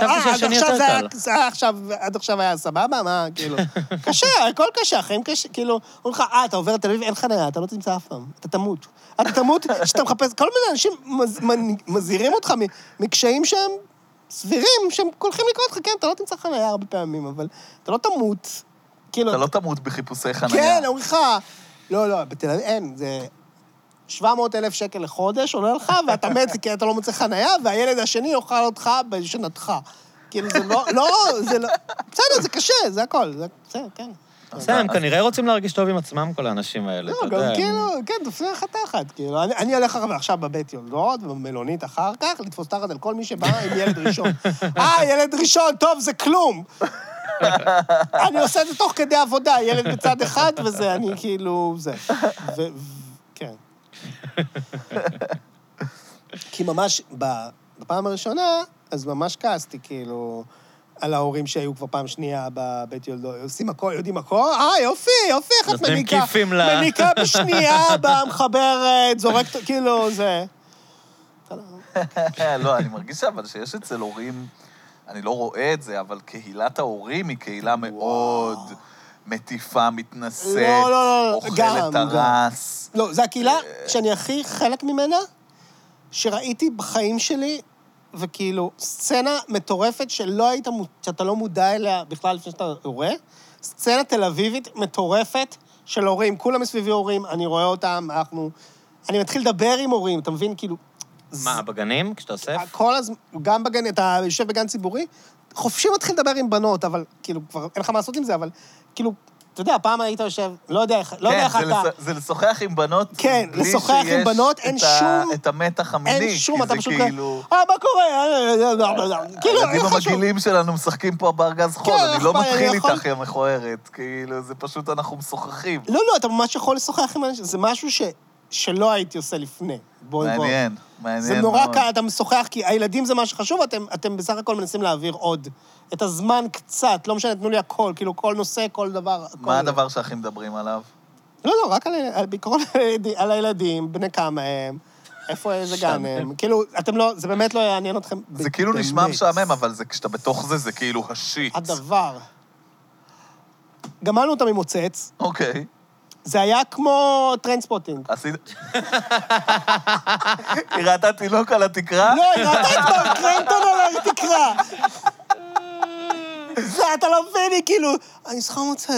עד עכשיו היה סבבה, מה, כאילו, קשה, הכל קשה, החיים קשה, כאילו, אומרים לך, אתה עובר לתל אביב, אין חניה, אתה לא תמצא אף פעם, אתה תמות. אתה תמות, שאתה מחפש, כל מיני אנשים מזהירים אותך מקשיים שהם סבירים, שהם הולכים לקרות לך, כן, אתה לא תמצא חניה הרבה פעמים, אבל אתה לא תמות, כאילו... אתה לא תמות בחיפושי חניה. כן, אומרים לך, לא, בתל אביב אין, זה... 700,000 שקל לחודש עולה לך, ואתה מת כי אתה לא מוצא חנייה, והילד השני יאכל אותך בשנתך. כאילו, זה לא, בסדר, זה קשה, זה הכל, זה בסדר, כן. בסדר, הם כנראה רוצים להרגיש טוב עם עצמם, כל האנשים האלה, אתה יודע. לא, גם כאילו, כן, תופסים לך תחת, כאילו. אני הולך עכשיו בבית יולדות, במלונית אחר כך, לתפוס תחת על כל מי שבא עם ילד ראשון. ילד ראשון, טוב, זה כלום. אני עושה את זה תוך כדי עבודה, ילד בצד אחד, וזה, אני כאילו, זה. כן. כי ממש, בפעם הראשונה, אז ממש כעסתי, כאילו, על ההורים שהיו כבר פעם שנייה בבית יולדות, עושים הכל, יודעים הכל, יופי, איך את מניקה בשנייה, מחברת, זורקת, כאילו, זה... לא, אני מרגיש אבל שיש אצל הורים, אני לא רואה את זה, אבל קהילת ההורים היא קהילה מאוד... מטיפה, מתנשאת, אוכלת הרס. לא, זו הקהילה שאני הכי חלק ממנה, שראיתי בחיים שלי, וכאילו, סצנה מטורפת שאתה לא מודע אליה בכלל לפני שאתה רואה, סצנה תל אביבית מטורפת של הורים, כולם מסביבי הורים, אני רואה אותם, אני מתחיל לדבר עם הורים, אתה מבין, כאילו... מה, בגנים, כשאתה אוסף? כל הזמן, גם בגן, אתה יושב בגן ציבורי, חופשי מתחיל לדבר עם בנות, אבל כאילו, כבר אין לך מה לעשות עם זה, אבל כאילו, אתה יודע, פעם היית יושב, לא יודע איך אתה... זה לשוחח עם בנות, כן, לשוחח עם בנות, אין שום... את המתח המיני, אין שום, אתה פשוט כאילו... מה קורה? הילדים המגעילים שלנו משחקים פה בארגז חול, אני לא מתחיל איתך, היא המכוערת, כאילו, זה פשוט אנחנו משוחחים. לא, אתה ממש יכול לשוחח עם אנשים, זה משהו שלא הייתי עושה לפני. מעניין מאוד. זה נורא קל, אתה משוחח, כי הילדים זה מה שחשוב, אתם בסך הכל מנסים להעביר עוד. את הזמן קצת, לא משנה, תנו לי הכל, כאילו כל נושא, כל דבר. מה הדבר שהכי מדברים עליו? לא, רק בעיקרון על הילדים, בני כמה הם, איזה גן הם. כאילו, אתם לא, זה באמת לא יעניין אתכם. זה כאילו נשמע משעמם, אבל כשאתה בתוך זה כאילו השיט. הדבר. גמלנו אותם ממוצץ. אוקיי. זה היה כמו טריינספוטינג. היא ראתה תינוק על התקרה? לא, היא ראתה את מרק רנטון על התקרה. אתה לא מבין, היא כאילו, אני צריכה מוצץ.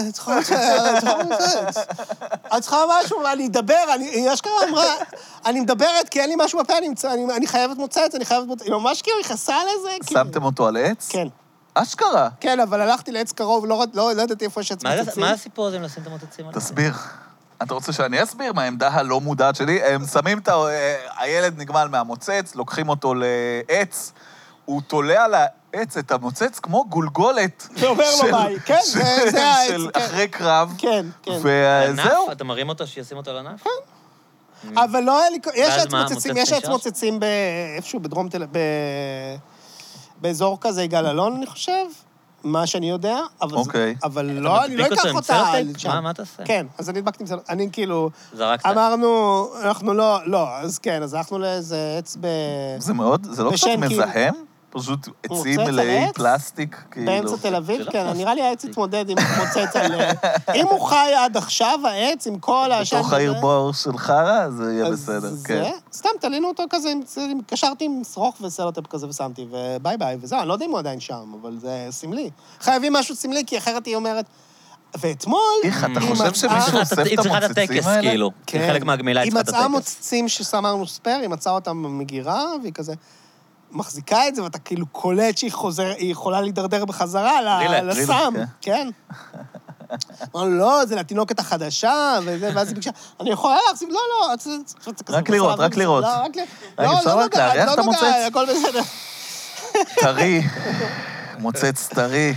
אני צריכה משהו, אני אדבר, היא אשכרה אמרה, אני מדברת כי אין לי משהו בפה, אני חייבת מוצץ, היא ממש כאילו, היא חסה לזה. שמתם אותו על עץ? כן. אשכרה. כן, אבל הלכתי לעץ קרוב, לא ידעתי איפה יש עץ מוצצים. מה הסיפור הזה אם לשים את המוצצים על זה? תסביר. אתה רוצה שאני אסביר מהעמדה הלא מודעת שלי? הם שמים את הילד נגמל מהמוצץ, לוקחים אותו לעץ, הוא תולה על העץ את המוצץ כמו גולגולת. ואומר לו ביי, כן, זה העץ. של אחרי קרב. כן. וזהו. אתה מרים אותו, שישים אותו על ענף? כן. אבל לא היה לי... יש עץ מוצצים איפשהו בדרום תל אביב, באזור כזה יגאל אלון, אני חושב. מה שאני יודע, אבל לא, אני לא אקח אותה. מה אתה עושה? כן, אז אני הדבקתי עם סלוטייפ. אני כאילו... זרקת? אמרנו, אנחנו לא, אז כן, אז הלכנו לאיזה עץ זה מאוד, זה לא קצת מזהם? פשוט עצים מלאי פלסטיק, כאילו... באמצע תל אביב, כן, נראה לי העץ התמודד עם מוצץ על... אם הוא חי עד עכשיו, העץ עם כל העשן... בתוך העיר בור של חרה, זה יהיה בסדר, כן. סתם, תלינו אותו כזה, קשרתי עם שרוך וסלוטייפ כזה ושמתי, וביי ביי, וזהו, אני לא יודע אם הוא עדיין שם, אבל זה סמלי. חייבים משהו סמלי, כי אחרת היא אומרת, ואתמול... איך, אתה חושב שמישהו אוסף את היא צריכה את המוצצים הטקס, האלה? כאילו. כן. חלק מהגמילה היא היא צריכה את מצאה הטקס. מוצצים ששמרנו ספייר, היא מצאה אותם במגירה, והיא כזה מחזיקה את זה, ואתה כאילו קולט שהיא יכולה להידרדר בחזרה לסם. כן. אמרנו, לא, זה לתינוקת החדשה, ואז היא ביקשה, אני יכולה להחזיק, לא, רק לראות. לא, אפשר רק להריח את המוצץ? הכל בסדר. טרי, מוצץ טרי.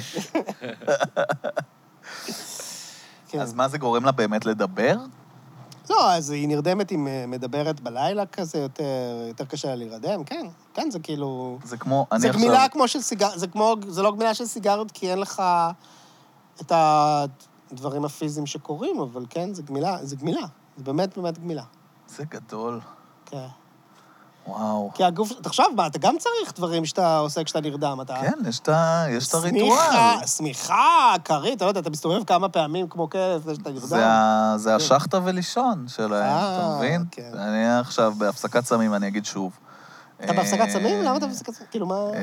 אז מה זה גורם לה באמת לדבר? לא, אז היא נרדמת עם מדברת בלילה כזה, יותר קשה לה להירדם, כן. כן, זה כאילו... זה כמו... זה גמילה כמו של סיגר... זה לא גמילה של סיגרות, כי אין לך את הדברים הפיזיים שקורים, אבל כן, זה גמילה. זה באמת גמילה. זה גדול. כן. וואו. כי הגוף... תחשוב, מה, אתה גם צריך דברים שאתה עושה כשאתה נרדם, אתה... כן, יש את הריטואל. סמיכה, כרית, אתה לא יודע, אתה מסתובב כמה פעמים כמו כלב, שאתה נרדם. זה השחטה ולישון שלהם, אתה מבין? אני עכשיו בהפסקת סמים, אני אגיד שוב. אתה בהפסקת סמים? למה אתה בהפסקת סמים? כאילו, מה...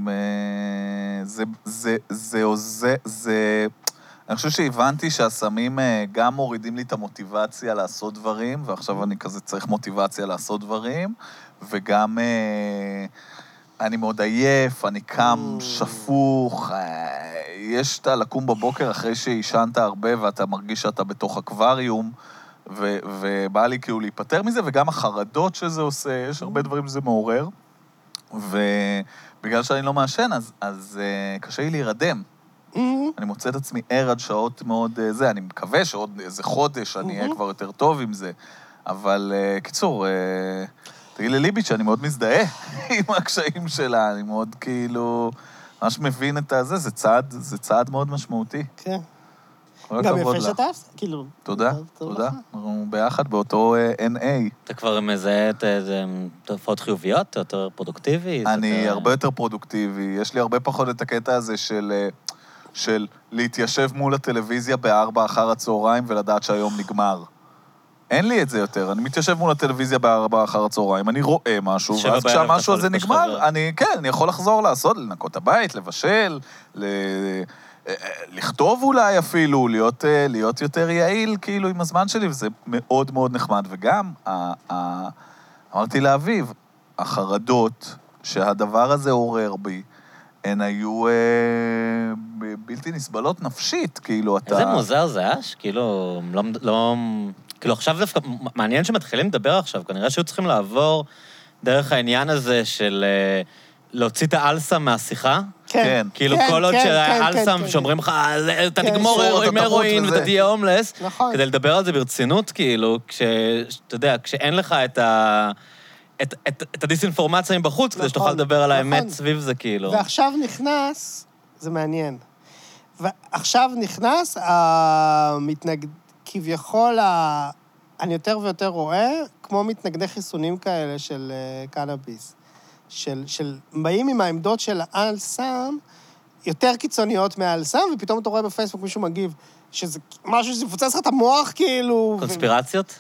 אני חושב שהבנתי שהסמים גם מורידים לי את המוטיבציה לעשות דברים, ועכשיו אני כזה צריך מוטיבציה לעשות דברים, וגם אני מאוד עייף, אני קם שפוך, יש את לקום בבוקר אחרי שישנת הרבה ואתה מרגיש שאתה בתוך אקווריום, ובא לי כאילו להיפטר מזה, וגם החרדות שזה עושה, יש הרבה דברים שזה מעורר, ובגלל שאני לא מעשן, אז קשה לי להירדם. אני מוצא את עצמי ער עד שעות מאוד זה, אני מקווה שעוד איזה חודש אני אהיה כבר יותר טוב עם זה, אבל קיצור, תגיד לליבית שאני מאוד מזדהה עם הקשיים שלה, אני מאוד כאילו, ממש מבין את הזה, זה צעד מאוד משמעותי. כן. גם יפה שאתה, כאילו... תודה. אנחנו ביחד באותו NA. אתה כבר מזהה את תופעות חיוביות, יותר פרודוקטיבי? אני הרבה יותר פרודוקטיבי, יש לי הרבה פחות את הקטע הזה של להתיישב מול הטלוויזיה ב4 אחר הצהריים ולדעת שהיום נגמר. אין לי את זה יותר, אני מתיישב מול הטלוויזיה ב4 אחר הצהריים, אני רואה משהו, ואז כשהמשהו הזה נגמר, אני יכול לחזור לעשות, לנקות הבית, לבשל, לכתוב אולי אפילו, להיות יותר יעיל כאילו עם הזמן שלי, וזה מאוד מאוד נחמד. וגם, אמרתי לאביב, החרדות שהדבר הזה עורר בי, הן היו בלתי נסבלות נפשית, כאילו אתה... איזה מוזר זה היה, כאילו, לא... כאילו עכשיו דווקא, מעניין שמתחילים לדבר עכשיו, כנראה שהיו צריכים לעבור דרך העניין הזה של להוציא את האלסם מהשיחה. כן. כאילו כל עוד שהאלסם שאומרים לך, אתה תגמור עם הרואין ואתה תהיה הומלס, כדי לדבר על זה ברצינות, כאילו, כשאתה יודע, כשאין לך את הדיסאינפורמציה מבחוץ, כדי שתוכל לדבר על האמת סביב זה, כאילו. ועכשיו נכנס, זה מעניין, ועכשיו נכנס כביכול, אני יותר ויותר רואה, כמו מתנגדי חיסונים כאלה של קנאביס, של באים עם העמדות של האל-סם, יותר קיצוניות מהאל-סם, ופתאום אתה רואה בפייסבוק מישהו מגיב, שזה משהו שמפוצץ לך את המוח, כאילו... קונספירציות?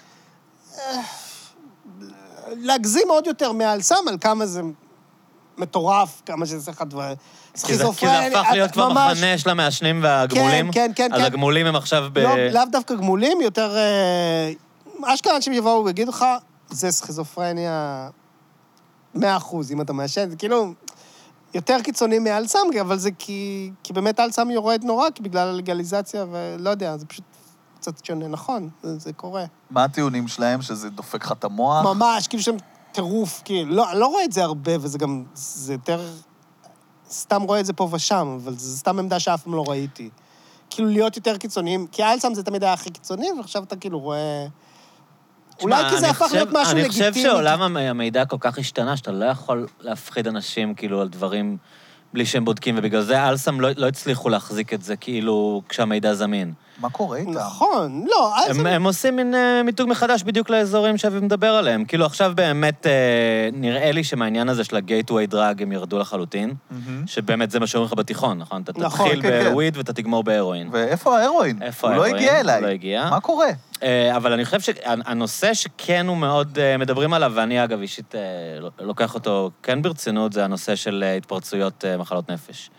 להגזים עוד יותר מהאל-סם, על כמה זה מטורף, כמה שזה אחד דבר... כי זה הפך להיות כבר מחנה של המעשנים והגמולים? כן. אז הגמולים הם עכשיו לאו דווקא גמולים, יותר... אשכרה אנשים יבואו ויגידו לך, זה סכיזופרניה 100%, אם אתה מעשן, זה כאילו יותר קיצוני מאלסם, אבל זה כי באמת אלסם יורד נורא, כי בגלל הלגליזציה, ולא יודע, זה פשוט קצת שונה, נכון, זה קורה. מה הטיעונים שלהם, שזה דופק לך את המוח? ממש, כאילו שהם טירוף, כאילו, לא, אני לא רואה את זה הרבה, וזה גם, זה יותר... סתם רואה את זה פה ושם, אבל זה סתם עמדה שאף פעם לא ראיתי. כאילו להיות יותר קיצוניים, כי האלסם זה תמיד היה הכי קיצוני, ועכשיו אתה כאילו רואה... אולי כי זה הפך להיות משהו לגיטימי. אני חושב שעולם המידע כל כך השתנה, שאתה לא יכול להפחיד אנשים כאילו על דברים בלי שהם בודקים, ובגלל זה האלסם לא הצליחו להחזיק את זה כאילו כשהמידע זמין. מה קורה איתם? נכון, לא, אלסם... הם עושים מין מיתוג מחדש בדיוק לאזורים שאביב מדבר עליהם. כאילו עכשיו באמת נראה לי שמהעניין הזה של הגייטווי דרג הם ירדו לחלוטין, שבאמת זה מה שאומרים לך בתיכון, נכון? אתה תתחיל בוויד ואתה תגמור בהרואין. ואיפה ההרואין? הוא לא הגיע אליי. לא הגיע. מה קורה? אבל אני חושב שהנושא שכן הוא מאוד מדברים עליו, ואני אגב אישית לוקח אותו כן ברצינות, זה הנושא של התפרצויות מחלות נפש.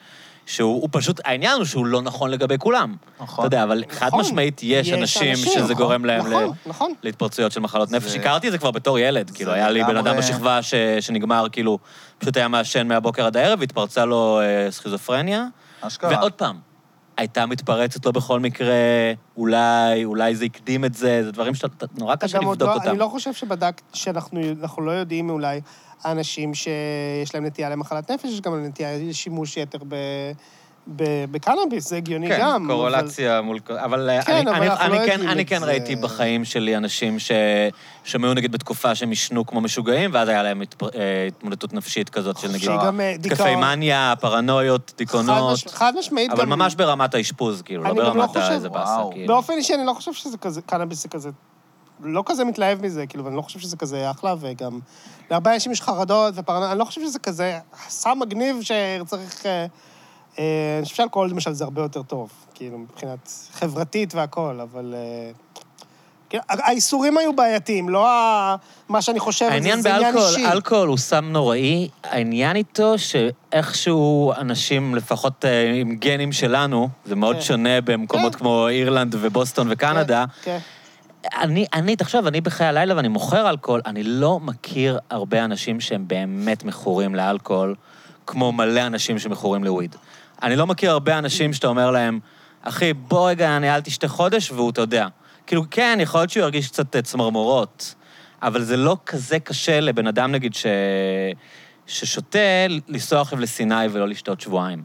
שהוא פשוט, העניין הוא שהוא לא נכון לגבי כולם. נכון. אתה יודע, אבל חד משמעית יש אנשים שזה גורם להם להתפרצויות של מחלות נפש. הכרתי את זה כבר בתור ילד, כאילו, היה לי בן אדם בשכבה שנגמר, כאילו, פשוט היה מעשן מהבוקר עד הערב, והתפרצה לו סכיזופרניה. ועוד פעם, הייתה מתפרצת לו בכל מקרה, אולי זה יקדים את זה, זה דברים שנורא קשה לבדוק אותם. אני לא חושב שאנחנו לא יודעים אולי האנשים שיש להם נטייה למחלת נפש, יש גם נטייה לשימוש יתר בקנאביס, זה הגיוני גם. כן, קורולציה מול... אבל אני כן ראיתי בחיים שלי אנשים שהיו נגיד בתקופה שהם ישנו כמו משוגעים, ואז היה להם התמודדות נפשית כזאת של נגיד תקפי מניה, פרנויות, דיכאונות. חד משמעית גם... אבל ממש ברמת האשפוז, כאילו, לא ברמת איזה באסה, כאילו. באופן אישי, אני לא חושב שזה כזה, קנאביס זה כזה, לא כזה מתלהב מזה, כאילו, ואני לא חושב שזה כזה אחלה, וגם להרבה אנשים יש חרדות ופרנויות, אני לא חושב שזה כזה סם מגניב שצריך... אני חושב שאלכוהול, למשל, זה הרבה יותר טוב, כאילו, מבחינת חברתית והכל, אבל... האיסורים היו בעייתיים, לא מה שאני חושב, זה עניין אישי. אלכוהול הוא סם נוראי, העניין איתו שאיכשהו אנשים, לפחות עם גנים שלנו, זה מאוד שונה במקומות כמו אירלנד ובוסטון וקנדה, תחשוב, אני בחיי הלילה ואני מוכר אלכוהול, אני לא מכיר הרבה אנשים שהם באמת מכורים לאלכוהול, כמו מלא אנשים שמכורים לוויד. אני לא מכיר הרבה אנשים שאתה אומר להם, אחי, בוא רגע, אני אל תשתה חודש, והוא אתה יודע. כאילו, כן, יכול להיות שהוא ירגיש קצת צמרמורות, אבל זה לא כזה קשה לבן אדם, נגיד, ששותה, לנסוע עכשיו לסיני ולא לשתות שבועיים.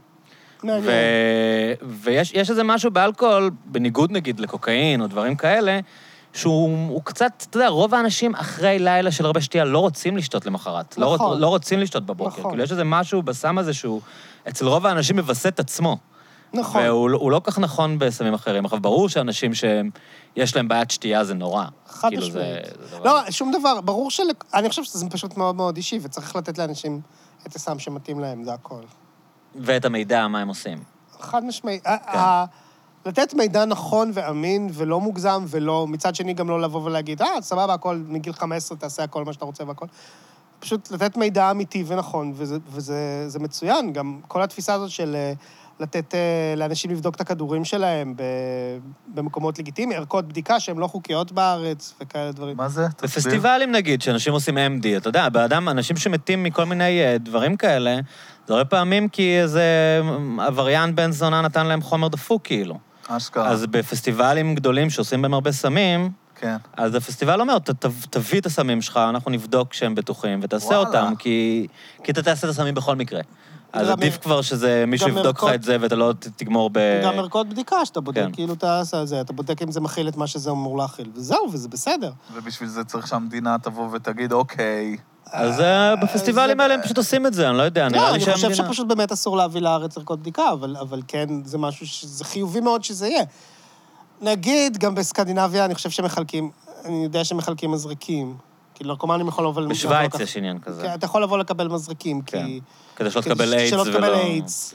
ויש איזה משהו באלכוהול, בניגוד, נגיד, לקוקאין או דברים כאלה, שהוא קצת, אתה יודע, רוב האנשים אחרי לילה של הרבה שתייה לא רוצים לשתות למחרת. נכון. לא רוצים לשתות בבוקר. נכון. כאילו, יש איזה משהו בסם הזה שהוא, אצל רוב האנשים מבסס את עצמו. נכון. והוא לא כך נכון בסמים אחרים. עכשיו, ברור שאנשים שיש להם בעיית שתייה זה נורא. חד משמעית. לא, שום דבר. ברור אני חושב שזה פשוט מאוד מאוד אישי, וצריך לתת לאנשים את הסם שמתאים להם, זה הכל. ואת המידע, מה הם עושים. חד משמעית. לתת מידע נכון ואמין ולא מוגזם, ולא, מצד שני גם לא לבוא ולהגיד, סבבה, הכל, מגיל 15 תעשה הכל מה שאתה רוצה והכל. פשוט לתת מידע אמיתי ונכון, וזה מצוין. גם כל התפיסה הזאת של לתת לאנשים לבדוק את הכדורים שלהם במקומות לגיטימיים, ערכות בדיקה שהן לא חוקיות בארץ וכאלה דברים. מה זה? בפסטיבלים נגיד, שאנשים עושים MD, אתה יודע, אנשים שמתים מכל מיני דברים כאלה, זה הרבה פעמים כי איזה עבריין בן זונה נתן להם חומר דפוק, כאילו. אשכרה. אז בפסטיבלים גדולים שעושים בהם הרבה סמים, כן. אז הפסטיבל אומר, תביא את הסמים שלך, אנחנו נבדוק שהם בטוחים, ותעשה אותם, כי אתה תעשה את הסמים בכל מקרה. אז עדיף כבר שזה מישהו יבדוק לך את זה, ואתה לא תגמור גם ערכות בדיקה שאתה בודק, כאילו אתה עושה את זה, אתה בודק אם זה מכיל את מה שזה אמור להכיל, וזהו, וזה בסדר. ובשביל זה צריך שהמדינה תבוא ותגיד, אוקיי. אז בפסטיבלים האלה הם פשוט עושים את זה, אני לא יודע, נראה לי שהמדינה... אני חושב שפשוט באמת אסור להביא לארץ ערכות בדיקה, אבל כן, זה משהו שזה חיובי מאוד שזה יהיה. נגיד, גם בסקנדינביה, אני חושב שמחלקים, אני יודע שמחלקים מזרקים, כי נרקומנים יכול לבוא... בשוויץ יש עניין כזה. אתה יכול לבוא לקבל מזרקים, כי... כדי שלא תקבל איידס ולא... שלא תקבל איידס.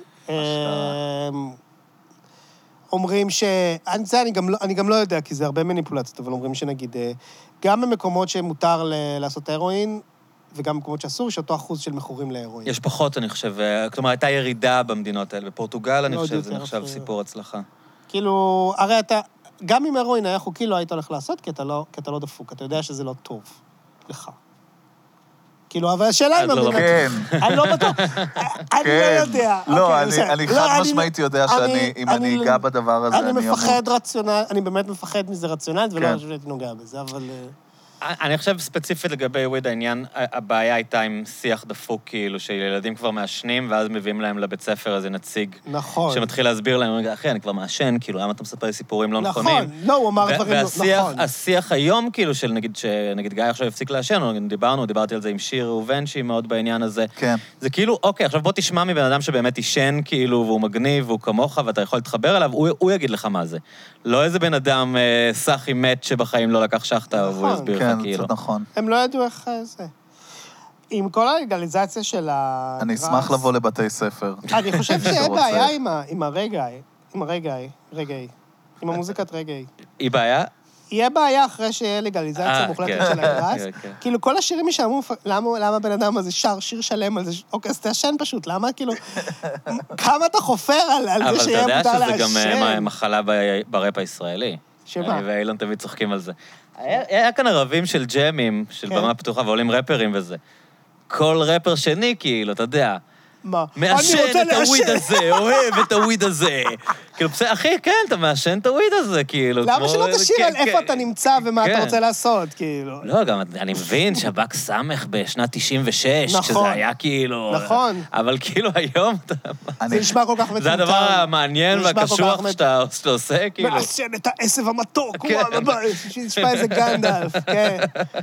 אומרים ש... אני גם לא יודע, כי זה הרבה מניפולציות, אבל אומרים שנגיד, גם במקומות שמותר לעשות הרואין, וגם במקומות שאסור, יש אותו אחוז של מכורים להרואין. יש פחות, אני חושב. כלומר, הייתה ירידה במדינות האלה. בפורטוגל, אני חושב, זה נחשב סיפור הצלחה. כאילו, הרי אתה... גם אם הרואין היה חוקי, לא היית הולך לעשות, כי אתה לא דפוק. אתה יודע שזה לא טוב לך. כאילו, אבל השאלה אם... כן. אני לא בטוח. אני לא יודע. לא, אני חד משמעית יודע שאם אני אגע בדבר הזה, אני מפחד רציונל, אני באמת מפחד מזה רציונלית, ולא חושב שהייתי נוגע בזה, אבל... אני חושב ספציפית לגבי וויד, העניין, הבעיה הייתה עם שיח דפוק, כאילו, שילדים כבר מעשנים, ואז מביאים להם לבית ספר איזה נציג. נכון. שמתחיל להסביר להם, רגע, אחי, אני כבר מעשן, כאילו, למה אתה מספר לי סיפורים לא נכונים? נכון, לא, הוא אמר דברים לא, נכון. והשיח היום, כאילו, של נגיד גיא עכשיו הפסיק לעשן, או דיברתי על זה עם שיר ראובן, שהיא מאוד בעניין הזה. כן. זה כאילו, אוקיי, עכשיו בוא תשמע מבן אדם שבאמת ישן, כאילו, והוא מגניב, והוא כמוך, ואתה יכול להתחבר אליו, הוא יגיד לך מה זה. לא איזה בן אדם סחי מת שבחיים לא לקח שחטה, והוא יסביר לך, כאילו. נכון. הם לא ידעו איך זה. עם כל הלגליזציה של הגראס... אני אשמח לבוא לבתי ספר. אני חושב שיהיה בעיה עם הרגעי, עם המוזיקת רגעי. היא בעיה? יהיה בעיה אחרי שיהיה לגליזציה מוחלטת של הגראס. כאילו, כל השירים ישמעו, למה הבן אדם הזה שר שיר שלם על זה? אוקיי, אז תעשן פשוט, למה כאילו... כמה אתה חופר על זה שיהיה מותר לעשן? אבל אתה יודע שזה גם מחלה בראפ הישראלי. שמה? אני ואילון תמיד צוחקים על זה. היה כאן ערבים של ג'מים, של במה פתוחה, ועולים רפרים וזה. כל רפר שני, כאילו, אתה יודע, מה? מעשן את הוויד הזה, אוהב את הוויד הזה. כאילו, אחי, כן, אתה מעשן את הוויד הזה, כאילו. למה שלא תשאיר על איפה אתה נמצא ומה אתה רוצה לעשות, כאילו? לא, גם אני מבין שב"כ סמך בשנת 96, שזה היה כאילו... נכון. אבל כאילו היום... זה נשמע כל כך מטומטם. זה הדבר המעניין והקשוח שאתה עושה, כאילו. מעשן את העשב המתוק, נשמע איזה גנדלף, כן.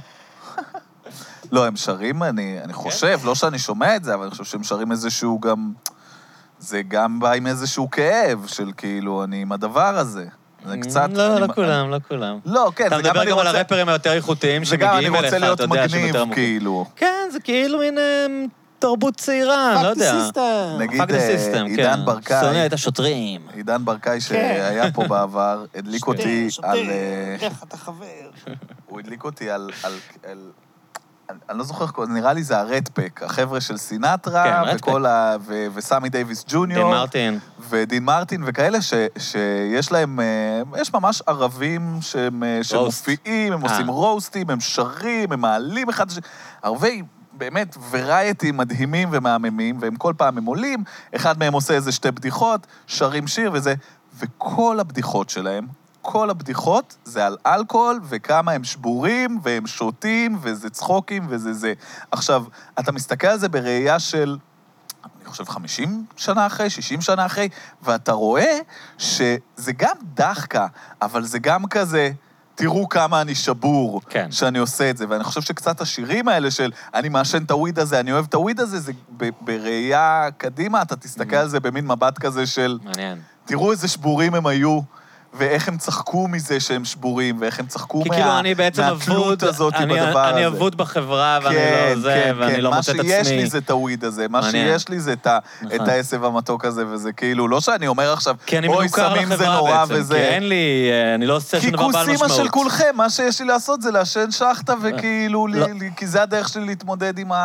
לא, הם שרים, אני חושב, לא שאני שומע את זה, אבל אני חושב שהם שרים איזשהו גם... זה גם בא עם איזשהו כאב של כאילו, אני עם הדבר הזה. זה קצת... לא כולם, לא כולם. לא, כן, אתה מדבר גם על הרפרים היותר איכותיים שמגיעים אליך, אתה יודע, שהם יותר מגניב, כאילו. כן, זה כאילו מין תרבות צעירה, לא יודע. נגיד, עידן ברקאי... שונא את השוטרים. עידן ברקאי שהיה פה בעבר, הדליק אותי על... איך אתה חבר? הוא הדליק אותי על... אני לא זוכר, נראה לי זה הרדפק, החבר'ה של סינטרה, וסמי דייביס ג'וניור. דין מרטין. ודין מרטין וכאלה, שיש להם, יש ממש ערבים שמופיעים, הם עושים רוסטים, הם שרים, הם מעלים אחד, ערבי באמת ורייטים מדהימים ומהממים, והם כל פעם הם עולים, אחד מהם עושה איזה 2 בדיחות, שרים שיר וזה, וכל הבדיחות שלהם, כל הבדיחות זה על אלכוהול, וכמה הם שבורים, והם שותים, וזה צחוקים, וזה זה. עכשיו, אתה מסתכל על זה בראייה של, אני חושב, 50 שנה אחרי, 60 שנה אחרי, ואתה רואה שזה גם דחקה, אבל זה גם כזה, תראו כמה אני שבור, כן. שאני עושה את זה, ואני חושב שקצת השירים האלה של, אני מעשן את הוויד הזה, אני אוהב את הוויד הזה, זה בראייה קדימה, אתה תסתכל על זה במין מבט כזה של, מעניין. תראו איזה שבורים הם היו, ואיך הם צחקו מזה שהם שבורים, ואיך הם צחקו מהתלות הזאת בדבר הזה. אני אבוד בחברה, ואני לא זה, ואני לא מוצא את עצמי. מה שיש לי זה את הוויד הזה, מה שיש לי זה את העשב המתוק הזה, וזה כאילו, לא שאני אומר עכשיו, אוי, סמים זה נורא וזה. כי אין לי, אני לא עושה שום דבר בעל משמעות. כי כוסימה של כולכם, מה שיש לי לעשות זה לעשן שחטה, וכאילו, כי זה הדרך שלי להתמודד עם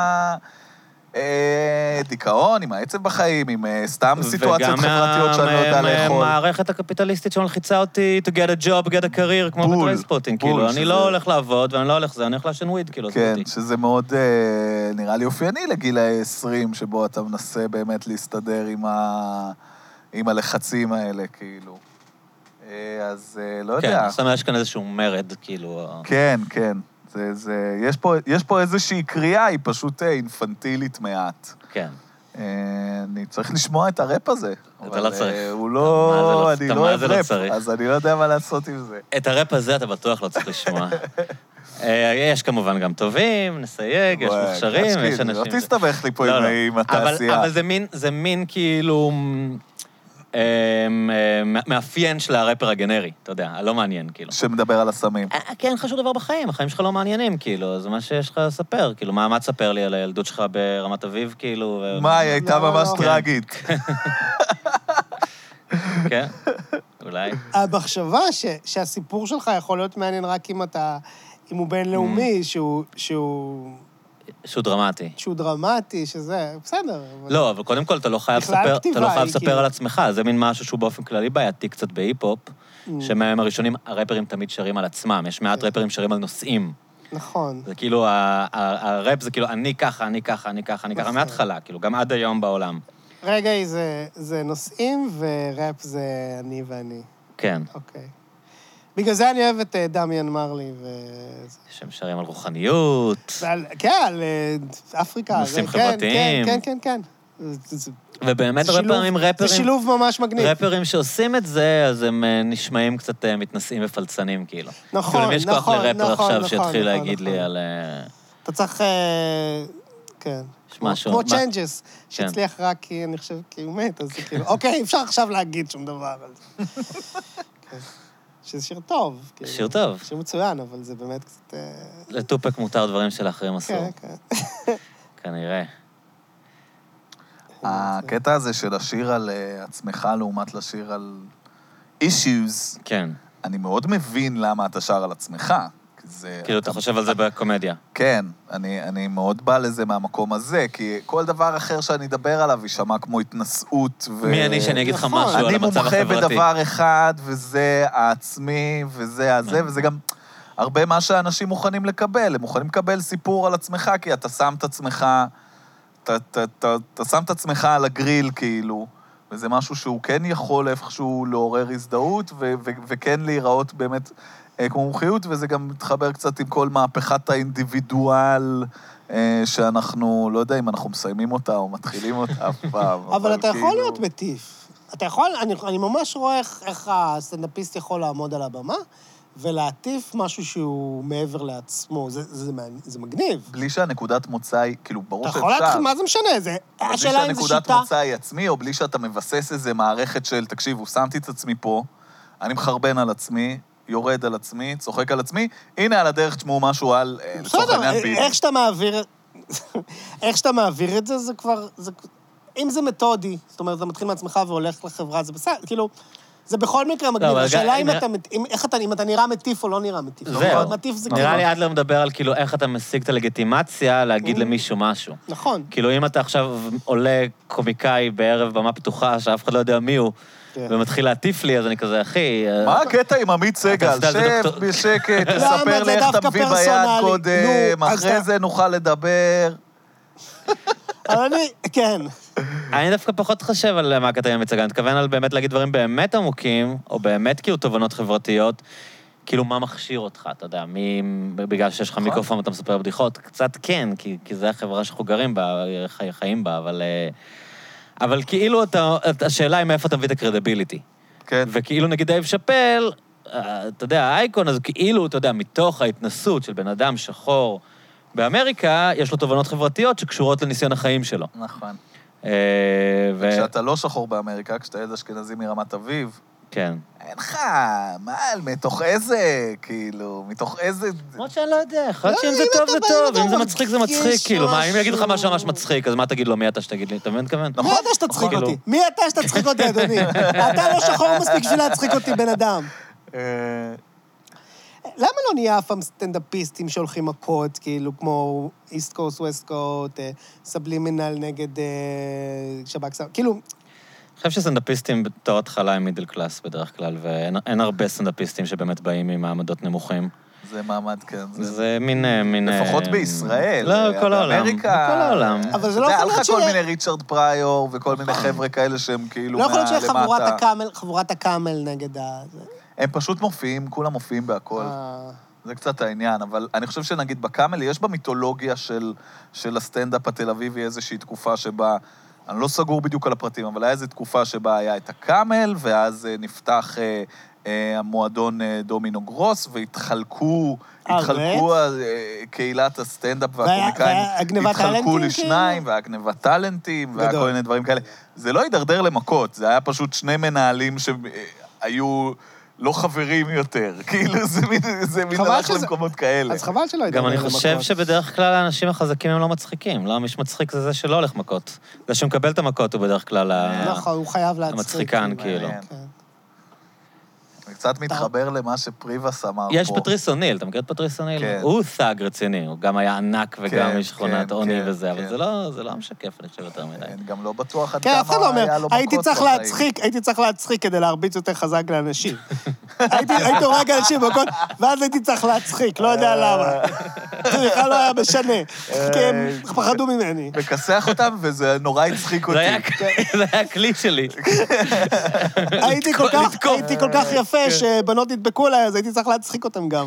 דיכאון, עם העצב בחיים, עם סתם סיטואציות חברתיות שאני לא יודע לאכול. וגם המערכת הקפיטליסטית שמלחיצה אותי to get a job, get a career, כמו בטריינספוטינג, כאילו, אני לא הולך לעבוד, ואני לא הולך זה, אני הולך לעשן וויד, כאילו, כן, שזה מאוד, נראה לי אופייני לגיל ה-20, שבו אתה מנסה באמת להסתדר עם הלחצים האלה, כאילו. אז לא יודע. כן, זאת אומרת, יש כאן איזשהו מרד, כאילו. כן, כן. יש פה איזושהי קריאה, היא פשוט אינפנטילית מעט. כן. אני צריך לשמוע את הראפ הזה. אתה לא צריך. הוא לא, אני לא אוהב ראפ, צריך. אז אני לא יודע מה לעשות עם זה. את הראפ הזה אתה בטוח לא צריך לשמוע. יש כמובן גם טובים, נסייג, יש מוכשרים, יש אנשים... לא תסתבך לי פה עם התעשייה. אבל זה מין כאילו... מאפיין של הראפר הגנרי, אתה יודע, הלא מעניין, כאילו. שמדבר על הסמים. כן, אין לך שום דבר בחיים, החיים שלך לא מעניינים, כאילו, זה מה שיש לך לספר, כאילו, מה תספר לי על הילדות שלך ברמת אביב, כאילו? מה, היא הייתה ממש טרגית. כן, אולי. המחשבה שהסיפור שלך יכול להיות מעניין רק אם הוא בינלאומי, שהוא דרמטי. שהוא דרמטי, שזה, בסדר. לא, אבל קודם כל, אתה לא חייב לספר על עצמך, זה מין משהו שהוא באופן כללי בעייתי קצת בהיפ-הופ, שמהם הראשונים, הרפרים תמיד שרים על עצמם, יש מעט רפרים שרים על נושאים. נכון. זה כאילו, הראפ זה כאילו, אני ככה, אני ככה, אני ככה, אני ככה, מההתחלה, כאילו, גם עד היום בעולם. רגע, זה נושאים, וראפ זה אני ואני. כן. אוקיי. בגלל זה אני אוהב את דמיאן מרלי שהם שרים על רוחניות. כן, על אפריקה. נושאים חברתיים. כן, כן, כן. ובאמת הרבה פעמים רפרים... זה שילוב ממש מגניב. רפרים שעושים את זה, אז הם נשמעים קצת מתנשאים ופלצנים, כאילו. נכון, כאילו, אם יש כוח לרפר עכשיו שיתחיל להגיד לי על... אתה צריך... כן. כמו צ'יינג'ס, שהצליח רק כי אני חושב כי הוא מת, אז זה כאילו, אוקיי, אפשר עכשיו להגיד שום דבר על זה. שזה שיר טוב. שיר טוב. שיר מצוין, אבל זה באמת קצת... לטופק מותר דברים של אחרים עשו. כן, כן. כנראה. הקטע הזה של השיר על עצמך לעומת לשיר על issues, כן. אני מאוד מבין למה אתה שר על עצמך. כאילו, אתה חושב על זה בקומדיה. כן, אני מאוד בא לזה מהמקום הזה, כי כל דבר אחר שאני אדבר עליו יישמע כמו התנשאות מי אני שאני אגיד לך משהו על אני המצב החברתי? מומחה בדבר אחד, וזה העצמי, וזה הזה, וזה גם הרבה מה שאנשים מוכנים לקבל. הם מוכנים לקבל סיפור על עצמך, כי אתה שם את עצמך, אתה שם את עצמך על הגריל, כאילו, וזה משהו שהוא כן יכול איפשהו לעורר הזדהות, וכן להיראות באמת כמו מומחיות, וזה גם מתחבר קצת עם כל מהפכת האינדיבידואל, שאנחנו, לא יודע אם אנחנו מסיימים אותה או מתחילים אותה אף פעם. אבל אתה יכול להיות מטיף. אתה יכול, אני ממש רואה איך הסטנדאפיסט יכול לעמוד על הבמה, ולהטיף משהו שהוא מעבר לעצמו. זה מגניב. בלי שהנקודת מוצא היא, כאילו, ברור שאפשר. אתה יכול להתחיל, מה זה משנה? בלי שהנקודת מוצא היא עצמי, או בלי שאתה מבסס איזה מערכת של, תקשיבו, שמתי את עצמי פה, אני מחרבן על עצמי, יורד על עצמי, צוחק על עצמי, הנה על הדרך תשמעו משהו על לצורך העניין ביבי. איך שאתה מעביר את זה, זה כבר, אם זה מתודי, זאת אומרת, אתה מתחיל מעצמך והולך לחברה, זה בסדר, כאילו, זה בכל מקרה מגניב. השאלה אם אתה נראה מטיף או לא נראה מטיף. זהו. נראה לי אדלר מדבר על כאילו איך אתה משיג את הלגיטימציה להגיד למישהו משהו. נכון. כאילו אם אתה עכשיו עולה קומיקאי בערב במה פתוחה, שאף אחד לא יודע מי הוא, ומתחיל להטיף לי, אז אני כזה, אחי... מה הקטע עם עמית סגל? שב בשקט, תספר לי איך אתה מביא ביד קודם, אחרי זה נוכל לדבר. אבל כן. אני דווקא פחות חושב על מה הקטע עם המצגה, אני מתכוון על באמת להגיד דברים באמת עמוקים, או באמת כאילו תובנות חברתיות, כאילו מה מכשיר אותך, אתה יודע, בגלל שיש לך מיקרופון ואתה מספר בדיחות, קצת כן, כי זה החברה שאנחנו גרים בה, חיים בה, אבל כאילו השאלה היא מאיפה אתה מביא את הקרדיביליטי. כן. וכאילו נגיד דייב שאפל, אתה יודע, האייקון הזה, כאילו, אתה יודע, מתוך ההתנסות של בן אדם שחור באמריקה, יש לו תובנות חברתיות שקשורות לניסיון החיים שלו. נכון. וכשאתה לא שחור באמריקה, כשאתה ילד אשכנזי מרמת אביב, כן. אין לך, מה, מתוך איזה, כאילו, מתוך איזה... כמו שאני לא יודע, יכול להיות שאם זה טוב זה טוב, אם זה מצחיק זה מצחיק, כאילו, מה, אם יגיד לך משהו ממש מצחיק, אז מה תגיד לו, מי אתה שתגיד לי, אתה מבין? מי אתה שאתה תצחיק אותי? מי אתה שאתה תצחיק אותי, אדוני? אתה לא שחור מספיק בשביל להצחיק אותי, בן אדם. למה לא נהיה אף פעם סטנדאפיסטים שהולכים מכות, כאילו, כמו איסט קוסט, ווסט קוסט, סבלימינל נגד שב"כ, כאילו... אני חושב שסטנדאפיסטים בתור התחלה הם מידל קלאס בדרך כלל, ואין הרבה סטנדאפיסטים שבאמת באים ממעמדות נמוכים. זה מעמד, כן. זה מין... לפחות בישראל. לא, כל העולם. באמריקה... בכל העולם. אבל זה לא יכול להיות לך כל מיני ריצ'רד פריור וכל מיני חבר'ה כאלה שהם כאילו לא יכול להיות למטה. שחבורת הקאמל נגד ה... הם פשוט מופיעים, כולם מופיעים בהכל. זה קצת העניין, אבל אני חושב שנגיד בקאמל יש במיתולוגיה של הסטנדאפ התל אביבי איזושהי תקופה שבה, אני לא סגור בדיוק על הפרטים, אבל היה איזו תקופה שבה היה את הקאמל, ואז נפתח המועדון דומינו גרוס, והתחלקו קהילת הסטנדאפ והקומיקאים, התחלקו לשניים, והגנבת טלנטים, וכל מיני דברים כאלה. זה לא יידרדר למכות, זה היה פשוט שני מנהלים שהיו... לא חברים יותר, כאילו זה מין הלך למקומות כאלה. אז חבל שלא גם אני חושב שבדרך כלל האנשים החזקים הם לא מצחיקים, לא, מי שמצחיק זה זה שלא הולך מכות. זה שמקבל את המכות הוא בדרך כלל נכון, הוא חייב להצחיק. המצחיקן, כאילו. אני קצת מתחבר למה שפריבס אמר פה. יש פטריס אוניל, אתה מכיר את פטריס אוניל? הוא סאג רציני, הוא גם היה ענק וגם משכונת עוני וזה, אבל זה לא משקף, אני חושב יותר מדי. גם לא בטוח עד כמה היה לו מכות בחיים. הייתי צריך להצחיק כדי להרביץ יותר חזק לאנשים. הייתי הורג אנשים במכות, ואז הייתי צריך להצחיק, לא יודע למה. זה בכלל לא היה משנה, כי הם פחדו ממני. מכסח אותם, וזה נורא הצחיק אותי. זה היה הכלי שלי. הייתי כל כך יפה שבנות נדבקו עליי, אז הייתי צריך להצחיק אותם גם.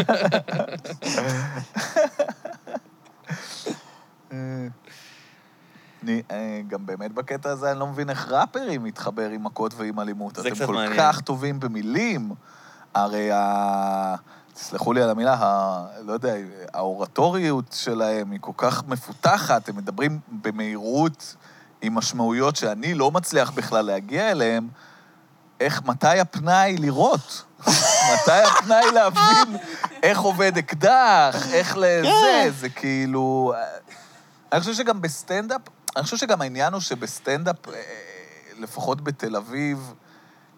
גם באמת בקטע הזה אני לא מבין איך ראפרים מתחבר עם מכות ועם אלימות. אתם כל כך טובים במילים. הרי, תסלחו לי על המילה, לא יודע, האורטוריות שלהם היא כל כך מפותחת, הם מדברים במהירות עם משמעויות שאני לא מצליח בכלל להגיע אליהם, מתי הפנאי לראות? מתי הפנאי להבין איך עובד אקדח, איך לזה, זה כאילו... אני חושב שגם בסטנדאפ, אני חושב שגם העניין הוא שבסטנדאפ, לפחות בתל אביב,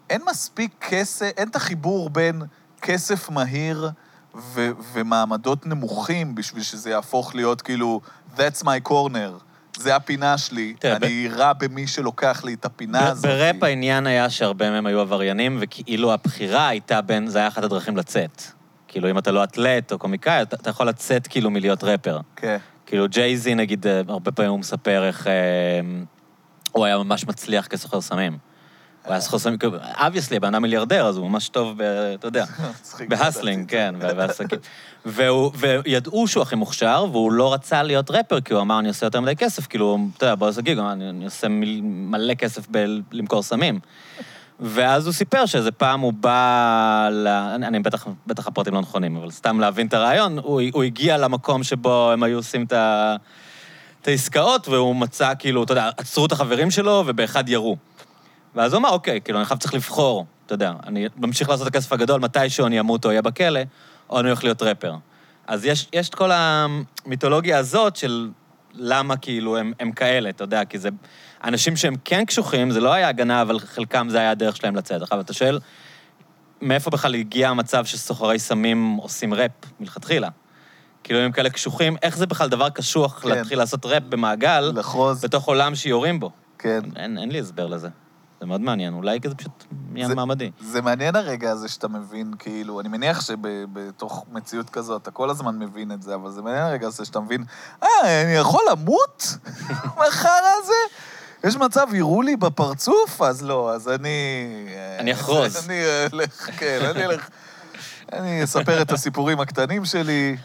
אין מספיק כסף, אין את החיבור בין כסף מהיר ומעמדות נמוכים בשביל שזה יהפוך להיות כאילו, that's my corner, זה הפינה שלי, אני רע במי שלוקח לי את הפינה הזאת. בראפ העניין היה שהרבה מהם היו עבריינים, וכאילו הבחירה הייתה בין, זה היה אחת הדרכים לצאת. כאילו, אם אתה לא אתלט או קומיקאי, אתה יכול לצאת כאילו מלהיות רפר. כן. כאילו, ג'ייזי, נגיד, הרבה פעמים הוא מספר איך הוא היה ממש מצליח כסוחר סמים. הוא היה סוחר סמים, obviously, בן אדם מיליארדר, אז הוא ממש טוב, אתה יודע, בהסלינג, כן, בעסקים. וידעו שהוא הכי מוכשר, והוא לא רצה להיות רפר, כי הוא אמר, אני עושה יותר מדי כסף, כאילו, אתה יודע, בוא נגיד, אני עושה מלא כסף למכור סמים. ואז הוא סיפר שאיזה פעם הוא בא, אני בטח הפרטים לא נכונים, אבל סתם להבין את הרעיון, הוא הגיע למקום שבו הם היו עושים את העסקאות, והוא מצא, כאילו, אתה יודע, עצרו את החברים שלו, ובאחד ירו. ואז הוא אמר, אוקיי, כאילו, אני חייב צריך לבחור, אתה יודע, אני ממשיך לעשות את הכסף הגדול, מתישהו אני אמות או יהיה בכלא, או אני הולך להיות רפר. אז יש את כל המיתולוגיה הזאת של למה, כאילו, הם כאלה, אתה יודע, כי זה אנשים שהם כן קשוחים, זה לא היה הגנה, אבל חלקם זה היה הדרך שלהם לצאת. עכשיו, אתה שואל, מאיפה בכלל הגיע המצב שסוחרי סמים עושים ראפ מלכתחילה? כאילו, הם כאלה קשוחים, איך זה בכלל דבר קשוח להתחיל לעשות ראפ במעגל, בתוך עולם שיורים בו? כן. אין לי הסבר לזה. זה מאוד מעניין, אולי כזה פשוט עניין מעמדי. זה מעניין הרגע הזה שאתה מבין, כאילו, אני מניח שבתוך מציאות כזאת, אתה כל הזמן מבין את זה, אבל זה מעניין הרגע הזה שאתה מבין, אני יכול למות? מחר הזה? יש מצב, יראו לי בפרצוף? אז לא, אז אני אחרוז. אני אלך, כן, אני אלך. אני אספר את הסיפורים הקטנים שלי.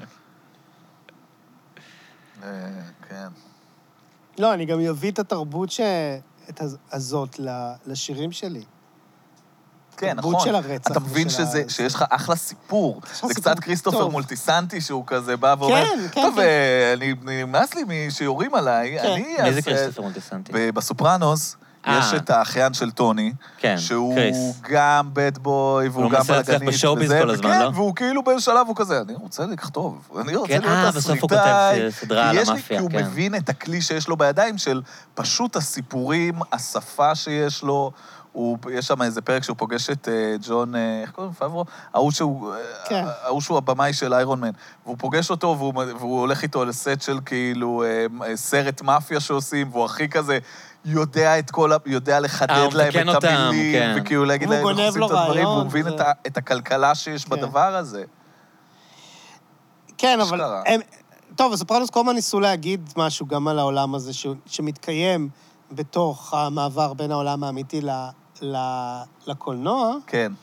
כן. לא, אני גם אביא את התרבות הזאת לשירים שלי. כן, נכון. של הרצח. אתה מבין שיש לך אחלה סיפור. זה קצת כריסטופר מולטיסנטי שהוא כזה בא ואומר, טוב, נמאס לי שיורים עליי, מי זה כריסטופר מולטיסנטי? בסופרנוס יש את האחיין של טוני, שהוא גם בד בוי, והוא גם בלגנית. הוא מנסה בשואוביז כל הזמן, לא? כן, והוא כאילו בשלב, הוא כזה, אני רוצה לכתוב, אני רוצה להיות הסריטאי. בסוף הוא כותב סדרה על המאפיה, כן. כי הוא מבין את הכלי שיש לו בידיים של פשוט הסיפורים, השפה שיש לו, יש שם איזה פרק שהוא פוגש את ג'ון, איך קוראים? פאברו? ההוא שהוא הבמאי של איירון מן. והוא פוגש אותו, והוא הולך איתו לסט של כאילו סרט מאפיה שעושים, והוא הכי כזה יודע לחדד להם את המילים, וכאילו להגיד להם איך עושים את הדברים, והוא מבין את הכלכלה שיש בדבר הזה. כן, אבל... טוב, הסופרנוס כל הזמן ניסו להגיד משהו גם על העולם הזה, שמתקיים בתוך המעבר בין העולם האמיתי לקולנוע. כן.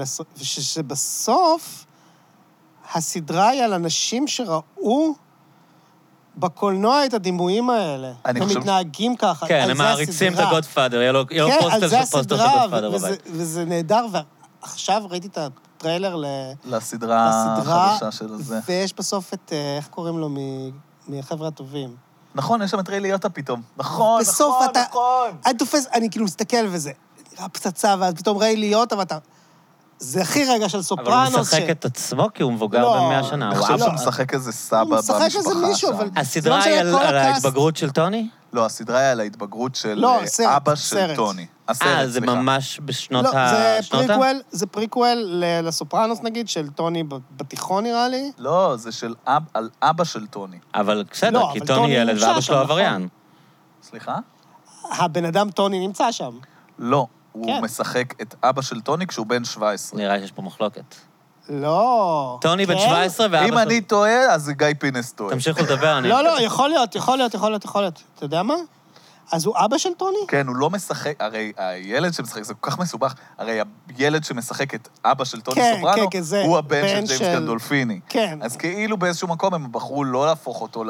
ושבסוף הסדרה היא על אנשים שראו בקולנוע את הדימויים האלה. הם מתנהגים ככה. כן, הם מעריצים את הגודפאדר, יהיה לו פוסטר של פוסטר של גודפאדר בבית. וזה נהדר, ועכשיו ראיתי את הטריילר לסדרה החדשה של זה. ויש בסוף את, איך קוראים לו, מהחבר'ה הטובים. נכון, יש שם את ריי ליוטה פתאום. נכון. אני תופס, אני כאילו מסתכל וזה, נראה פצצה, ואז פתאום ריי ליוטה, ואתה... זה הכי רגע של סופרנוס. אבל הוא משחק את עצמו, כי הוא מבוגר ב100 שנה. אני חושב שהוא משחק איזה סבא במשפחה. הוא משחק איזה מישהו, אבל... הסדרה היא על ההתבגרות של טוני? לא, הסדרה היא על ההתבגרות של אבא של טוני. זה ממש בשנות זה פריקוול לסופרנוס, נגיד, של טוני בתיכון, נראה לי. לא, זה על אבא של טוני. אבל בסדר, כי טוני ילד ואבא שלו עבריין. סליחה? הבן אדם טוני נמצא שם. לא. הוא משחק את אבא של טוני כשהוא בן 17. נראה שיש פה מחלוקת. לא. טוני בן 17 ואבא אם אני טועה, אז גיא פינס טועה. תמשיכו לדבר, אני... לא, יכול להיות. אתה יודע מה? אז הוא אבא של טוני? כן, הוא לא משחק, הרי הילד שמשחק, זה כל כך מסובך, הרי הילד שמשחק את אבא של טוני סופרנו, הוא הבן של ג'יימס גנדולפיני. כן. אז כאילו באיזשהו מקום הם בחרו לא להפוך אותו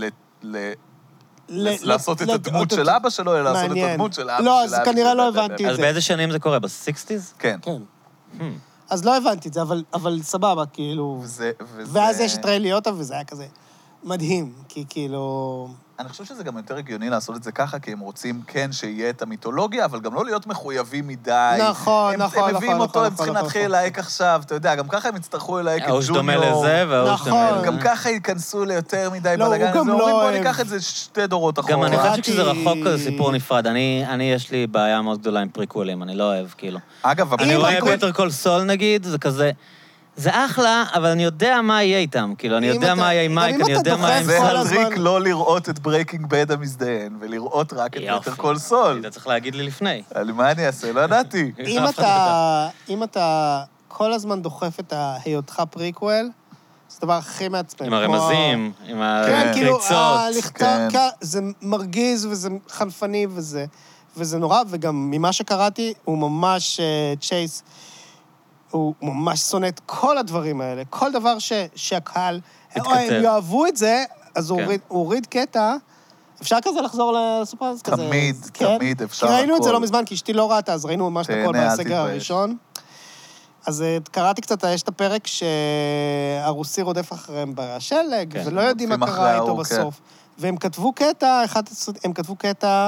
לעשות את הדמות של אבא שלו, אלא לעשות את הדמות של אבא של לא, אז כנראה לא הבנתי את זה. אז באיזה שנים זה קורה? ב-60's? כן. אז לא הבנתי את זה, אבל סבבה, כאילו... ואז יש את ריי ליוטה, וזה היה כזה מדהים, כי כאילו... אני חושב שזה גם יותר הגיוני לעשות את זה ככה, כי הם רוצים כן שיהיה את המיתולוגיה, אבל גם לא להיות מחויבים מדי. נכון. הם מביאים אותו, הם צריכים להתחיל ללהק עכשיו, אתה יודע, גם ככה הם יצטרכו ללהק את ג'וניור. ההוא שדומה לזה וההוא שדומה לזה. גם ככה ייכנסו ליותר מדי לא, בלגן, הוא גם ואומרים, לא בוא אוהב. ניקח את זה 2 דורות אחורה. גם אני חושב שזה רחוק כזה סיפור נפרד. יש לי בעיה מאוד גדולה עם פריקוולים, אני לא אוהב, כאילו. אגב, אני רואה בטר קול סול, נגיד, זה כזה... זה אחלה, אבל אני יודע מה יהיה איתם. כאילו, אני יודע מה יהיה עם מייק, אני יודע מה יהיה עם זה סול. הטריק לא לראות את ברייקינג בד המזדיין, ולראות רק את בטר קול סול. אתה צריך להגיד לי לפני. מה אני אעשה? לא ידעתי. אם אתה כל הזמן דוחף את היותך פריקוול, זה הדבר הכי מעצבן. עם הרמזים, עם הקריצות. כן. זה מרגיז וזה חלפני וזה נורא, וגם ממה שקראתי, הוא ממש צ'ייס, הוא ממש שונא את כל הדברים האלה. כל דבר שהקהל, הם יאהבו את זה, אז הוא הוריד קטע, אפשר כזה לחזור לסופרנס כזה? תמיד אפשר הכל. כי ראינו את זה לא מזמן, כי אשתי לא ראתה, אז ראינו ממש את הכל בסגר הראשון. אז קראתי קצת, יש את הפרק שהרוסי רודף אחריהם בשלג, ולא יודעים מה קרה איתו בסוף. והם כתבו קטע, הם כתבו קטע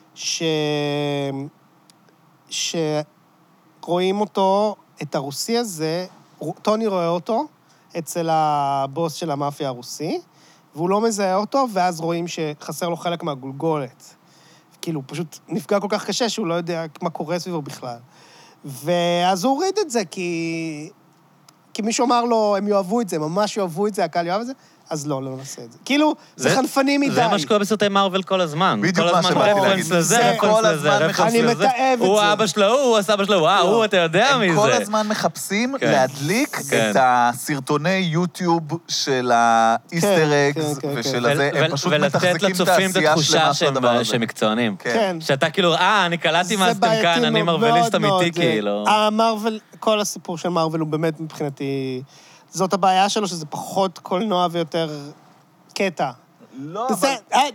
שרואים אותו, את הרוסי הזה, טוני רואה אותו אצל הבוס של המאפיה הרוסי, והוא לא מזהה אותו, ואז רואים שחסר לו חלק מהגולגולת. כאילו, הוא פשוט נפגע כל כך קשה שהוא לא יודע מה קורה סביבו בכלל. ואז הוא הוריד את זה, כי מישהו אמר לו, הם יאהבו את זה, ממש יאהבו את זה, הקהל יאהב את זה, אז לא נעשה את זה. כאילו, זה חנפני מדי. זה מה שקורה בסרטי מארוול כל הזמן. בדיוק מה שבאתי להגיד. אני מתאהב את זה. הוא אבא שלו, הוא הסבא שלו, הוא, אתה יודע מי זה. הם כל הזמן מחפשים להדליק את הסרטוני יוטיוב של האיסטר אגס ושל הזה, הם פשוט מתחזקים את העשייה שלמה של הדבר הזה. שהם מקצוענים. כן. שאתה כאילו, אני קלטתי מה עשיתם כאן, אני מרווליסט אמיתי, כאילו. המרוול, כל הסיפור של מרוול הוא באמת מבחינתי... זאת הבעיה שלו, שזה פחות קולנוע ויותר קטע. לא, אבל...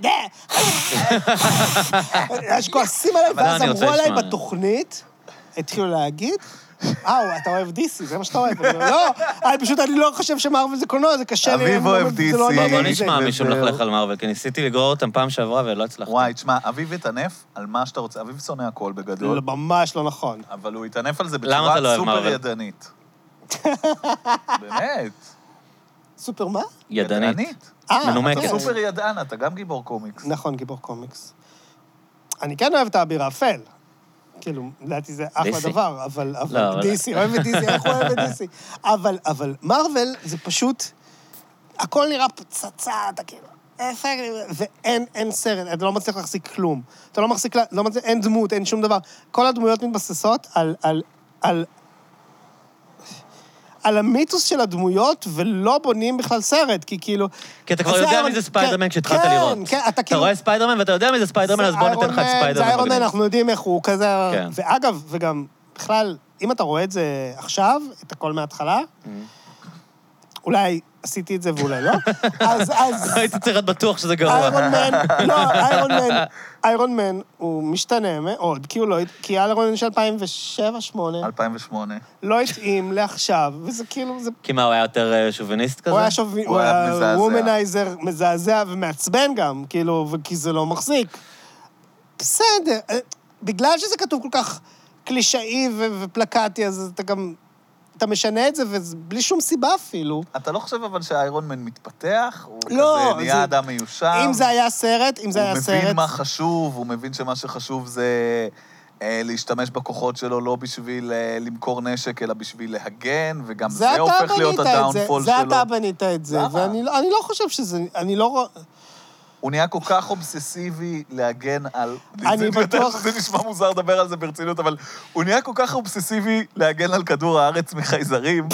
שכועסים עליי, ואז אמרו עליי בתוכנית, התחילו להגיד, אתה אוהב דיסי, זה מה שאתה אוהב. לא, אני לא חושב שמרוול זה קולנוע, זה קשה לי. אביב אוהב דיסי. בוא נשמע מישהו מלכלך על מרוול, כי ניסיתי לגרור אותם פעם שעברה ולא הצלחתי. וואי, תשמע, אביב יתענף על מה שאתה רוצה. אביב שונא הכל בגדול. ממש לא נכון. אבל הוא יתענף על זה בצורה סופר ידנית. באמת. סופר מה? ידנית. מנומקת. אתה סופר ידען, אתה גם גיבור קומיקס. נכון, גיבור קומיקס. אני כן אוהב את האביר האפל. כאילו, לדעתי זה אחלה דבר, אבל דיסי, אוהב את דיסי, איך הוא אוהב את דיסי? אבל מרוול זה פשוט, הכל נראה פצצה, אתה כאילו, ואין סרט, אתה לא מצליח להחזיק כלום. אתה לא מחזיק, אין דמות, אין שום דבר. כל הדמויות מתבססות על המיתוס של הדמויות, ולא בונים בכלל סרט, כי כאילו... כי אתה כבר יודע מי זה ספיידרמן כשהתחלת לראות. כן, אתה רואה ספיידרמן ואתה יודע מי זה ספיידרמן, אז בוא ניתן לך את ספיידרמן. זה איירון מן, אנחנו יודעים איך הוא כזה... ואגב, וגם בכלל, אם אתה רואה את זה עכשיו, את הכל מההתחלה, אולי עשיתי את זה ואולי לא, אז... הייתי צריך להיות בטוח שזה גרוע. איירון מן הוא משתנה מאוד, כי איירון מן של 2007-2008. 2008. לא התאים לעכשיו, וזה כאילו... כי מה, הוא היה יותר שוביניסט כזה? הוא היה וומנייזר מזעזע ומעצבן גם, כאילו, כי זה לא מחזיק. בסדר, בגלל שזה כתוב כל כך קלישאי ופלקטי, אז אתה גם... אתה משנה את זה, ובלי שום סיבה אפילו. אתה לא חושב אבל שהאיירון מן מתפתח? הוא לא, כזה נהיה אדם מיושר? אם זה היה סרט, הוא מבין מה חשוב, הוא מבין שמה שחשוב זה להשתמש בכוחות שלו לא בשביל למכור נשק, אלא בשביל להגן, וגם זה הופך להיות הדאונפול שלו. זה אתה בנית את זה, ואני לא חושב שזה... הוא נהיה כל כך אובססיבי להגן על... אני בטוח... זה נשמע מוזר לדבר על זה ברצינות, אבל הוא נהיה כל כך אובססיבי להגן על כדור הארץ מחייזרים,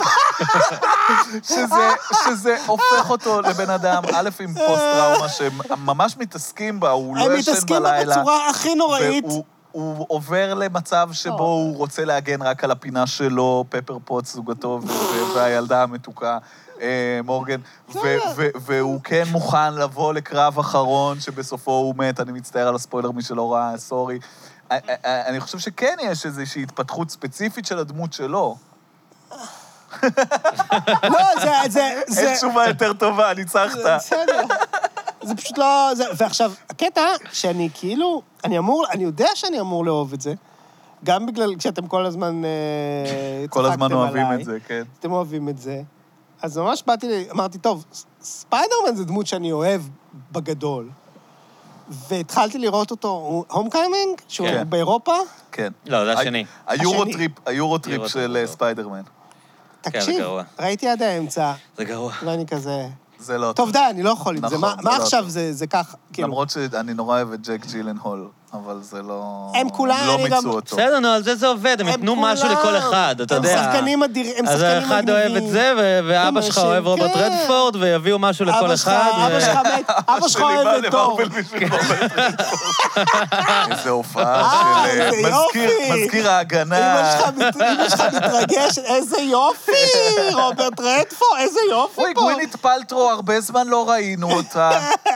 שזה הופך אותו לבן אדם, א' עם פוסט-טראומה, שממש מתעסקים בה, הוא לא ישן בלילה. הם מתעסקים בה בצורה הכי נוראית. הוא עובר למצב שבו הוא רוצה להגן רק על הפינה שלו, פפר פוטס, זוגתו והילדה המתוקה. מורגן, והוא כן מוכן לבוא לקרב אחרון שבסופו הוא מת, אני מצטער על הספוילר מי שלא ראה, סורי. אני חושב שכן יש איזושהי התפתחות ספציפית של הדמות שלו. לא, זה... אין תשובה יותר טובה, ניצחת. בסדר. זה פשוט לא... ועכשיו, הקטע שאני כאילו, אני יודע שאני אמור לאהוב את זה, גם בגלל שאתם כל הזמן כל הזמן אוהבים את זה, כן. אתם אוהבים את זה. אז ממש אמרתי, טוב, ספיידרמן זה דמות שאני אוהב בגדול. והתחלתי לראות אותו, הום קיימינג, שהוא באירופה. כן. לא, זה השני. היורוטריפ של ספיידרמן. תקשיב, ראיתי עד האמצע. זה גרוע. ואני כזה... זה לא טוב, די, אני לא יכול עם זה. מה עכשיו זה ככה? למרות שאני נורא אוהב את ג'ק ג'ילנהול, אבל זה לא... הם כולם, לא אני גם... מיצו אותו. בסדר, נו, על זה עובד, הם ייתנו משהו לכל אחד, אתה יודע. הם שחקנים אדירים. אז אחד אוהב את זה, ואבא שלך אוהב רוברט רדפורד, ויביאו משהו לכל אחד. אבא שלך אוהב את תור. איזה הופעה של מזכיר ההגנה. אמא שלך מתרגש, איזה יופי, רוברט רדפורד, איזה יופי פה. אוי, גווינית פלטרו, הרבה זמן לא ראינו אותה.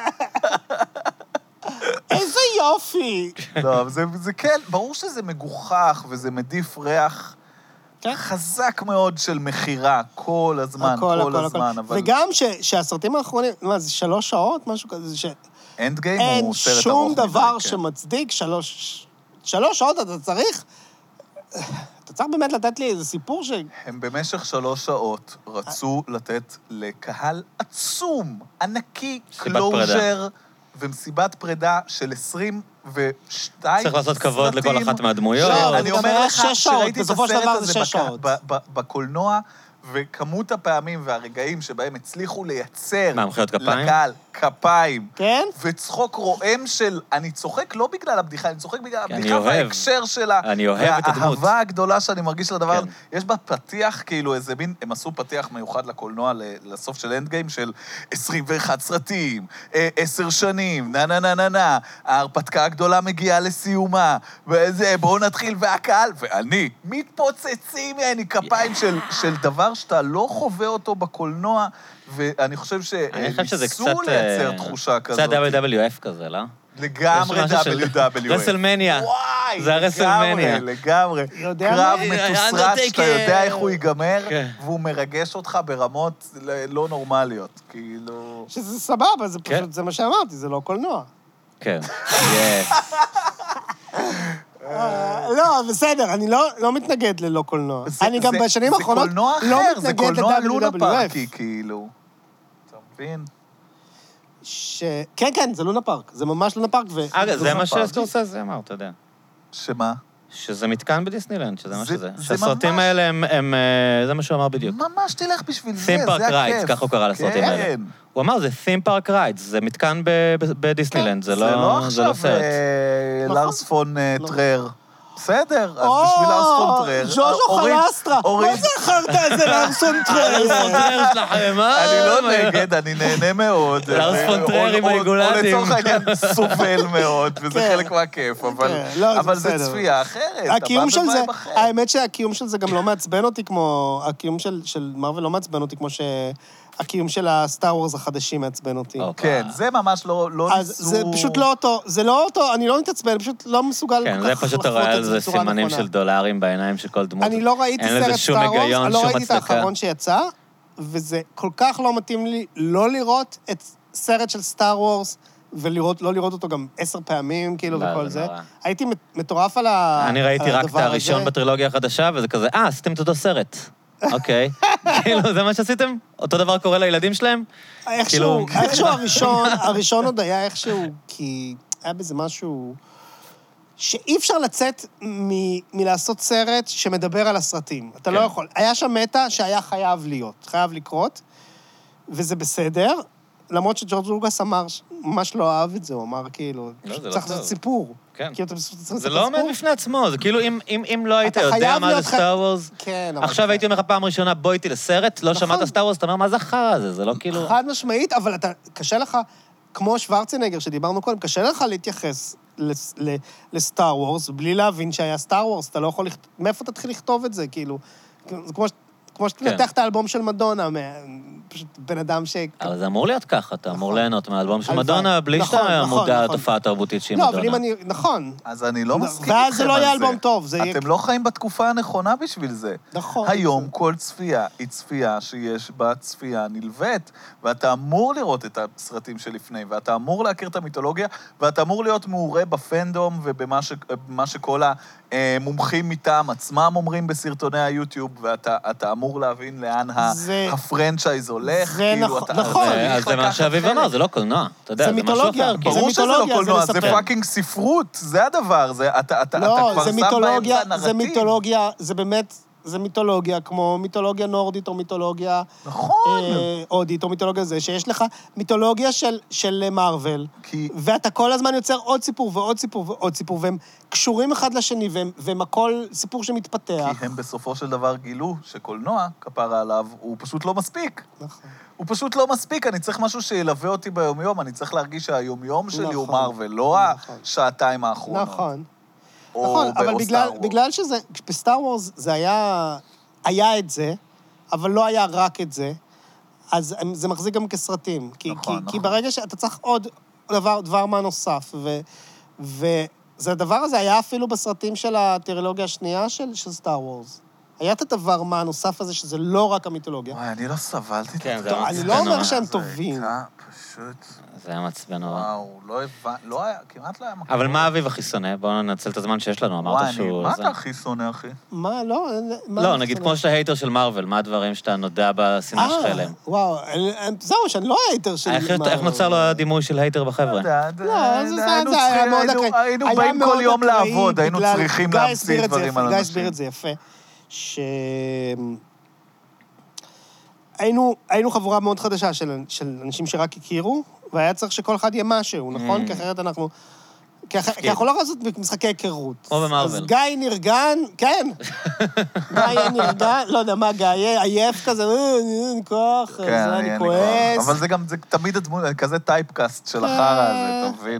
איזה יופי. לא, זה כן, ברור שזה מגוחך, וזה מדיף ריח חזק מאוד של מחירה, כל הזמן, כל הזמן. וגם שהסרטים האחרונים, מה, זה 3 שעות, משהו כזה, אנד גיים הוא סרט ארוך. אין שום דבר שמצדיק 3 שעות, אתה צריך באמת לתת לי איזה סיפור הם במשך 3 שעות רצו לתת לקהל עצום, ענקי, קלוז'ר, ומסיבת פרידה של 22 צריך לעשות כבוד לכל אחת מהדמויות. אני אומר לך שראיתי את הסרט הזה 6 שעות. בקולנוע, וכמות הפעמים והרגעים שבהם הצליחו לייצר מחיאות כפיים? לקהל כפיים, כן? וצחוק רועם של, אני צוחק לא בגלל הבדיחה, אני צוחק בגלל הבדיחה אוהב. וההקשר שלה. אני אוהב את הדמות. והאהבה הגדולה שאני מרגיש לדבר הזה. כן. יש בה פתיח, כאילו איזה מין, הם עשו פתיח מיוחד לקולנוע לסוף של אנד גיים של 21 סרטים, 10 שנים, נה, ההרפתקה הגדולה מגיעה לסיומה, וזה, בואו נתחיל, והקהל, ואני, מתפוצצים ממני כפיים של דבר שאתה לא חווה אותו בקולנוע, ואני חושב שניסו לייצר תחושה כזאת. קצת WWF כזה, לא? לגמרי WWF. רסלמניה. וואי, זה הרסלמניה. לגמרי. קרב מתוסרט שאתה יודע איך הוא ייגמר, והוא מרגש אותך ברמות לא נורמליות. כאילו... שזה סבבה, זה פשוט, זה מה שאמרתי, זה לא קולנוע. כן. לא, בסדר, אני לא מתנגד ללא קולנוע. אני גם בשנים האחרונות לא מתנגד זה קולנוע לונה ל-WWF. פארקי, כאילו. אתה מבין? כן, זה לונה פארק. זה ממש לונה פארק. אגב, זה מה שסקורסזה אמר, אתה יודע. שמה? שזה מתקן בדיסנילנד, שזה מה שזה. זה שהסרטים האלה הם... זה מה שהוא אמר בדיוק. ממש תלך בשביל זה, Theme זה Park הכיף. Rides, ככה הוא קרא לסרטים האלה. הוא אמר, זה Theme Park Rides, זה מתקן בדיסנילנד, זה לא עכשיו סרט. לארס פון טרר. בסדר, אז בשביל לארס פון טרר... ז'וז'ו חלסטרה. מה זה אחרת איזה לארס פון טרר? לארס פון טרר שלכם, מה? אני לא נגד, אני נהנה מאוד. לארס פון טרר עם העיגולדים. או לצורך העניין סובל מאוד, וזה חלק מהכיף, אבל זה צפייה אחרת. הקיום של זה, האמת שהקיום של זה גם לא מעצבן אותי כמו... הקיום של מרוול לא מעצבן אותי כמו הקיום של הסטאר וורס החדשים מעצבן אותי. כן, זה ממש לא ניסו... אז זה פשוט לא אותו, זה לא אותו, אני לא מתעצבן, אני פשוט לא מסוגל כן, זה פשוט רואה על זה סימנים של דולרים בעיניים של כל דמות. אני לא ראיתי סרט סטאר וורס, אני לא ראיתי את האחרון שיצא, וזה כל כך לא מתאים לי לא לראות את סרט של סטאר וורס, ולא לראות אותו גם 10 פעמים, כאילו, וכל זה. הייתי מטורף על הדבר הזה. אני ראיתי רק את הראשון בטרילוגיה החדשה, וזה כזה, עשיתם את אותו סרט. אוקיי. כאילו, זה מה שעשיתם? אותו דבר קורה לילדים שלהם? איכשהו הראשון עוד היה איכשהו, כי היה בזה משהו שאי אפשר לצאת מלעשות סרט שמדבר על הסרטים. אתה לא יכול. היה שם מטה שהיה חייב להיות, חייב לקרות, וזה בסדר, למרות שג'ורג' לוקאס אמר, ממש לא אהב את זה, הוא אמר כאילו, צריך לעשות סיפור. כן. זה לא עומד בפני עצמו, זה כאילו, אם לא היית יודע מה זה סטאר וורס, עכשיו הייתי אומר לך פעם ראשונה, בוא איתי לסרט, לא שמעת סטאר וורס, אתה אומר, מה זה החרא הזה? זה לא כאילו... חד משמעית, אבל קשה לך, כמו שוורצנגר שדיברנו קודם, קשה לך להתייחס לסטאר וורס, בלי להבין שהיה סטאר וורס, אתה לא יכול, מאיפה תתחיל לכתוב את זה, כאילו, זה כמו שתנתח את האלבום של מדונה, פשוט בן אדם אבל זה אמור להיות ככה, אתה אמור ליהנות מהאלבום של הלוואי. מדונה, בלי נכון, שאתה נכון, מודע נכון. לתופעה התרבותית שהיא לא, מדונה. אבל אם אני... נכון. אז אני לא מסכים איתכם ואז זה לא על יהיה אלבום טוב, זה יהיה... אתם לא חיים בתקופה הנכונה בשביל זה. נכון. היום כל צפייה היא צפייה שיש בה צפייה נלווית, ואתה אמור לראות את הסרטים שלפני, ואתה אמור להכיר את המיתולוגיה, ואתה אמור להיות מעורה בפנדום ובמה שכל המומחים מטעם עצמם אומרים בסרטוני היוטיוב, ואתה אמור להבין לאן הפרנצ'ייז הולך. זה נכון. אז זה מה שאביב אמר, זה לא קולנוע. אתה יודע, זה זה משהו מיתולוגיה. אחר. ברור שזה לא קולנוע, זה לספר. פאקינג ספרות, זה הדבר, אתה כבר שם באמצע נרטיב. זה מיתולוגיה, זה באמת, זה מיתולוגיה, כמו מיתולוגיה נורדית או מיתולוגיה... נכון. הודית או מיתולוגיה זה, שיש לך מיתולוגיה של מארוול, ואתה כל הזמן יוצר עוד סיפור ועוד סיפור ועוד סיפור, והם קשורים אחד לשני, והם הכל סיפור שמתפתח. כי הם בסופו של דבר גילו שקולנוע, כפרה עליו, הוא פשוט לא מספיק. נכון. הוא פשוט לא מספיק, אני צריך משהו שילווה אותי ביומיום, אני צריך להרגיש שהיומיום שלי הוא נכון. מארוול, לא השעתיים האחרונות. נכון. או נכון, אבל סטאר וורס. בגלל שזה, בסטאר וורס זה היה את זה, אבל לא היה רק את זה, אז זה מחזיק גם כסרטים. כי ברגע שאתה צריך עוד דבר מה נוסף, וזה הדבר הזה היה אפילו בסרטים של הטרילוגיה השנייה של סטאר וורס. היה את הדבר מה הנוסף הזה, שזה לא רק המיתולוגיה. וואי, אני לא סבלתי את כן, זה. זה אני לא אומר שהם טובים. זה הייתה פשוט... זה היה מעצבן נורא. וואו, לא היה, כמעט לא היה מקום. אבל מה אביב הכי שונא? בואו ננצל את הזמן שיש לנו, אמרת שהוא... מה אתה הכי שונא, אחי? מה, לא? לא, נגיד כמו שאתה הייטר של מארוול, מה הדברים שאתה נודע בשנאה שלך אליהם? וואו, זהו, שאני לא הייטר של מארוול. איך נוצר לו הדימוי של הייטר בחבר'ה? זה היה מאוד אקראי. היינו באים כל יום לעבוד, היינו בגלל- צריכים גיא להמציא הסביר את זה דברים יפה, על גיא אנשים. הסביר את זה יפה. היינו חבורה מאוד חדשה של אנשים שרק הכירו, והיה צריך שכל אחד יהיה משהו, נכון? כי אחרת אנחנו... כי אנחנו לא יכולים לעשות משחקי היכרות. כמו במארוול. אז גיא נרגן, כן. גיא נרגן, לא יודע מה, גיא עייף כזה, אין כוח, כן, אני כועס. אבל זה גם, זה תמיד הדמות, כזה טייפקאסט של החרא הזה, אתה מבין?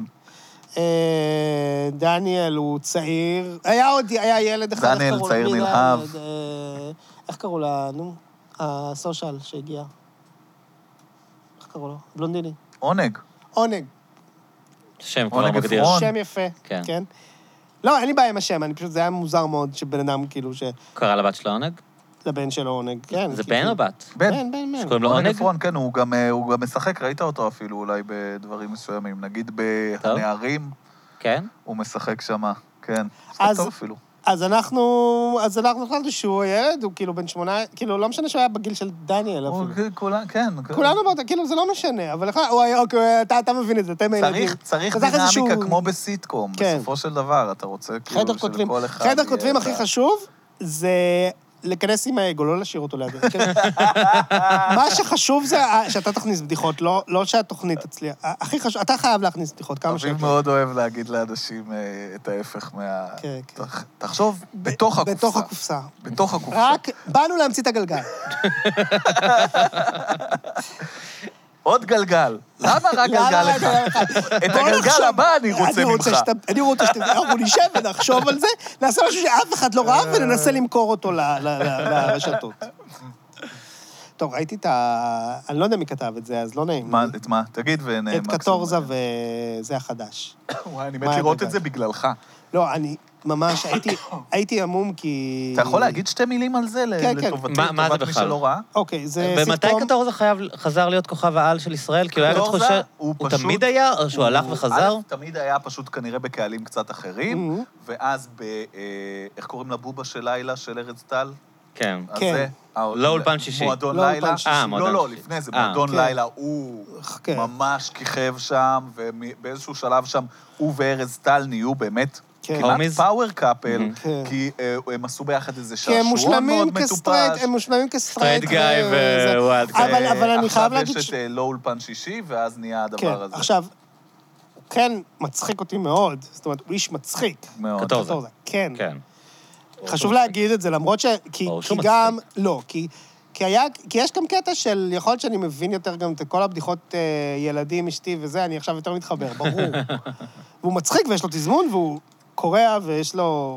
דניאל הוא צעיר, היה ילד אחד, דניאל איך קראו צעיר לו? מי זה נלהב. הילד? איך קראו לה, נו? הסושיאל שהגיע. איך קראו לו? בלונדיני. עונג. עונג. שם כבר עונג מגדיר. עפרון. שם יפה, כן. כן. לא, אין לי בעיה עם השם, זה היה מוזר מאוד שבן אדם כאילו קרא לבת שלו עונג? לבן שלו עונג, כן. זה בן או בת? בן. שקוראים לו עונג עונג? עפרון, כן, הוא גם משחק, ראית אותו אפילו אולי בדברים מסוימים, נגיד בנערים, כן? הוא משחק שמה, כן. אז- משחק טוב אפילו. אז אנחנו החלטנו שהוא ילד, הוא כאילו בן 8, כאילו לא משנה שהוא היה בגיל של דניאל אפילו. כן. כולנו באותה, כאילו זה לא משנה, אבל אוקיי, אתה מבין את זה, אתם ילדים. צריך אז איך איזשהו- דינמיקה כמו בסיטקום, כן. בסופו של דבר, אתה רוצה כאילו חדר כותבים, שלכל אחד... חדר יהיה כותבים את הכי ה- חשוב זה להיכנס עם האגו, לא להשאיר אותו ליד. מה שחשוב זה שאתה תכניס בדיחות, לא שהתוכנית תצליח. הכי חשוב, אתה חייב להכניס בדיחות כמה אביב שיותר. מאוד אוהב להגיד לאנשים את ההפך מה... כן, כן. תחשוב, בתוך הקופסה. בתוך הקופסה. בתוך הקופסה. רק באנו להמציא את הגלגל. עוד גלגל. למה רק גלגל אחד? את הגלגל הבא אני רוצה ממך. אני רוצה שאנחנו נשב ונחשוב על זה, נעשה משהו שאף אחד לא ראה וננסה למכור אותו לרשתות. טוב, ראיתי את ה... אני לא יודע מי כתב את זה, אז לא נעים. את מה? תגיד ונהיה את קטורזה וזה החדש. וואי, אני מת לראות את זה בגללך. לא, אני ממש הייתי עמום כי... אתה יכול להגיד שתי מילים על זה כן. לטובתי, מה זה לטובת מי בכלל? שלא ראה? אוקיי, זה ומתי סיטקום. קטורזה חזר להיות כוכב העל של ישראל? כאילו היה קטורזה, חושב... הוא הוא פשוט- תמיד היה, או שהוא הלך וחזר? א', תמיד היה פשוט כנראה בקהלים קצת אחרים, ואז איך קוראים לבובה של לילה של ארץ טל? כן. אז כן. זה... לא אולפן שישי. מועדון לא לילה. אולפן שישי. מועדון לא, שישי. לפני זה, מועדון כן. לילה, הוא כן. ממש כיכב שם, ובאיזשהו שלב שם, הוא וארז טל נהיו באמת כן. כמעט הומיז? פאוור קאפל, כן. כי הם עשו ביחד איזה כי הם שעשועון מושלמים מאוד כסטרייט, מטופש. הם מושלמים כסטרייט. סטרייט גאי ווואלד גאי. אבל אני חייב להגיד עכשיו יש את לא אולפן שישי, ואז נהיה כן, הדבר הזה. עכשיו, הוא כן מצחיק אותי מאוד, זאת אומרת, הוא איש מצחיק. מאוד. קטורזה. קטורזה, כן. כן. חשוב להגיד את זה, למרות כי ברור שהוא גם... לא, כי יש גם קטע של, יכול להיות שאני מבין יותר גם את כל הבדיחות ילדים, אשתי וזה, אני עכשיו יותר מתחבר, ברור. והוא מצחיק ויש לו תזמון, והוא קורע ויש לו...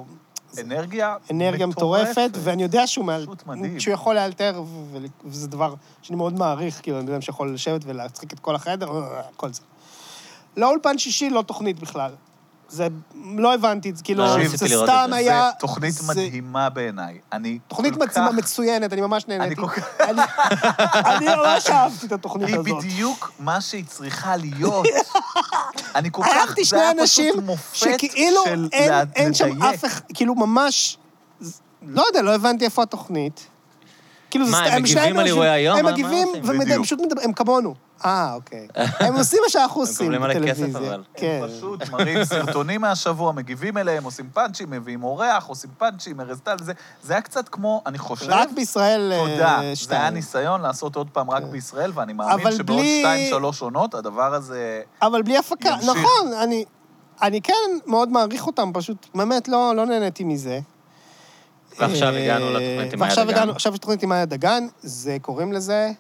אנרגיה מטורפת, ואני יודע שהוא יכול לאלתר, וזה דבר שאני מאוד מעריך, כאילו, אני יודע שיכול לשבת ולהצחיק את כל החדר, כל זה. לא אולפן שישי, לא תוכנית בכלל. זה, לא הבנתי, כאילו, זה סתם היה... זה תוכנית מדהימה בעיניי. תוכנית מצוינת, אני ממש נהניתי. אני ממש אהבתי את התוכנית הזאת. היא בדיוק מה שהיא צריכה להיות. אני כל כך... אהבתי שני אנשים שכאילו אין שם אף אחד, כאילו ממש... לא יודע, לא הבנתי איפה התוכנית. מה, הם מגיבים על אירועי היום? הם מגיבים, ופשוט הם כמונו. אוקיי. הם עושים מה שאנחנו עושים בטלוויזיה. הם פשוט מראים סרטונים מהשבוע, מגיבים אליהם, עושים פאנצ'ים, מביאים אורח, עושים פאנצ'ים, ארזטל, זה היה קצת כמו, אני חושב... רק בישראל... תודה. זה היה ניסיון לעשות עוד פעם רק בישראל, ואני מאמין שבעוד 2-3 עונות, הדבר הזה... אבל בלי הפקה, נכון, אני כן מאוד מעריך אותם, פשוט באמת לא נהניתי מזה. ועכשיו הגענו לתוכנית עם מאיה דגן. עכשיו יש תוכנית עם מאיה דגן, זה קוראים לזה...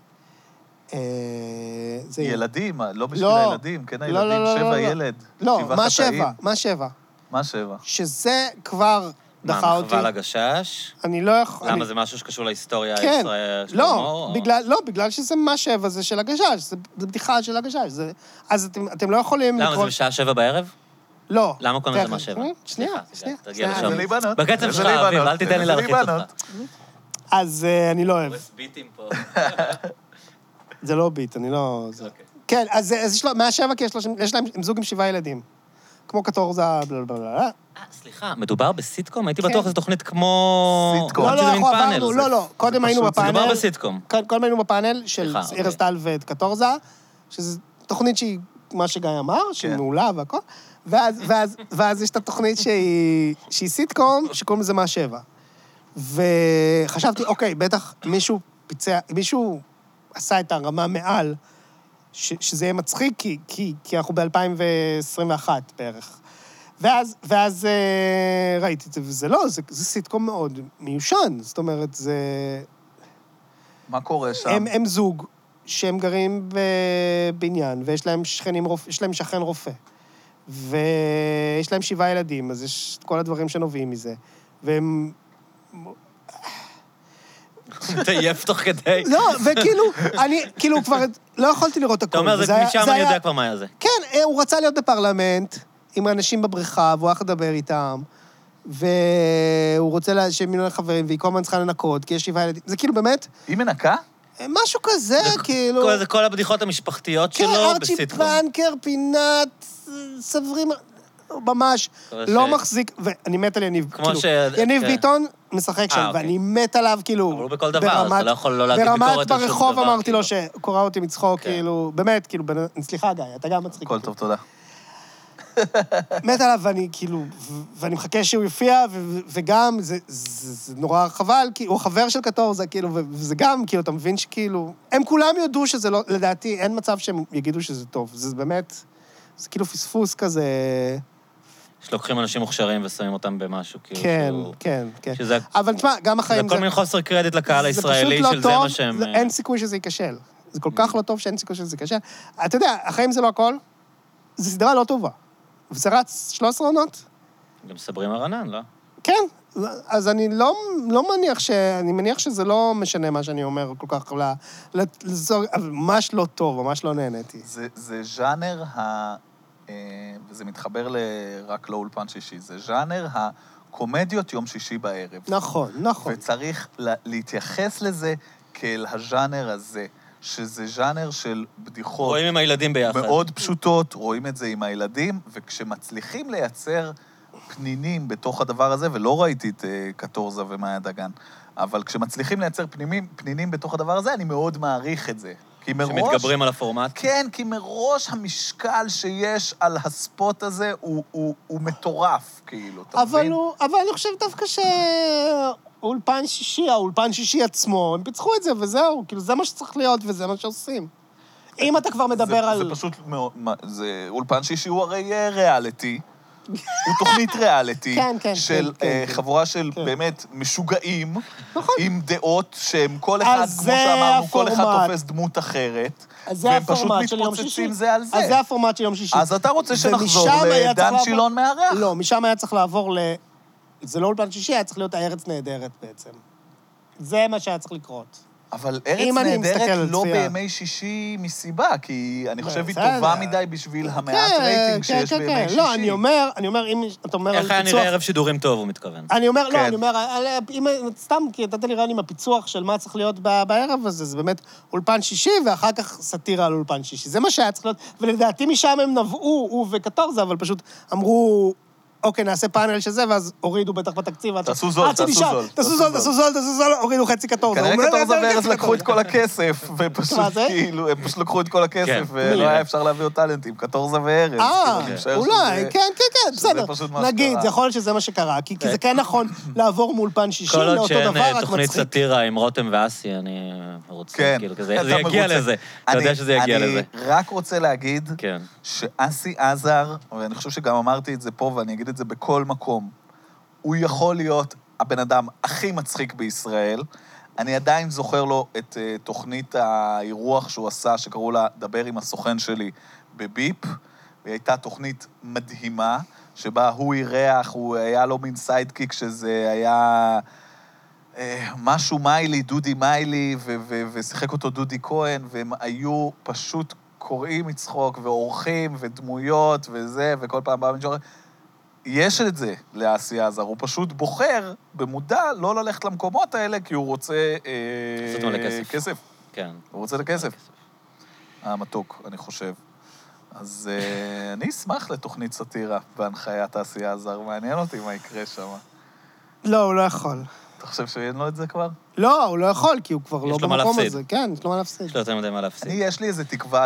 ילדים, לא בשביל הילדים, כן הילדים, 7 ילד. לא, מה 7? מה 7? שזה כבר דחה אותי. מה, מחווה לגשש? אני לא יכול... למה, זה משהו שקשור להיסטוריה הישראלית של הומור? לא, בגלל שזה מה 7 זה של הגשש, זה בדיחה של הגשש. אז אתם לא יכולים... למה, זה בשעה 7 בערב? לא. למה קוראים לזה מה 7? שנייה. תגיע לשם. זה להיבנות. בקצב שלך, אביב, אל תיתן לי להרחיק אותך. אז אני לא אוהב. ביטים פה. זה לא ביט, אני לא... כן, אז יש לו, מה-7, כי יש להם זוג עם 7 ילדים. כמו קטורזה, בלה. סליחה, מדובר בסיטקום? הייתי בטוח שזו תוכנית כמו... סיטקום. לא, עברנו, לא. קודם היינו בפאנל... מדובר בסיטקום. קודם היינו בפאנל של ארזטל וקטורזה, שזו תוכנית שהיא, מה שגיא אמר, שהיא מעולה והכל, ואז יש את התוכנית שהיא סיטקום, שקוראים לזה מה-7. וחשבתי, אוקיי, בטח מישהו עשה את הרמה מעל, שזה יהיה מצחיק, כי אנחנו ב-2021 בערך. ואז ראיתי את זה, וזה לא, זה סיטקום מאוד מיושן, זאת אומרת, זה... מה קורה שם? הם זוג שהם גרים בבניין, ויש להם שכן רופא, ויש להם 7 ילדים, אז יש את כל הדברים שנובעים מזה, והם... תעייף תוך כדי. לא, וכאילו, אני כאילו כבר לא יכולתי לראות הכל. אתה אומר, זה משם אני יודע כבר מה היה זה. כן, הוא רצה להיות בפרלמנט, עם אנשים בבריכה, והוא הולך לדבר איתם, והוא רוצה שהם יהיו חברים, והיא כל הזמן צריכה לנקות, כי יש 7 ילדים. זה כאילו באמת... היא מנקה? משהו כזה, כאילו... זה כל הבדיחות המשפחתיות שלו בסיטקום. בסיטקום. כן, ארצ'י פנקר, פינת, סברים... ממש לא מחזיק, ואני מת על יניב. יניב ביטון משחק שם, ואני מת עליו, כאילו... אבל הוא בכל דבר, אתה לא יכול לא להגיד ביקורת על שום דבר. ברמת ברחוב אמרתי לו שקורא אותי מצחוק, כאילו, באמת, כאילו, סליחה, גיא, אתה גם מצחיק. הכל טוב, תודה. מת עליו, ואני כאילו, ואני מחכה שהוא יופיע, וגם, זה נורא חבל, כי הוא חבר של קטורזה, כאילו, וזה גם, כאילו, אתה מבין שכאילו, הם כולם יודו שזה לא, לדעתי, אין מצב שהם יגידו שזה טוב. זה באמת, זה כאילו פספוס כזה... שלוקחים אנשים מוכשרים ושמים אותם במשהו, כאילו... כן. שזה... אבל תשמע, גם החיים... זה כל מיני חוסר קרדיט לקהל הישראלי של זה מה שהם... אין סיכוי שזה ייכשל. זה כל כך לא טוב שאין סיכוי שזה ייכשל. אתה יודע, החיים זה לא הכל, זו סדרה לא טובה. וזה רץ 13 עונות. גם סברים הרנן, לא? כן, אז אני לא מניח אני מניח שזה לא משנה מה שאני אומר כל כך, אבל ממש לא טוב, ממש לא נהניתי. זה ז'אנר וזה מתחבר רק לא אולפן שישי, זה ז'אנר הקומדיות יום שישי בערב. נכון. וצריך להתייחס לזה כאל הז'אנר הזה, שזה ז'אנר של בדיחות... רואים עם הילדים ביחד. מאוד פשוטות, רואים את זה עם הילדים, וכשמצליחים לייצר פנינים בתוך הדבר הזה, ולא ראיתי את קטורזה ומאיה דגן, אבל כשמצליחים לייצר פנינים בתוך הדבר הזה, אני מאוד מעריך את זה. שמתגברים על הפורמט? כן, כי מראש המשקל שיש על הספוט הזה הוא מטורף, כאילו, אתה מבין? אבל אני חושב דווקא האולפן שישי עצמו, הם פיצחו את זה וזהו, כאילו זה מה שצריך להיות וזה מה שעושים. אם אתה כבר מדבר על... זה פשוט, אולפן שישי הוא הרי ריאליטי, הוא תוכנית ריאליטי של חבורה של באמת משוגעים, עם דעות שהם כל אחד, כמו שאמרנו, כל אחד תופס דמות אחרת, והם פשוט מתפוצצים זה על זה. אז זה הפורמט של יום שישי. אז אתה רוצה שנחזור לדן שילון מארח? לא, משם היה צריך לעבור זה לא אולפן שישי, היה צריך להיות הארץ נהדרת בעצם. זה מה שהיה צריך לקרות. אבל ארץ נהדרת לא בימי שישי מסיבה, כי אני חושב היא טובה מדי בשביל המעט רייטינג שיש בימי שישי. לא, אני אומר, אם אתה אומר על פיצוח... איך היה נראה ערב שידורים טוב, הוא מתכוון. אני אומר, לא, אני אומר, סתם, כי נתת לי רעיון עם הפיצוח של מה צריך להיות בערב הזה, זה באמת אולפן שישי, ואחר כך סאטירה על אולפן שישי. זה מה שהיה צריך להיות, ולדעתי משם הם נבעו, הוא וקטורזה, אבל פשוט אמרו... אוקיי, נעשה פאנל של זה, ואז הורידו בטח בתקציב. תעשו זול, תעשו זול, הורידו חצי קטורזה. כנראה קטורזה וארז לקחו את כל הכסף, ופשוט כאילו, הם פשוט לקחו את כל הכסף, ולא היה אפשר להביא עוד טלנטים, קטורזה וארז. אולי, כן, בסדר. נגיד, זה יכול להיות שזה מה שקרה, כי זה כן נכון לעבור מאולפן שישי לאותו דבר, רק מצחיק. כל עוד שאין תוכנית סאטירה עם רותם ואסי, אני רוצה, כאילו, כזה, זה יגיע לזה. אתה יודע שזה יגיע לזה. אני רק רוצה להגיד שאסי עזר, ואני חושב שגם אמרתי את זה פה, ואני אגיד את זה בכל מקום. הוא יכול להיות הבן אדם הכי מצחיק בישראל. אני עדיין זוכר לו את תוכנית האירוח שהוא עשה, שקראו לה דבר עם הסוכן שלי בביפ, והיא הייתה תוכנית מדהימה, שבה הוא אירח, הוא היה לו מין סיידקיק, שזה היה משהו מיילי, דודי מיילי, ושיחק אותו דודי כהן, והם היו פשוט קוראים מצחוק, ואורחים, ודמויות, וזה, וכל פעם בא מג'ור... יש את זה לאסי עזר, הוא פשוט בוחר במודע לא ללכת למקומות האלה, כי הוא רוצה... לעשות מלא כסף. כסף. כן. הוא רוצה לכסף. מתוק, אני חושב. אז אני אשמח לתוכנית סאטירה בהנחיית אסי עזר, מעניין אותי מה יקרה שם. לא, הוא לא יכול. אתה חושב שאין לו את זה כבר? לא, הוא לא יכול, כי הוא כבר לא במקום הזה. כן, יש לו מה להפסיד. יש לו יותר מדי מה להפסיד. יש לי איזו תקווה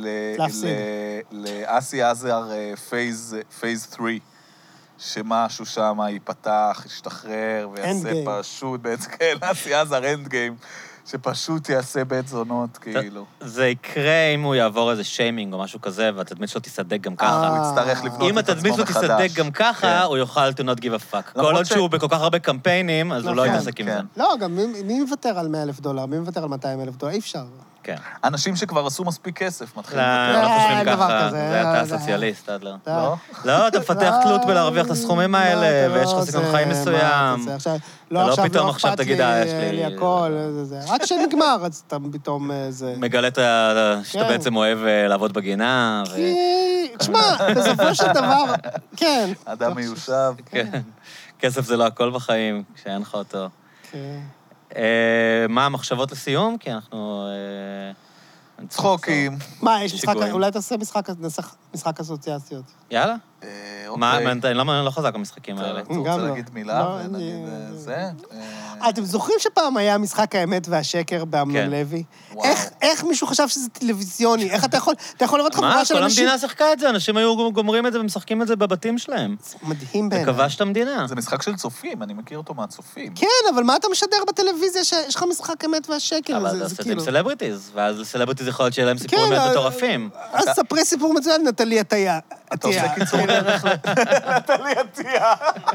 לאסי עזר פייז 3. שמשהו שם ייפתח, ישתחרר, ויעשה פשוט, בעצם כן, אסי עזר אנד גיים, שפשוט יעשה בית זונות, כאילו. זה יקרה אם הוא יעבור איזה שיימינג או משהו כזה, והתדמית שלו תיסדק גם ככה. הוא יצטרך לבנות את עצמו מחדש. אם התדמית שלו תיסדק גם ככה, הוא יוכל to not give a fuck. כל עוד שהוא בכל כך הרבה קמפיינים, אז הוא לא יתעסק עם זה. לא, גם מי מוותר על $100,000? מי מוותר על $200,000? אי אפשר. כן. אנשים שכבר עשו מספיק כסף, מתחילים לא חושבים ככה, זה אתה סוציאליסט, אדלר. לא, אתה מפתח תלות בלהרוויח את הסכומים האלה, ויש לך סיכון חיים מסוים. לא, עכשיו לא אכפת לי הכל, רק כשנגמר, אז אתה פתאום זה... מגלה שאתה בעצם אוהב לעבוד בגינה. תשמע, בסופו של דבר, כן. אדם מיושב. כן. כסף זה לא הכל בחיים, כשאין לך אותו. כן. מה המחשבות לסיום? כי אנחנו... צחוקים. מה, יש משחק... אולי תעשה משחק אסוציאציות. יאללה. מה, אני לא חזק במשחקים האלה. אתה רוצה להגיד מילה ונגיד זה? אתם זוכרים שפעם היה משחק האמת והשקר באמנון לוי? איך מישהו חשב שזה טלוויזיוני? איך אתה יכול לראות חבורה של אנשים... כל המדינה שיחקה את זה, אנשים היו גומרים את זה ומשחקים את זה בבתים שלהם. זה מדהים בעיניי. זה כבש את המדינה. זה משחק של צופים, אני מכיר אותו מהצופים. כן, אבל מה אתה משדר בטלוויזיה שיש לך משחק האמת והשקר? אבל זה עושה עם סלבריטיז, ואז לסלבריטיז יכול להיות שיהיה להם סיפורים מאוד מטורפים. אז ספרי סיפור מצוין, נטלי עטיה. אתה עושה קיצור דרך נטלי עטיה.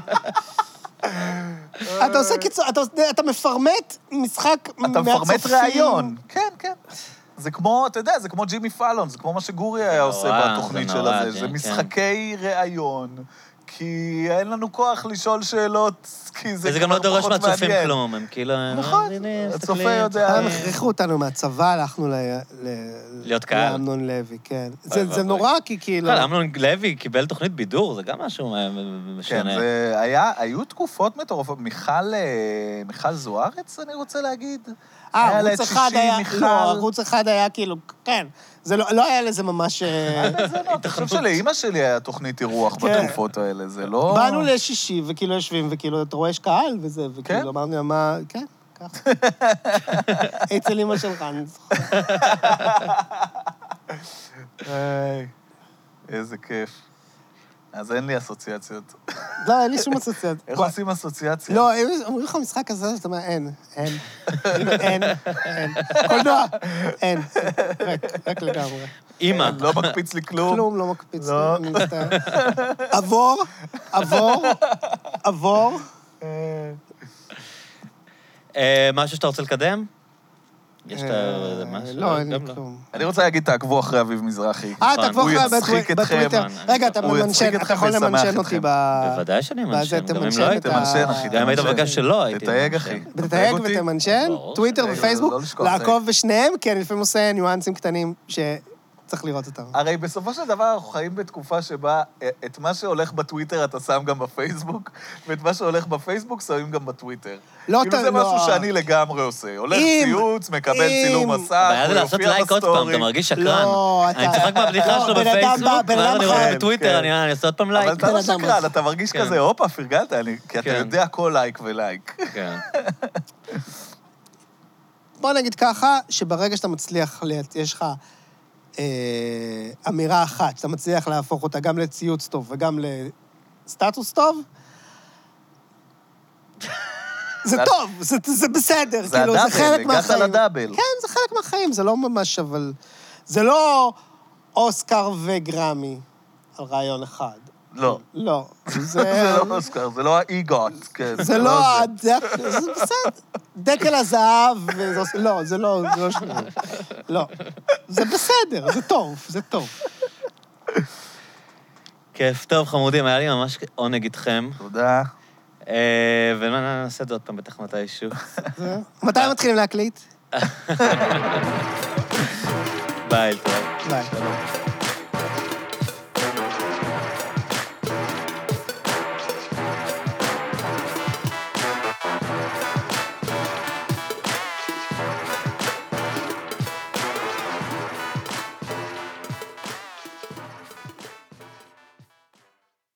אתה עושה קיצור, אתה מפרמט משחק מהצופים. אתה מפרמט רעיון. כן, כן. זה כמו, אתה יודע, זה כמו ג'ימי פאלון, זה כמו מה שגורי היה עושה בתוכנית של הזה. זה משחקי רעיון, כי אין לנו כוח לשאול שאלות, כי זה כבר גם לא דורש מהצופים כלום, הם כאילו... נכון, הצופה יודע... הם הכריחו אותנו מהצבא, הלכנו להיות קהל. לאמנון לוי, כן. זה נורא, כי כאילו... אמנון לוי קיבל תוכנית בידור, זה גם משהו משנה. כן, היו תקופות מטורפות. מיכל זוארץ, אני רוצה להגיד. ערוץ אחד היה כאילו, כן. זה לא היה לזה ממש... אתה חושב שלאמא שלי היה תוכנית אירוח בתקופות האלה, זה לא... באנו לשישי, וכאילו יושבים, וכאילו, אתה רואה, יש קהל וזה, וכאילו, אמרנו, מה... כן, ככה. אצל אמא שלך, אני זוכר. איזה כיף. אז אין לי אסוציאציות. לא, אין לי שום אסוציאציות. איך עושים אסוציאציה? לא, אומרים לך משחק כזה, אתה אומר, אין. קולנוע, אין. רק לגמרי. אמא. לא מקפיץ לי כלום. כלום לא מקפיץ לי, אני מצטער. עבור. משהו שאתה רוצה לקדם? יש את משהו? לא, אין לי כלום. אני רוצה להגיד, תעקבו אחרי אביב מזרחי. תעקבו אחרי בטוויטר. רגע, אתה יכול למנשן אותי בוודאי שאני מנשן, גם אם לא הייתי תמנשן, אחי. גם אם היית מבקש שלא הייתי. תתייג, אחי. תתייג ותמנשן, טוויטר ופייסבוק, לעקוב בשניהם, כי אני לפעמים עושה ניואנסים קטנים שצריך לראות אותם. הרי בסופו של דבר אנחנו חיים בתקופה שבה את מה שהולך בטוויטר אתה שם גם בפייסבוק, ואת מה שהולך בפייסבוק שמים גם בטוויטר. כאילו זה משהו שאני לגמרי עושה. הולך ציוץ, מקבל צילום מסך, הבעיה זה לעשות לייק עוד פעם, אתה מרגיש שקרן. אני צחק מהבדיחה שלו בפייסבוק, ואז אני רואה בטוויטר, אני אעשה עוד פעם לייק. אבל אתה לא שקרן, אתה מרגיש כזה, הופה, פרגלת, כי אתה יודע כל לייק ולייק. כן. בוא נגיד ככה, שברגע שאתה מצליח, יש לך אמירה אחת, שאתה מצליח להפוך אותה גם לציוץ טוב וגם לסטטוס טוב, זה טוב, זה בסדר. זה הדאבל, הגעת לדאבל. כן, זה חלק מהחיים, זה לא ממש, אבל... זה לא אוסקר וגרמי על רעיון אחד. לא. לא. זה לא אוסקר, זה לא האיגוט. זה לא... זה בסדר. דקל הזהב, לא, זה לא... לא. זה בסדר, זה טוב, זה טוב. כיף, טוב, חמודים, היה לי ממש עונג איתכם. תודה. ונעשה את זה עוד פעם, בטח מתישהו. מתי מתחילים להקליט? ביי, טוב. ביי.